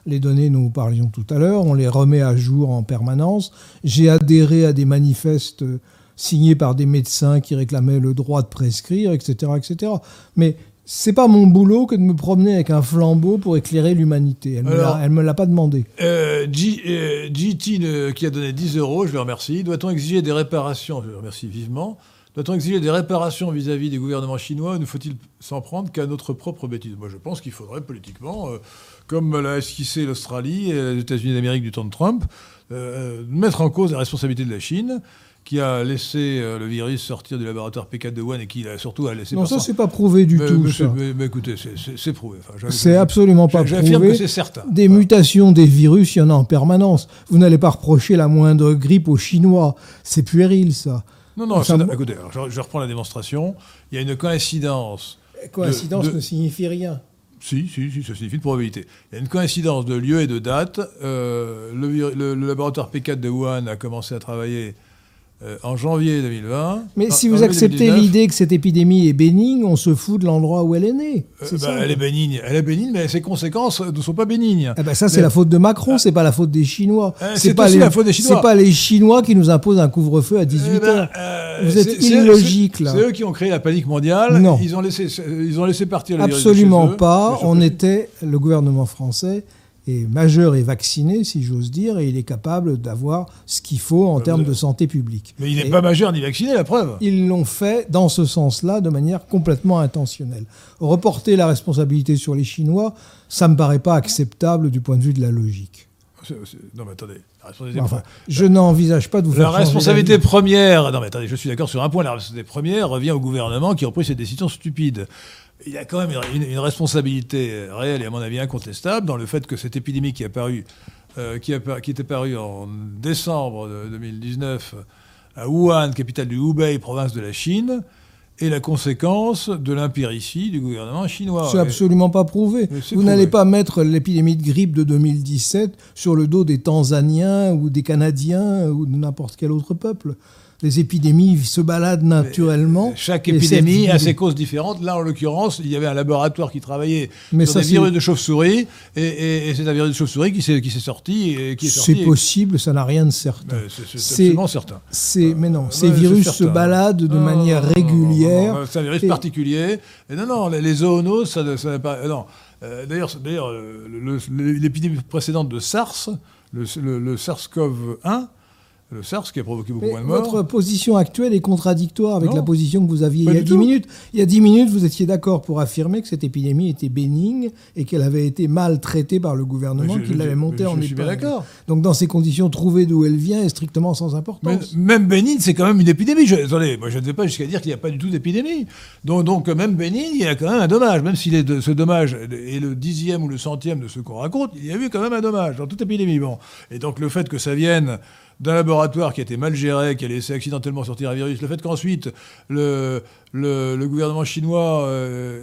les données dont nous parlions tout à l'heure, on les remet à jour en permanence. J'ai adhéré à des manifestes signés par des médecins qui réclamaient le droit de prescrire, et cetera, et cetera. Mais c'est pas mon boulot que de me promener avec un flambeau pour éclairer l'humanité. Elle ne me l'a pas demandé. Euh, G, euh, G T euh, qui a donné dix euros, je le remercie. Doit-on exiger des réparations? Je le remercie vivement. Doit-on exiger des réparations vis-à-vis des gouvernements chinois ou ne faut-il s'en prendre qu'à notre propre bêtise? Moi, je pense qu'il faudrait politiquement, euh, comme l'a esquissé l'Australie et les États-Unis d'Amérique du temps de Trump, euh, mettre en cause la responsabilité de la Chine, qui a laissé euh, le virus sortir du laboratoire P quatre de Wuhan et qui a surtout a laissé... Non, ça, c'est pas prouvé du mais, tout, mais, ça. Mais, mais écoutez, c'est prouvé. Enfin, c'est absolument pas prouvé. J'affirme que c'est certain. Des voilà. mutations des virus, il y en a en permanence. Vous n'allez pas reprocher la moindre grippe aux Chinois. C'est puéril, ça. Non, non, ça... écoutez, alors, je, je reprends la démonstration. Il y a une coïncidence... Coïncidence de, de... ne signifie rien. Si, si, si, ça signifie une probabilité. Il y a une coïncidence de lieu et de date. Euh, le, le, le laboratoire P quatre de Wuhan a commencé à travailler... Euh, en janvier deux mille vingt... Mais si vous acceptez l'idée que cette épidémie est bénigne, on se fout de l'endroit où elle est née. Euh, est bah, elle est bénigne, elle est bénigne, mais ses conséquences ne sont pas bénignes. Eh ben ça, c'est mais... la faute de Macron, ah. c'est pas la faute des Chinois. Euh, c'est pas aussi les... la faute des Chinois. C'est pas les Chinois qui nous imposent un couvre-feu à dix-huit heures. Eh ben, euh, vous êtes illogique, là. C'est eux qui ont créé la panique mondiale. Non. Ils ont laissé, ils ont laissé partir le Absolument virus de chez pas. eux. On était, le gouvernement français est majeur et vacciné, si j'ose dire, et il est capable d'avoir ce qu'il faut en bah, termes de santé publique. Mais il n'est et pas majeur ni vacciné, la preuve. Ils l'ont fait dans ce sens-là, de manière complètement intentionnelle. Reporter la responsabilité sur les Chinois, ça ne me paraît pas acceptable du point de vue de la logique. C'est, c'est... Non mais attendez, la responsabilité enfin, je n'envisage pas de vous faire La responsabilité première, non mais attendez, je suis d'accord sur un point, la responsabilité première revient au gouvernement qui a pris ces décisions stupides. Il y a quand même une, une responsabilité réelle et à mon avis incontestable dans le fait que cette épidémie qui, a paru, euh, qui, a, qui était parue en décembre de deux mille dix-neuf à Wuhan, capitale du Hubei, province de la Chine, est la conséquence de l'impéritie du gouvernement chinois. C'est absolument pas prouvé. Vous n'allez pas mettre l'épidémie de grippe de deux mille dix-sept sur le dos des Tanzaniens ou des Canadiens ou de n'importe quel autre peuple. Les épidémies se baladent naturellement. Mais chaque épidémie a ses causes différentes. Là, en l'occurrence, il y avait un laboratoire qui travaillait Mais sur ça, des virus de chauve-souris, et, et, et c'est un virus de chauve-souris qui s'est, qui s'est sorti. Et qui est sorti c'est et... possible, ça n'a rien de certain. C'est, c'est, c'est absolument certain. C'est, mais non, euh, ces ouais, virus se baladent de non, manière non, non, régulière. Non, non, non, c'est un virus et... particulier. Et non, non, les, les zoonoses, ça, ça n'a pas... Non. Euh, d'ailleurs, d'ailleurs le, le, l'épidémie précédente de SARS, le, le, le SARS-CoV un, le SARS qui a provoqué beaucoup Mais moins de morts. Votre position actuelle est contradictoire avec non, la position que vous aviez il y a dix minutes. Il y a dix minutes, vous étiez d'accord pour affirmer que cette épidémie était bénigne et qu'elle avait été mal traitée par le gouvernement je, qui l'avait montée en épingle. Je suis bien d'accord. Donc dans ces conditions, trouver d'où elle vient est strictement sans importance. Mais, même bénigne, c'est quand même une épidémie. Je, attendez, moi je ne vais pas jusqu'à dire qu'il n'y a pas du tout d'épidémie. Donc, donc même bénigne, il y a quand même un dommage. Même si les, ce dommage est le dixième ou le centième de ce qu'on raconte, il y a eu quand même un dommage dans toute épidémie. Bon. Et donc le fait que ça vienne d'un laboratoire qui a été mal géré, qui a laissé accidentellement sortir un virus, le fait qu'ensuite le, le, le gouvernement chinois euh,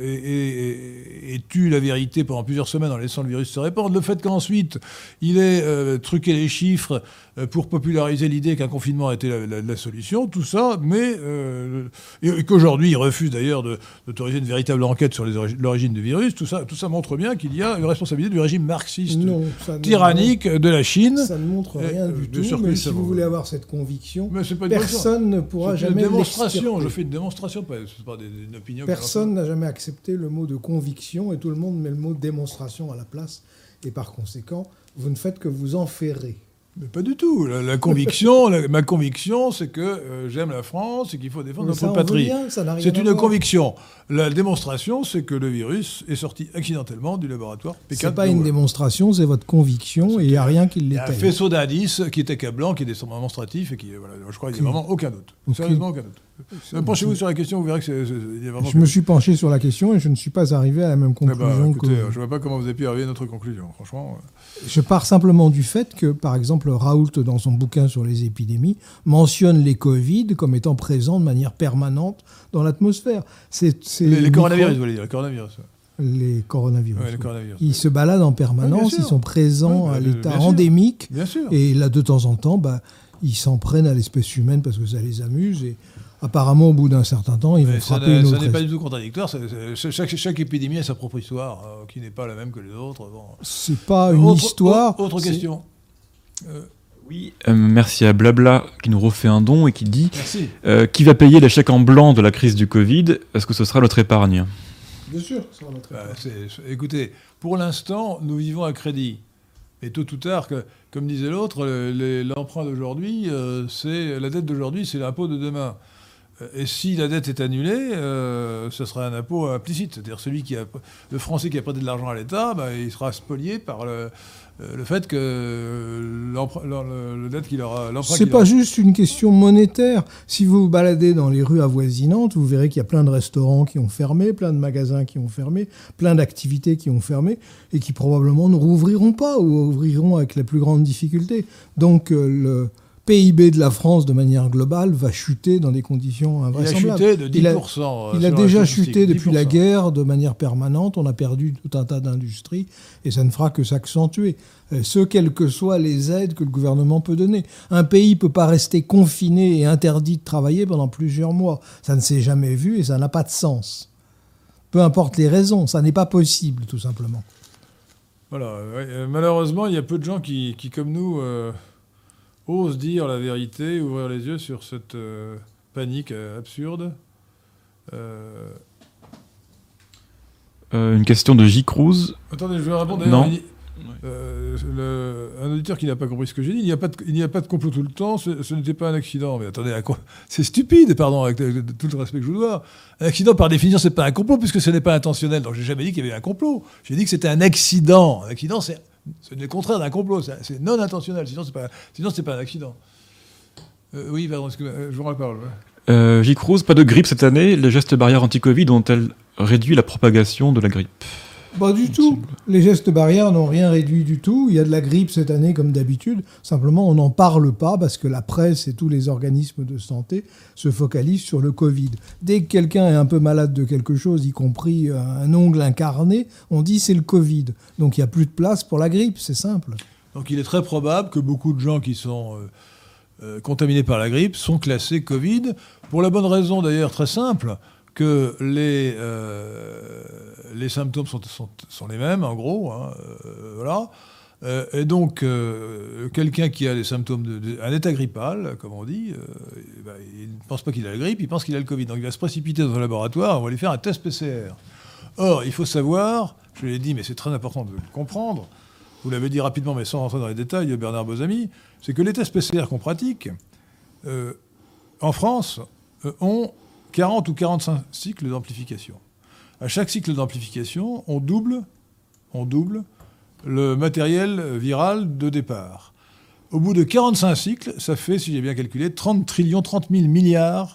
ait, ait, ait eu la vérité pendant plusieurs semaines en laissant le virus se répandre, le fait qu'ensuite il ait euh, truqué les chiffres euh, pour populariser l'idée qu'un confinement était la, la, la solution, tout ça, mais euh, et, et qu'aujourd'hui il refuse d'ailleurs de, d'autoriser une véritable enquête sur les origi- l'origine du virus, tout ça, tout ça montre bien qu'il y a une responsabilité du régime marxiste non, tyrannique ne, de la Chine. Ça ne montre rien et, du euh, tout, mais si vous voulez avoir cette conviction, pas personne ne pourra c'est jamais une démonstration. l'extirper. Je fais une démonstration, pas, c'est pas une opinion. Personne n'a jamais accepté le mot de conviction et tout le monde met le mot démonstration à la place. Et par conséquent, vous ne faites que vous enferrer. Mais pas du tout. La, la conviction, la, ma conviction, c'est que euh, j'aime la France et qu'il faut défendre Mais notre ça, patrie. Bien, ça n'a rien c'est à une voir. conviction. La démonstration, c'est que le virus est sorti accidentellement du laboratoire P quatre. C'est pas une démonstration, c'est votre conviction et il n'y a rien qui l'étaye. Il y a un faisceau d'indices qui est accablant, qui est démonstratif et qui, voilà, je crois qu'il n'y a vraiment aucun doute. Okay. Sérieusement, aucun doute. Okay. Penchez-vous sur la question, vous verrez que c'est, c'est, il y a vraiment. Je me suis penché sur la question et je ne suis pas arrivé à la même conclusion. Eh ben, écoutez, que... Je ne vois pas comment vous avez pu arriver à notre conclusion, franchement. Je pars simplement du fait que, par exemple, Raoult, dans son bouquin sur les épidémies, mentionne les Covid comme étant présents de manière permanente dans l'atmosphère. C'est, c'est les, les coronavirus, vous voulez dire, les coronavirus. Les coronavirus. Ouais, les coronavirus. Ils se baladent en permanence, ouais, ils sont présents ouais, à bien, l'état bien endémique. Bien sûr. Et là, de temps en temps, bah, ils s'en prennent à l'espèce humaine parce que ça les amuse. Et apparemment, au bout d'un certain temps, ils vont Mais frapper ça une n'est- autre ça n'est pas espèce. du tout contradictoire. c'est- c'est- chaque, chaque épidémie a sa propre histoire, euh, qui n'est pas la même que les autres. Bon. C'est pas une Autre- histoire. Autre c'est- question. Euh, Oui, euh, merci à Blabla qui nous refait un don et qui dit merci. euh, qui va payer les chèques en blanc de la crise du Covid? Est-ce que ce sera notre épargne? Bien sûr, ça va être- Bah, c'est- c'est- écoutez, pour l'instant, nous vivons à crédit. Et tôt ou tard, que, comme disait l'autre, le- les- l'emprunt d'aujourd'hui, euh, c'est la dette d'aujourd'hui, c'est l'impôt de demain. Euh, Et si la dette est annulée, euh, ce sera un impôt implicite. C'est-à-dire celui qui a, le Français qui a prêté de l'argent à l'État, bah, il sera spolié par le, euh, le fait que l'emprunt, le, le- le dette qu'il aura, l'emprunt C'est qu'il pas aura- juste une question monétaire. Si vous vous baladez dans les rues avoisinantes, vous verrez qu'il y a plein de restaurants qui ont fermé, plein de magasins qui ont fermé, plein d'activités qui ont fermé et qui probablement ne rouvriront pas ou ouvriront avec la plus grande difficulté. Donc euh, le P I B de la France, de manière globale, va chuter dans des conditions Il a invraisemblables. chuté de Il a- dix pour cent. euh, Il a sur la déjà statistique, chuté depuis la dix pour cent. guerre de manière permanente. On a perdu tout un tas d'industries et ça ne fera que s'accentuer. Euh, Ce, quelles que soient les aides que le gouvernement peut donner. Un pays ne peut pas rester confiné et interdit de travailler pendant plusieurs mois. Ça ne s'est jamais vu et ça n'a pas de sens. Peu importe les raisons, ça n'est pas possible, tout simplement. Voilà. ouais, euh, malheureusement, il y a peu de gens qui, qui comme nous, euh, osent dire la vérité, ouvrir les yeux sur cette euh, panique euh, absurde. Euh, Euh, Une question de J. Cruz. Attendez, je vais répondre. Non. D'ailleurs, il- euh, le- un auditeur qui n'a pas compris ce que j'ai dit, il n'y a pas de, il n'y a pas de complot tout le temps, ce, ce n'était pas un accident. Mais attendez, un co- c'est stupide, pardon, avec, avec tout le respect que je vous dois. Un accident, par définition, c'est pas un complot, puisque ce n'est pas intentionnel. Donc j'ai jamais dit qu'il y avait un complot. J'ai dit que c'était un accident. Un accident, c'est, c'est le contraire d'un complot. C'est, c'est non intentionnel. Sinon, c'est pas, sinon, c'est pas un accident. Euh, oui, pardon, est-ce que, euh, je vous en parle. Ouais. Euh, J. Cruz, pas de grippe cette année. Les gestes barrières anti-Covid ont-elles réduit la propagation de la grippe? Pas du tout. Les gestes barrières n'ont rien réduit du tout. Il y a de la grippe cette année comme d'habitude. Simplement, on n'en parle pas parce que la presse et tous les organismes de santé se focalisent sur le Covid. Dès que quelqu'un est un peu malade de quelque chose, y compris un ongle incarné, on dit c'est le Covid. Donc il n'y a plus de place pour la grippe, c'est simple. Donc il est très probable que beaucoup de gens qui sont euh, euh, contaminés par la grippe sont classés Covid, pour la bonne raison d'ailleurs très simple, que les, euh, les symptômes sont, sont, sont les mêmes, en gros. Hein, euh, voilà. Euh, et donc, euh, quelqu'un qui a les symptômes d'un état grippal, comme on dit, euh, eh ben, il ne pense pas qu'il a la grippe, il pense qu'il a le Covid. Donc il va se précipiter dans un laboratoire, on va lui faire un test P C R. Or, il faut savoir, je l'ai dit, mais c'est très important de le comprendre, vous l'avez dit rapidement, mais sans rentrer dans les détails, Bernard Bozami, c'est que les tests P C R qu'on pratique, euh, en France, euh, ont quarante ou quarante-cinq cycles d'amplification. À chaque cycle d'amplification, on double, on double le matériel viral de départ. Au bout de quarante-cinq cycles, ça fait, si j'ai bien calculé, trente trillions, trente mille milliards.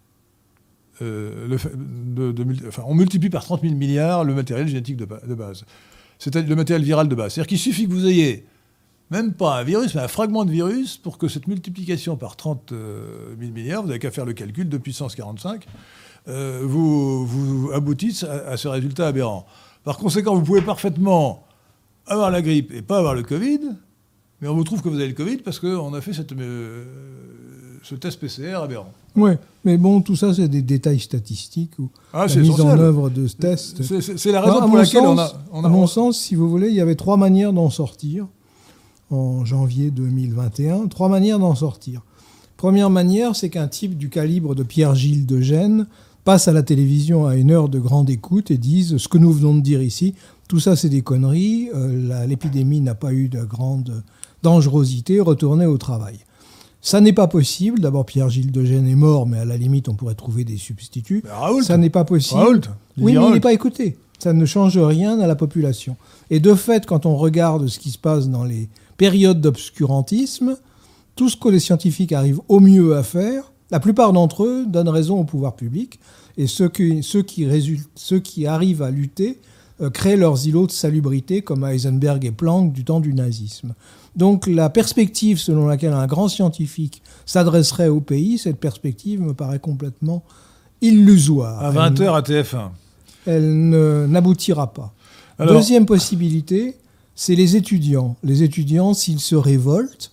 Euh, le, de, de, enfin, on multiplie par trente mille milliards le matériel génétique de, de base. C'est-à-dire le matériel viral de base. C'est-à-dire qu'il suffit que vous ayez même pas un virus, mais un fragment de virus, pour que cette multiplication par trente mille milliards, vous n'avez qu'à faire le calcul de puissance quarante-cinq, euh, vous, vous aboutissent à, à ce résultat aberrant. Par conséquent, vous pouvez parfaitement avoir la grippe et pas avoir le Covid, mais on vous trouve que vous avez le Covid parce qu'on a fait cette, euh, ce test P C R aberrant. Oui, mais bon, tout ça, c'est des détails statistiques ou Ah, la c'est mise essentiel. en œuvre de ce test. C'est, c'est- c'est la raison À pour mon laquelle on a... sens- On a À mon sens, si vous voulez, il y avait trois manières d'en sortir en janvier deux mille vingt et un. Trois manières d'en sortir. Première manière, c'est qu'un type du calibre de Pierre-Gilles de Gênes passe à la télévision à une heure de grande écoute et dise ce que nous venons de dire ici. Tout ça, c'est des conneries. Euh, la- l'épidémie n'a pas eu de grande dangerosité. Retournez au travail. Ça n'est pas possible. D'abord, Pierre-Gilles de Gênes est mort, mais à la limite, on pourrait trouver des substituts. Mais Raoult, Ça n'est pas possible. Raoult, Oui, mais Raoult. il n'est pas écouté. Ça ne change rien à la population. Et de fait, quand on regarde ce qui se passe dans les périodes d'obscurantisme, tout ce que les scientifiques arrivent au mieux à faire, la plupart d'entre eux donnent raison au pouvoir public. Et ceux qui, ceux qui, résultent, ceux qui arrivent à lutter euh, créent leurs îlots de salubrité, comme Heisenberg et Planck du temps du nazisme. Donc la perspective selon laquelle un grand scientifique s'adresserait au pays, cette perspective me paraît complètement illusoire. À vingt heures à T F un. Elle ne- n'aboutira pas. Alors- Deuxième possibilité, c'est les étudiants. Les étudiants, s'ils se révoltent,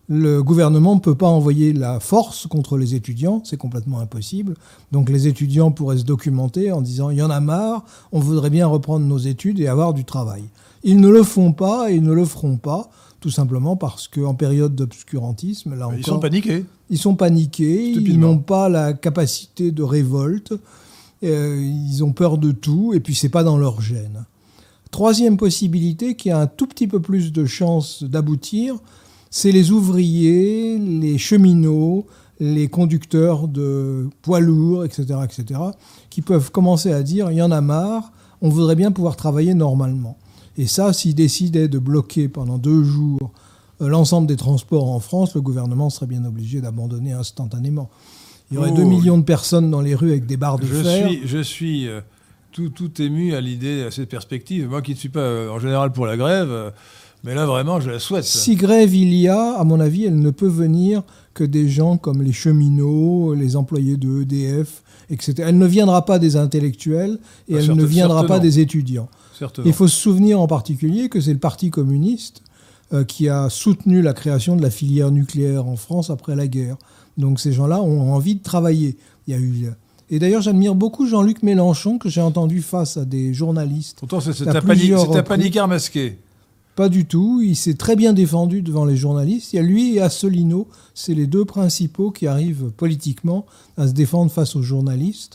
Le gouvernement ne peut pas envoyer la force contre les étudiants, c'est complètement impossible. Donc les étudiants pourraient se documenter en disant « il y en a marre, on voudrait bien reprendre nos études et avoir du travail ». Ils ne le font pas et ils ne le feront pas, tout simplement parce qu'en période d'obscurantisme, là encore... Ils sont paniqués. Ils sont paniqués, Stupidement. ils n'ont pas la capacité de révolte, euh, ils ont peur de tout et puis c'est pas dans leur gène. Troisième possibilité qui a un tout petit peu plus de chances d'aboutir, c'est les ouvriers, les cheminots, les conducteurs de poids lourds, et cetera, et cetera, qui peuvent commencer à dire « il y en a marre, on voudrait bien pouvoir travailler normalement ». Et ça, s'ils décidaient de bloquer pendant deux jours euh, l'ensemble des transports en France, le gouvernement serait bien obligé d'abandonner instantanément. Il y aurait Oh, deux millions de personnes dans les rues avec des barres de Je fer. suis, je suis euh, tout, tout ému à l'idée, à cette perspective. Moi qui ne suis pas euh, en général pour la grève, euh, mais là vraiment je la souhaite. Si grève il y a, à mon avis, elle ne peut venir que des gens comme les cheminots, les employés de E D F, et cetera. Elle ne viendra pas des intellectuels et Ah, elle certes- ne viendra certainement. pas des étudiants. Certainement. Il faut se souvenir en particulier que c'est le Parti communiste euh, qui a soutenu la création de la filière nucléaire en France après la guerre. Donc ces gens-là ont envie de travailler. Il y a eu... Et d'ailleurs, j'admire beaucoup Jean-Luc Mélenchon, que j'ai entendu face à des journalistes. Pourtant c'est c'est à un, pani- plusieurs c'est un reprises. paniqueur masqué. Pas du tout. Il s'est très bien défendu devant les journalistes. Il y a lui et Asselineau, c'est les deux principaux qui arrivent politiquement à se défendre face aux journalistes.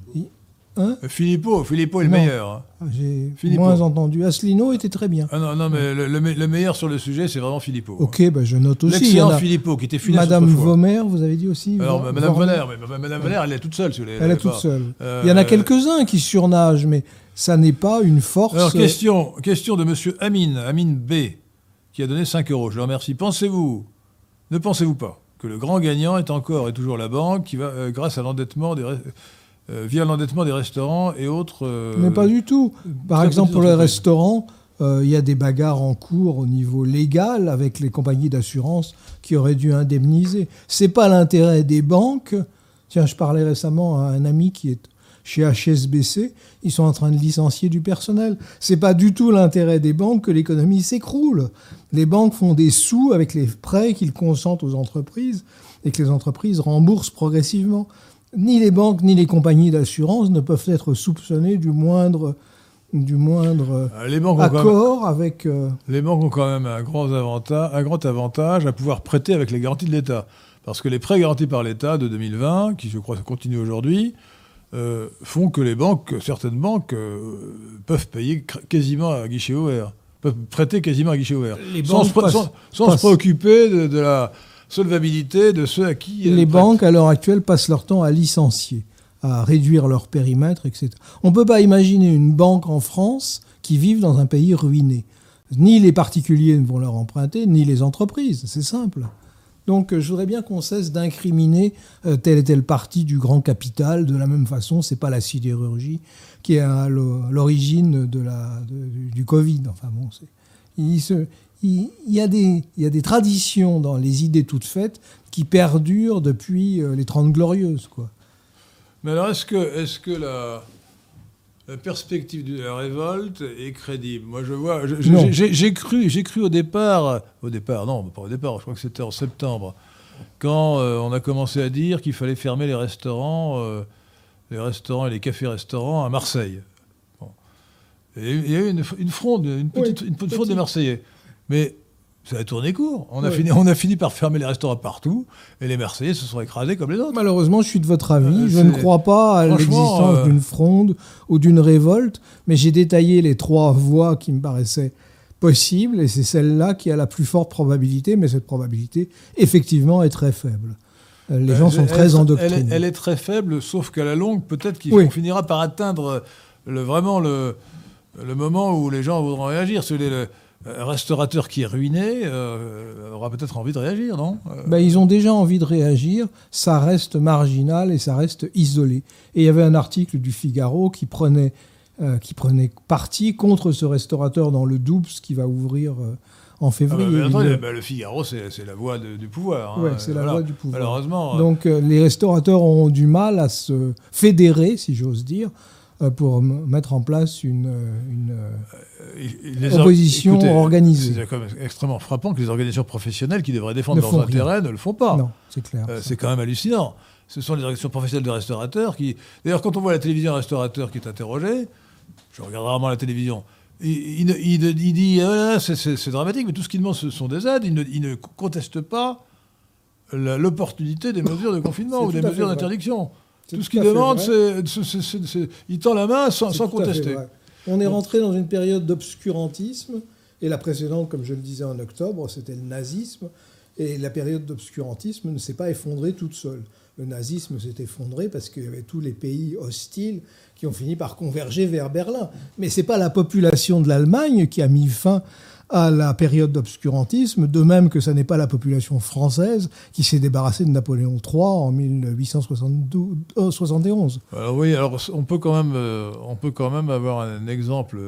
Hein Philippot, Philippot est le Non. meilleur. hein. J'ai Philippot. moins entendu. Asselineau était très bien. Ah non, non, mais le, le me- le meilleur sur le sujet, c'est vraiment Philippot. Ok, bah je note aussi. Il y en L'excellent a- Philippot, qui était funeste Madame autrefois. Vomer, vous avez dit aussi Alors, Vo- Madame Vormer. Vonner, mais Madame Vonner, elle est toute seule. Si vous voulez, Elle est pas- toute seule. Euh, Il y en a quelques-uns qui surnagent, mais ça n'est pas une force. Alors, question, question de Monsieur Amine, Amine B, qui a donné cinq euros. Je le remercie. Pensez-vous, ne pensez-vous pas, que le grand gagnant est encore et toujours la banque, qui va, euh, grâce à l'endettement des, re- euh, via l'endettement des restaurants et autres. euh, Mais pas du tout. Par très exemple, petites pour les entreprises. restaurants, euh, il y a des bagarres en cours au niveau légal avec les compagnies d'assurance qui auraient dû indemniser. C'est pas l'intérêt des banques. Tiens, je parlais récemment à un ami qui est chez H S B C. Ils sont en train de licencier du personnel. C'est pas du tout l'intérêt des banques que l'économie s'écroule. Les banques font des sous avec les prêts qu'ils consentent aux entreprises et que les entreprises remboursent progressivement. Ni les banques ni les compagnies d'assurance ne peuvent être soupçonnées du moindre, du moindre euh, les, banques ont quand même, accord avec... euh, les banques ont quand même un grand, avantage, un grand avantage à pouvoir prêter avec les garanties de l'État. Parce que les prêts garantis par l'État de deux mille vingt, qui je crois continuent aujourd'hui, euh, font que les banques, certaines banques, euh, peuvent payer cr- quasiment à guichet ouvert, peuvent prêter quasiment à guichet ouvert, Les sans, banques se, pré- passent- sans- sans passent- se préoccuper de, de la solvabilité de ceux à qui elles les prêtent. banques, à l'heure actuelle, passent leur temps à licencier, à réduire leur périmètre, et cetera. On ne peut pas imaginer une banque en France qui vive dans un pays ruiné. Ni les particuliers ne vont leur emprunter, ni les entreprises. C'est simple. Donc, euh, je voudrais bien qu'on cesse d'incriminer euh, telle et telle partie du grand capital. De la même façon, c'est pas la sidérurgie qui est à l'o- l'origine de la, de- du- du Covid. Enfin bon, c'est, il, se- il- il y a des, il y a des traditions dans les idées toutes faites qui perdurent depuis euh, les Trente Glorieuses, quoi. Mais alors, est-ce que, est-ce que la, la perspective de la révolte est crédible? Moi, je vois, je- je- Non. j'ai, j'ai- j'ai cru, j'ai cru au départ, au départ, non, pas au départ, je crois que c'était en septembre, quand euh, on a commencé à dire qu'il fallait fermer les restaurants, euh, les restaurants et les cafés-restaurants à Marseille. Bon. Et il y a eu une, une fronde, une petite, Oui, une petite fronde petite. des Marseillais. Mais ça a tourné court. On a, Oui. fini, on a fini par fermer les restaurants partout, et les Marseillais se sont écrasés comme les autres. Malheureusement, je suis de votre avis. Euh, je ne c'est- crois pas à Franchement, l'existence euh, d'une fronde ou d'une révolte, mais j'ai détaillé les trois voies qui me paraissaient possibles, et c'est celle-là qui a la plus forte probabilité, mais cette probabilité, effectivement, est très faible. Euh, Les gens Elle- sont elle- très elle, endoctrinés. est, elle est très faible, sauf qu'à la longue, peut-être qu'on Oui. finira par atteindre le, vraiment le, le moment où les gens voudront réagir. Celui le un restaurateur qui est ruiné euh, aura peut-être envie de réagir, non Euh, Ben, ils ont déjà envie de réagir, ça reste marginal et ça reste isolé. Et il y avait un article du Figaro qui prenait, euh, qui prenait parti contre ce restaurateur dans le Doubs qui va ouvrir euh, en ah bah, février. mais attendez, Il- bah, le Figaro, c'est c'est la voix de- du pouvoir. hein. Ouais, c'est la Voilà. voix du pouvoir. Malheureusement. euh, Donc euh, les restaurateurs ont du mal à se fédérer, si j'ose dire, euh, pour m- mettre en place une, une Euh, les opposition écoutez, organisée. C'est quand même extrêmement frappant que les organisations professionnelles qui devraient défendre Ne leurs font intérêts ne le font pas. Non, c'est clair. Euh, ça. c'est quand même hallucinant. Ce sont les organisations professionnelles de restaurateurs qui... D'ailleurs, quand on voit à la télévision un restaurateur qui est interrogé, je regarde rarement la télévision, il, il, il, il dit ah, c'est, c'est, c'est dramatique, mais tout ce qu'il demande, ce sont des aides. Il ne, il ne conteste pas la, l'opportunité des mesures de confinement ou des mesures vrai. d'interdiction. C'est Tout ce tout qu'il à fait demande, vrai. c'est, c'est, c'est, c'est... Il tend la main sans, C'est sans tout à fait contester. vrai. On est rentré dans une période d'obscurantisme, et la précédente, comme je le disais en octobre, c'était le nazisme, et la période d'obscurantisme ne s'est pas effondrée toute seule. Le nazisme s'est effondré parce qu'il y avait tous les pays hostiles qui ont fini par converger vers Berlin. Mais ce n'est pas la population de l'Allemagne qui a mis fin à la période d'obscurantisme, de même que ce n'est pas la population française qui s'est débarrassée de Napoléon trois en dix-huit cent soixante et onze. Alors oui, alors on peut quand même, euh, on peut quand même avoir un exemple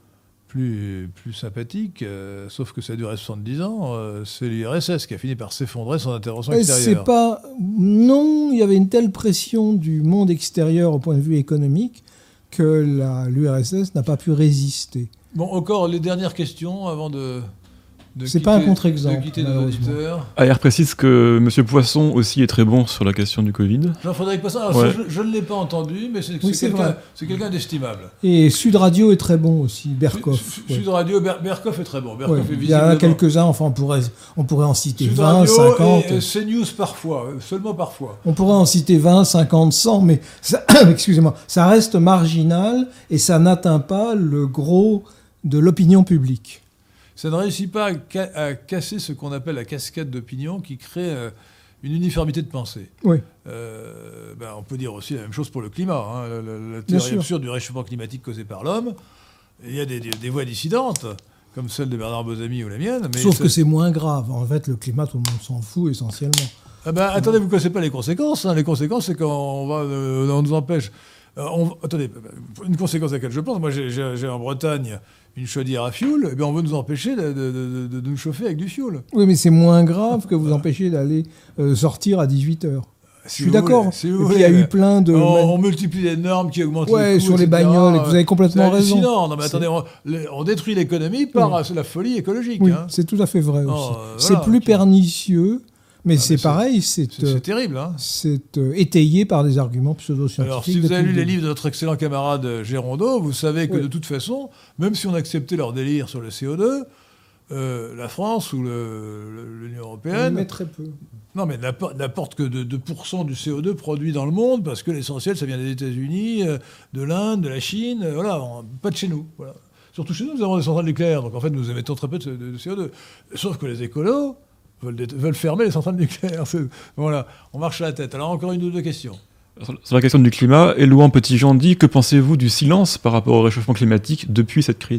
plus, plus sympathique, euh, sauf que ça a duré soixante-dix ans, euh, c'est l'U R S S qui a fini par s'effondrer sans intervention Et extérieure. c'est pas... Non, il y avait une telle pression du monde extérieur au point de vue économique que la, l'U R S S n'a pas pu résister. Bon, encore les dernières questions avant de... de C'est quitter, pas un contre-exemple, de quitter nos malheureusement. auditeurs. A R précise que M. Poisson aussi est très bon sur la question du Covid. Jean-Frédéric Poisson, alors Ouais. ça, je, je ne l'ai pas entendu, mais c'est, Oui, c'est, c'est quelqu'un, vrai. c'est quelqu'un d'estimable. Et Sud Radio est très bon aussi, Berkoff. Sud, ouais. Sud Radio, Ber- Berkoff est très bon. Berkoff Ouais, est il y en a visiblement- quelques-uns, enfin on pourrait, on pourrait en citer Sud vingt, Radio cinquante. et, et CNews parfois, euh, seulement parfois. On pourrait en citer vingt, cinquante, cent, mais ça, excusez-moi, ça reste marginal et ça n'atteint pas le gros de l'opinion publique. Ça ne réussit pas à, ca- à casser ce qu'on appelle la cascade d'opinion qui crée euh, une uniformité de pensée. Oui. Euh, ben, on peut dire aussi la même chose pour le climat. Hein. La, la- la Bien théorie sûr. absurde du réchauffement climatique causé par l'homme. Il y a des, des- des voix dissidentes, comme celle de Bernard Bozamy ou la mienne. Mais Sauf ça- que c'est moins grave. En fait, le climat, tout le monde s'en fout essentiellement. Ah ben, attendez, vous ne connaissez pas les conséquences. Hein. Les conséquences, c'est quand on, va, euh, on nous empêche. Euh, on- attendez, une conséquence à laquelle je pense, moi j'ai, j'ai- j'ai en Bretagne une chaudière à fioul, et bien on veut nous empêcher de, de- de- de- de nous chauffer avec du fioul. Oui, mais c'est moins grave que vous empêcher d'aller euh, sortir à dix-huit heures. Si Je suis vous d'accord. voulez, si vous Et puis voulez, il y a mais eu plein de... on, on multiplie les normes qui augmentent Ouais, les coûts, sur les et cetera. bagnoles, et vous avez complètement C'est raison. hallucinant. Non, mais C'est- attendez, on, les- on détruit l'économie par Oui. euh, la folie écologique. Oui, hein. c'est tout à fait vrai Non, aussi. euh, c'est voilà, plus ok. pernicieux, mais Ah, c'est mais c'est- pareil, c'est, C'est, euh, c'est terrible. Hein. c'est euh, étayé par des arguments pseudo-scientifiques. Alors, si vous depuis avez lu le les début. livres de notre excellent camarade Gérondeau, vous savez que Oui. de toute façon, même si on acceptait leur délire sur le C O deux, euh, la France ou le- le- l'Union On y européenne, met très peu. non mais n'apporte, n'apporte que de deux pour cent du C O deux produit dans le monde, parce que l'essentiel, ça vient des États-Unis, euh, de l'Inde, de la Chine, euh, voilà, on- pas de chez nous. Voilà. Surtout chez nous, nous avons des centrales nucléaires, donc en fait, nous émettons très peu de, de- de C O deux. Sauf que les écolos veulent, dé- veulent fermer les centrales nucléaires. C'est- voilà, on marche à la tête. Alors, encore une ou deux questions. Sur la question du climat, Élouan Petit-Jean dit, que pensez-vous du silence par rapport au réchauffement climatique depuis cette crise ?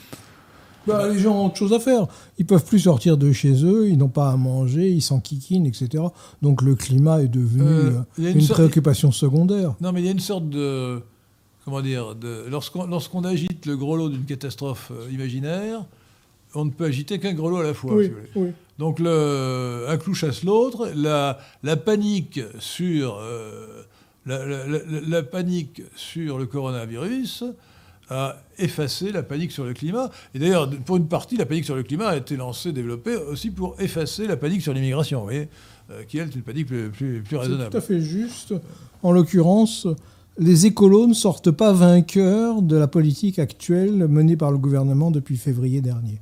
Bah, les gens ont autre chose à faire. Ils peuvent plus sortir de chez eux, ils n'ont pas à manger, ils s'enquiquinent, et cetera. Donc le climat est devenu Euh, euh, il y a une, une sorte- préoccupation secondaire. Non, mais il y a une sorte de... Comment dire de, lorsqu'on, lorsqu'on agite le gros lot d'une catastrophe euh, imaginaire, on ne peut agiter qu'un gros lot à la fois. si vous voulez. oui. Donc le, un clou chasse l'autre. La, la panique sur euh, la, la- la- la panique sur le coronavirus a effacé la panique sur le climat. Et d'ailleurs, pour une partie, la panique sur le climat a été lancée, développée aussi pour effacer la panique sur l'immigration, vous voyez, euh, qui elle est une panique plus, plus, plus C'est raisonnable. tout à fait juste. En l'occurrence, les écolos ne sortent pas vainqueurs de la politique actuelle menée par le gouvernement depuis février dernier.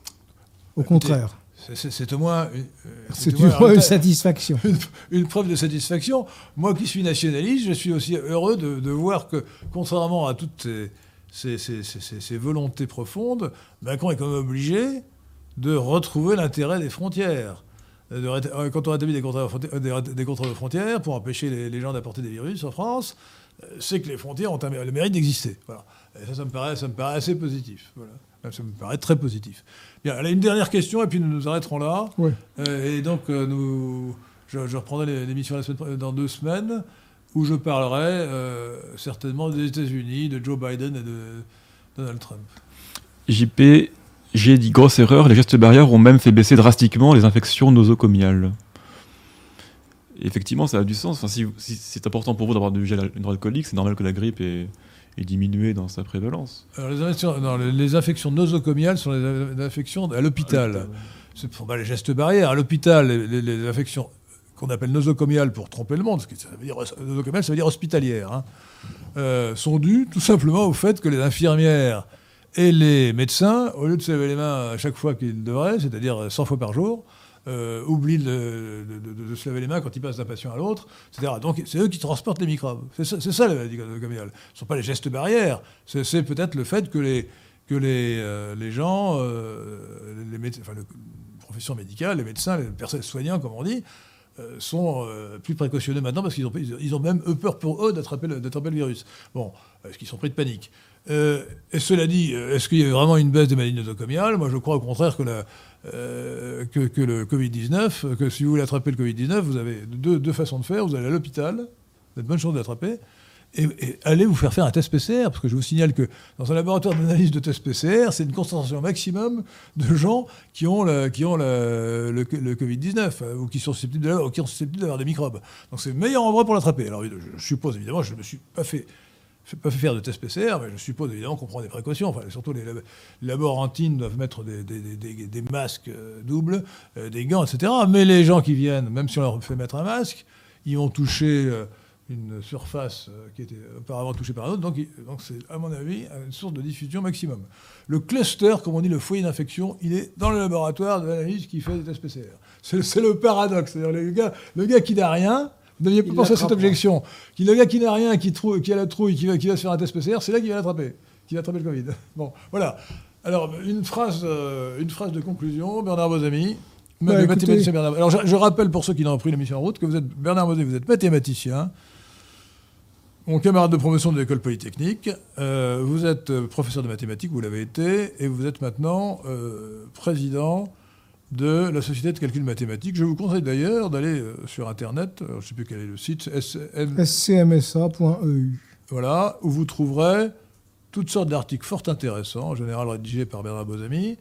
Au Écoutez, contraire, C'est, c'est- c'est au moins une, euh, c'est au moins une, un- une satisfaction. une, une preuve de satisfaction. Moi qui suis nationaliste, je suis aussi heureux de, de voir que, contrairement à toutes ces, ces, ces- ces- ces- ces volontés profondes, Macron est quand même obligé de retrouver l'intérêt des frontières. De ré- euh, quand on rétablit des contrôles aux frontières, euh, des ré- des contrôles aux frontières pour empêcher les, les gens d'apporter des virus en France, euh, c'est que les frontières ont un mé- le mérite d'exister. Voilà. Et ça, ça me paraît, ça me paraît assez positif. Voilà. Ça me paraît très positif. Bien, allez, une dernière question, et puis nous nous arrêterons là. Ouais. Euh, et donc, euh, nous, je, je reprendrai les- l'émission la semaine pro- dans deux semaines, où je parlerai euh, certainement des États-Unis, de Joe Biden et de Donald Trump. J P, j'ai dit grosse erreur, les gestes barrières ont même fait baisser drastiquement les infections nosocomiales. Et effectivement, ça a du sens. Enfin, si, si c'est important pour vous d'avoir du gel hydroalcoolique, c'est normal que la grippe ait, est diminué dans sa prévalence. Alors, les, infections, non, les, les infections nosocomiales sont les, les infections à l'hôpital. Ce ne sont pas les gestes barrières. À l'hôpital, les, les, les infections qu'on appelle nosocomiales pour tromper le monde, ça veut dire, nosocomiales, ça veut dire hospitalières, hein, euh, sont dues tout simplement au fait que les infirmières et les médecins, au lieu de se laver les mains à chaque fois qu'ils devraient, c'est-à-dire cent fois par jour, euh, oublient de, de, de, de se laver les mains quand ils passent d'un patient à l'autre, et cetera. Donc c'est eux qui transportent les microbes. C'est ça, c'est ça la maladie nosocomiale. Ce ne sont pas les gestes barrières, c'est, c'est peut-être le fait que les, que les, euh, les gens, euh, les médecins, enfin, le, la profession médicale, les médecins, les personnels soignants, comme on dit, euh, sont euh, plus précautionneux maintenant parce qu'ils ont, ils ont même eu peur pour eux d'attraper le, d'attraper le virus. Bon, parce qu'ils sont pris de panique. Euh, et cela dit, est-ce qu'il y a vraiment une baisse des maladies nosocomiales ? Moi, je crois au contraire que, la, euh, que, que le covid dix-neuf, que si vous voulez attraper le covid dix-neuf, vous avez deux, deux façons de faire. Vous allez à l'hôpital, vous avez de bonnes chances de l'attraper, et, et allez vous faire faire un test P C R, parce que je vous signale que dans un laboratoire d'analyse de test P C R, c'est une concentration maximum de gens qui ont, la, qui ont la, le, le covid dix-neuf, ou qui sont susceptibles d'avoir, ou qui sont susceptibles d'avoir des microbes. Donc c'est le meilleur endroit pour l'attraper. Alors je, je suppose, évidemment, je ne me suis pas fait... Je ne peux pas faire de test P C R, mais je suppose évidemment qu'on prend des précautions. Enfin, surtout les, les laborantines doivent mettre des, des, des, des masques euh, doubles, euh, des gants, et cetera. Mais les gens qui viennent, même si on leur fait mettre un masque, ils vont toucher euh, une surface euh, qui était auparavant touchée par un autre. Donc, il, donc c'est, à mon avis, une source de diffusion maximum. Le cluster, comme on dit, le foyer d'infection, il est dans le laboratoire de l'analyse qui fait des tests P C R. C'est, c'est le paradoxe. C'est-à-dire le gars, le gars qui n'a rien... Vous n'aviez pas pensé à cette objection. Qui, le gars qui n'a rien, qui, trou- qui a la trouille, qui va, qui va se faire un test P C R, c'est là qu'il va l'attraper. Qui va attraper le Covid. Bon, voilà. Alors, une phrase, euh, une phrase de conclusion. Bernard Bozamy, bah, mathématicien Bernard. Alors, je, je rappelle pour ceux qui n'ont pris l'émission en route que vous êtes Bernard Bozamy, vous êtes mathématicien, mon camarade de promotion de l'école polytechnique. Euh, vous êtes professeur de mathématiques, vous l'avez été, et vous êtes maintenant euh, président de la Société de calcul mathématique. Je vous conseille d'ailleurs d'aller euh, sur Internet, je ne sais plus quel est le site, S C M S A point E U. Voilà, où vous trouverez toutes sortes d'articles fort intéressants, en général rédigés par Bernard Bozamy,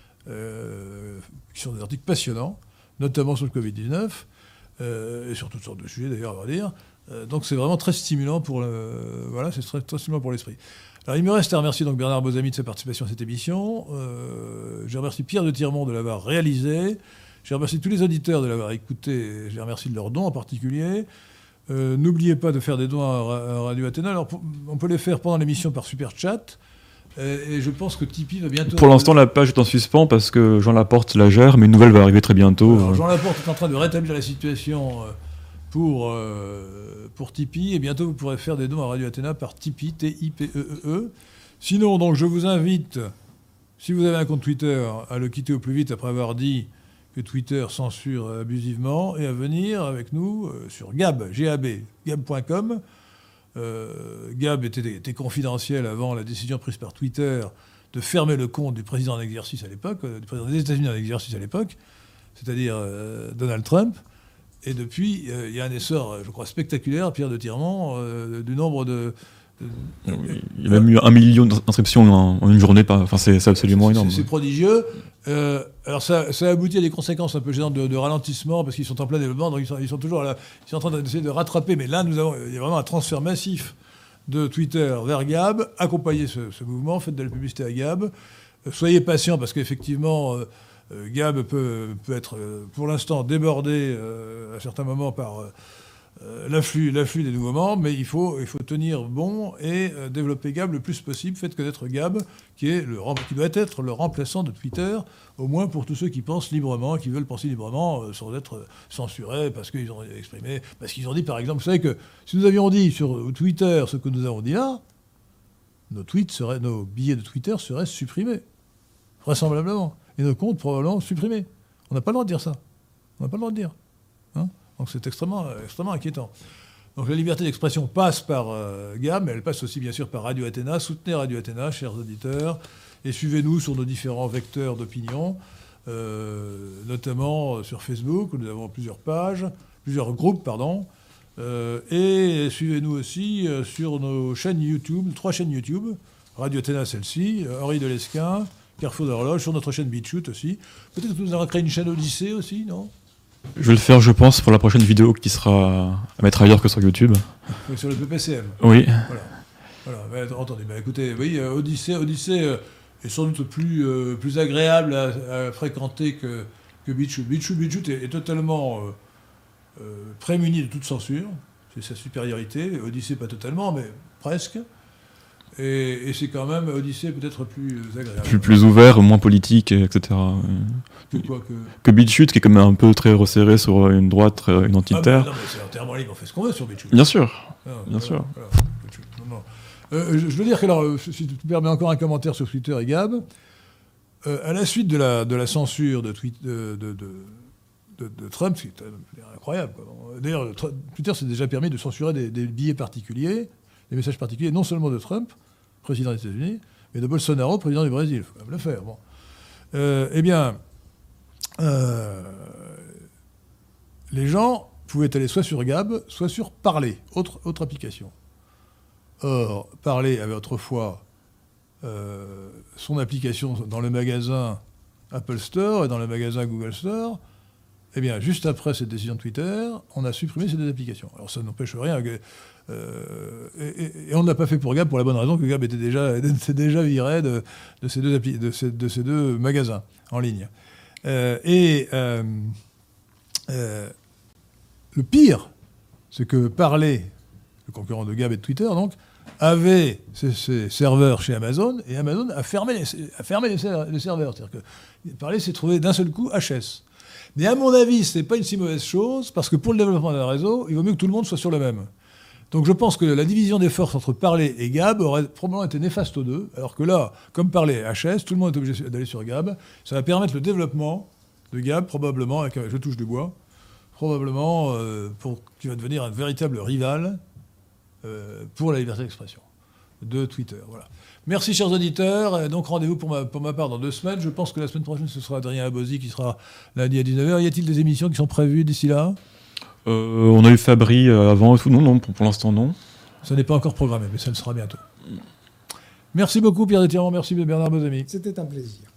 euh, qui sont des articles passionnants, notamment sur le covid dix-neuf, euh, et sur toutes sortes de sujets d'ailleurs, à vrai dire. Euh, donc c'est vraiment très stimulant pour le, voilà, c'est très, très stimulant pour l'esprit. Alors, il me reste à remercier donc Bernard Bozamy de sa participation à cette émission. Euh, je remercie Pierre de Tirmont de l'avoir réalisé. Je remercie tous les auditeurs de l'avoir écouté. Je les remercie de leurs dons en particulier. Euh, n'oubliez pas de faire des dons à Radio Athéna. Alors, on peut les faire pendant l'émission par Super Chat. Et je pense que Tipeee va bientôt... Pour l'instant, la page est en suspens parce que Jean Laporte la gère, mais une nouvelle va arriver très bientôt. Alors, Jean Laporte est en train de rétablir la situation... Pour, euh, pour Tipeee, et bientôt vous pourrez faire des dons à Radio Athéna par Tipeee, T I P E E E. Sinon, donc, je vous invite, si vous avez un compte Twitter, à le quitter au plus vite après avoir dit que Twitter censure abusivement, et à venir avec nous euh, sur Gab, G A B, gab point com. Euh, Gab était, était confidentiel avant la décision prise par Twitter de fermer le compte du président en exercice à l'époque, euh, du président des États-Unis en exercice à l'époque, c'est-à-dire euh, Donald Trump. Et depuis, euh, il y a un essor, je crois, spectaculaire, Pierre de Tirmont, euh, du nombre de... de oui, il y a même eu un million d'inscriptions en, en une journée. Par, enfin, c'est, c'est absolument c'est, énorme. C'est, c'est prodigieux. Euh, alors ça, ça aboutit à des conséquences un peu gênantes de, de ralentissement, parce qu'ils sont en plein développement, donc ils sont, ils sont toujours là, ils sont en train d'essayer de rattraper. Mais là, nous avons, il y a vraiment un transfert massif de Twitter vers Gab. Accompagnez ce, ce mouvement, faites de la publicité à Gab. Euh, soyez patients, parce qu'effectivement... Euh, Euh, Gab peut, peut être, euh, pour l'instant, débordé euh, à certains moments par euh, l'afflux, l'afflux des nouveaux membres, mais il faut, il faut tenir bon et euh, développer Gab le plus possible. Faites connaître Gab, qui, est le, qui doit être le remplaçant de Twitter, au moins pour tous ceux qui pensent librement, qui veulent penser librement, euh, sans être censurés, parce qu'ils ont exprimé, parce qu'ils ont dit, par exemple, vous savez que si nous avions dit sur Twitter ce que nous avons dit là, nos tweets seraient, nos billets de Twitter seraient supprimés, vraisemblablement. Et nos comptes probablement supprimés. On n'a pas le droit de dire ça. On n'a pas le droit de dire. Hein, donc c'est extrêmement, extrêmement inquiétant. Donc la liberté d'expression passe par euh, Gab, mais elle passe aussi bien sûr par Radio Athéna. Soutenez Radio Athéna, chers auditeurs, et suivez-nous sur nos différents vecteurs d'opinion, euh, notamment sur Facebook, où nous avons plusieurs pages, plusieurs groupes, pardon, euh, et suivez-nous aussi euh, sur nos chaînes YouTube, trois chaînes YouTube, Radio Athéna celle-ci, Henri Delesquin, Carrefour d'Horloge, sur notre chaîne BitChute aussi. Peut-être que nous allons créer une chaîne Odyssée aussi, non ? Je vais le faire, je pense, pour la prochaine vidéo qui sera à mettre ailleurs que sur YouTube. Sur le P P C M. Oui. Voilà. Voilà, mais entendu. Bah, écoutez, oui, euh, Odyssée, Odyssée euh, est sans doute plus, euh, plus agréable à, à fréquenter que, que BitChute. BitChute, BitChute est, est totalement euh, euh, prémuni de toute censure. C'est sa supériorité. Odyssée, pas totalement, mais presque. Et, et c'est quand même Odyssée peut-être plus agréable. Plus, plus ouvert, moins politique, et cetera. Que quoi que... que BitChute, qui est quand même un peu très resserré sur une droite très identitaire. Ah, non, mais c'est entièrement libre, on fait ce qu'on veut sur BitChute. Bien sûr, Ah, bien voilà, sûr. Voilà, non, non. Euh, je, je veux dire que, alors, si tu me permets encore un commentaire sur Twitter et Gab, euh, à la suite de la, de la censure de, tweet, de, de, de, de, de Trump, c'est incroyable. Quoi. D'ailleurs, Twitter s'est déjà permis de censurer des, des billets particuliers, des messages particuliers, non seulement de Trump, président des États-Unis, mais de Bolsonaro, président du Brésil. Il faut quand même le faire. Bon. Euh, eh bien, euh, les gens pouvaient aller soit sur Gab, soit sur Parler, autre, autre application. Or, Parler avait autrefois euh, son application dans le magasin Apple Store et dans le magasin Google Store. Eh bien, juste après cette décision de Twitter, on a supprimé ces deux applications. Alors, ça n'empêche rien. Euh, et, et on ne l'a pas fait pour Gab pour la bonne raison que Gab était déjà, était déjà viré de, de, ces deux appli- de, ces, de ces deux magasins en ligne. Euh, et euh, euh, le pire, c'est que Parler, le concurrent de Gab et de Twitter, donc, avait ses, ses serveurs chez Amazon, et Amazon a fermé les, a fermé les, ser- les serveurs. C'est-à-dire que Parler s'est trouvé d'un seul coup H S. Mais à mon avis, ce n'est pas une si mauvaise chose, parce que pour le développement d'un réseau, il vaut mieux que tout le monde soit sur le même. Donc je pense que la division des forces entre Parler et Gab aurait probablement été néfaste aux deux, alors que là, comme Parler est H S, tout le monde est obligé d'aller sur Gab. Ça va permettre le développement de Gab, probablement, avec, je touche du bois, probablement euh, pour, qui va devenir un véritable rival euh, pour la liberté d'expression de Twitter. Voilà. Merci, chers auditeurs. Et donc, rendez-vous pour ma, pour ma part dans deux semaines. Je pense que la semaine prochaine, ce sera Adrien Abosi qui sera lundi à dix-neuf heures. Y a-t-il des émissions qui sont prévues d'ici là ? Euh, on a eu Fabry euh, avant et tout. Non, non, pour, pour l'instant, non. Ça n'est pas encore programmé, mais ça le sera bientôt. Merci beaucoup, Pierre Détirement. Merci, Bernard Bozami. C'était un plaisir.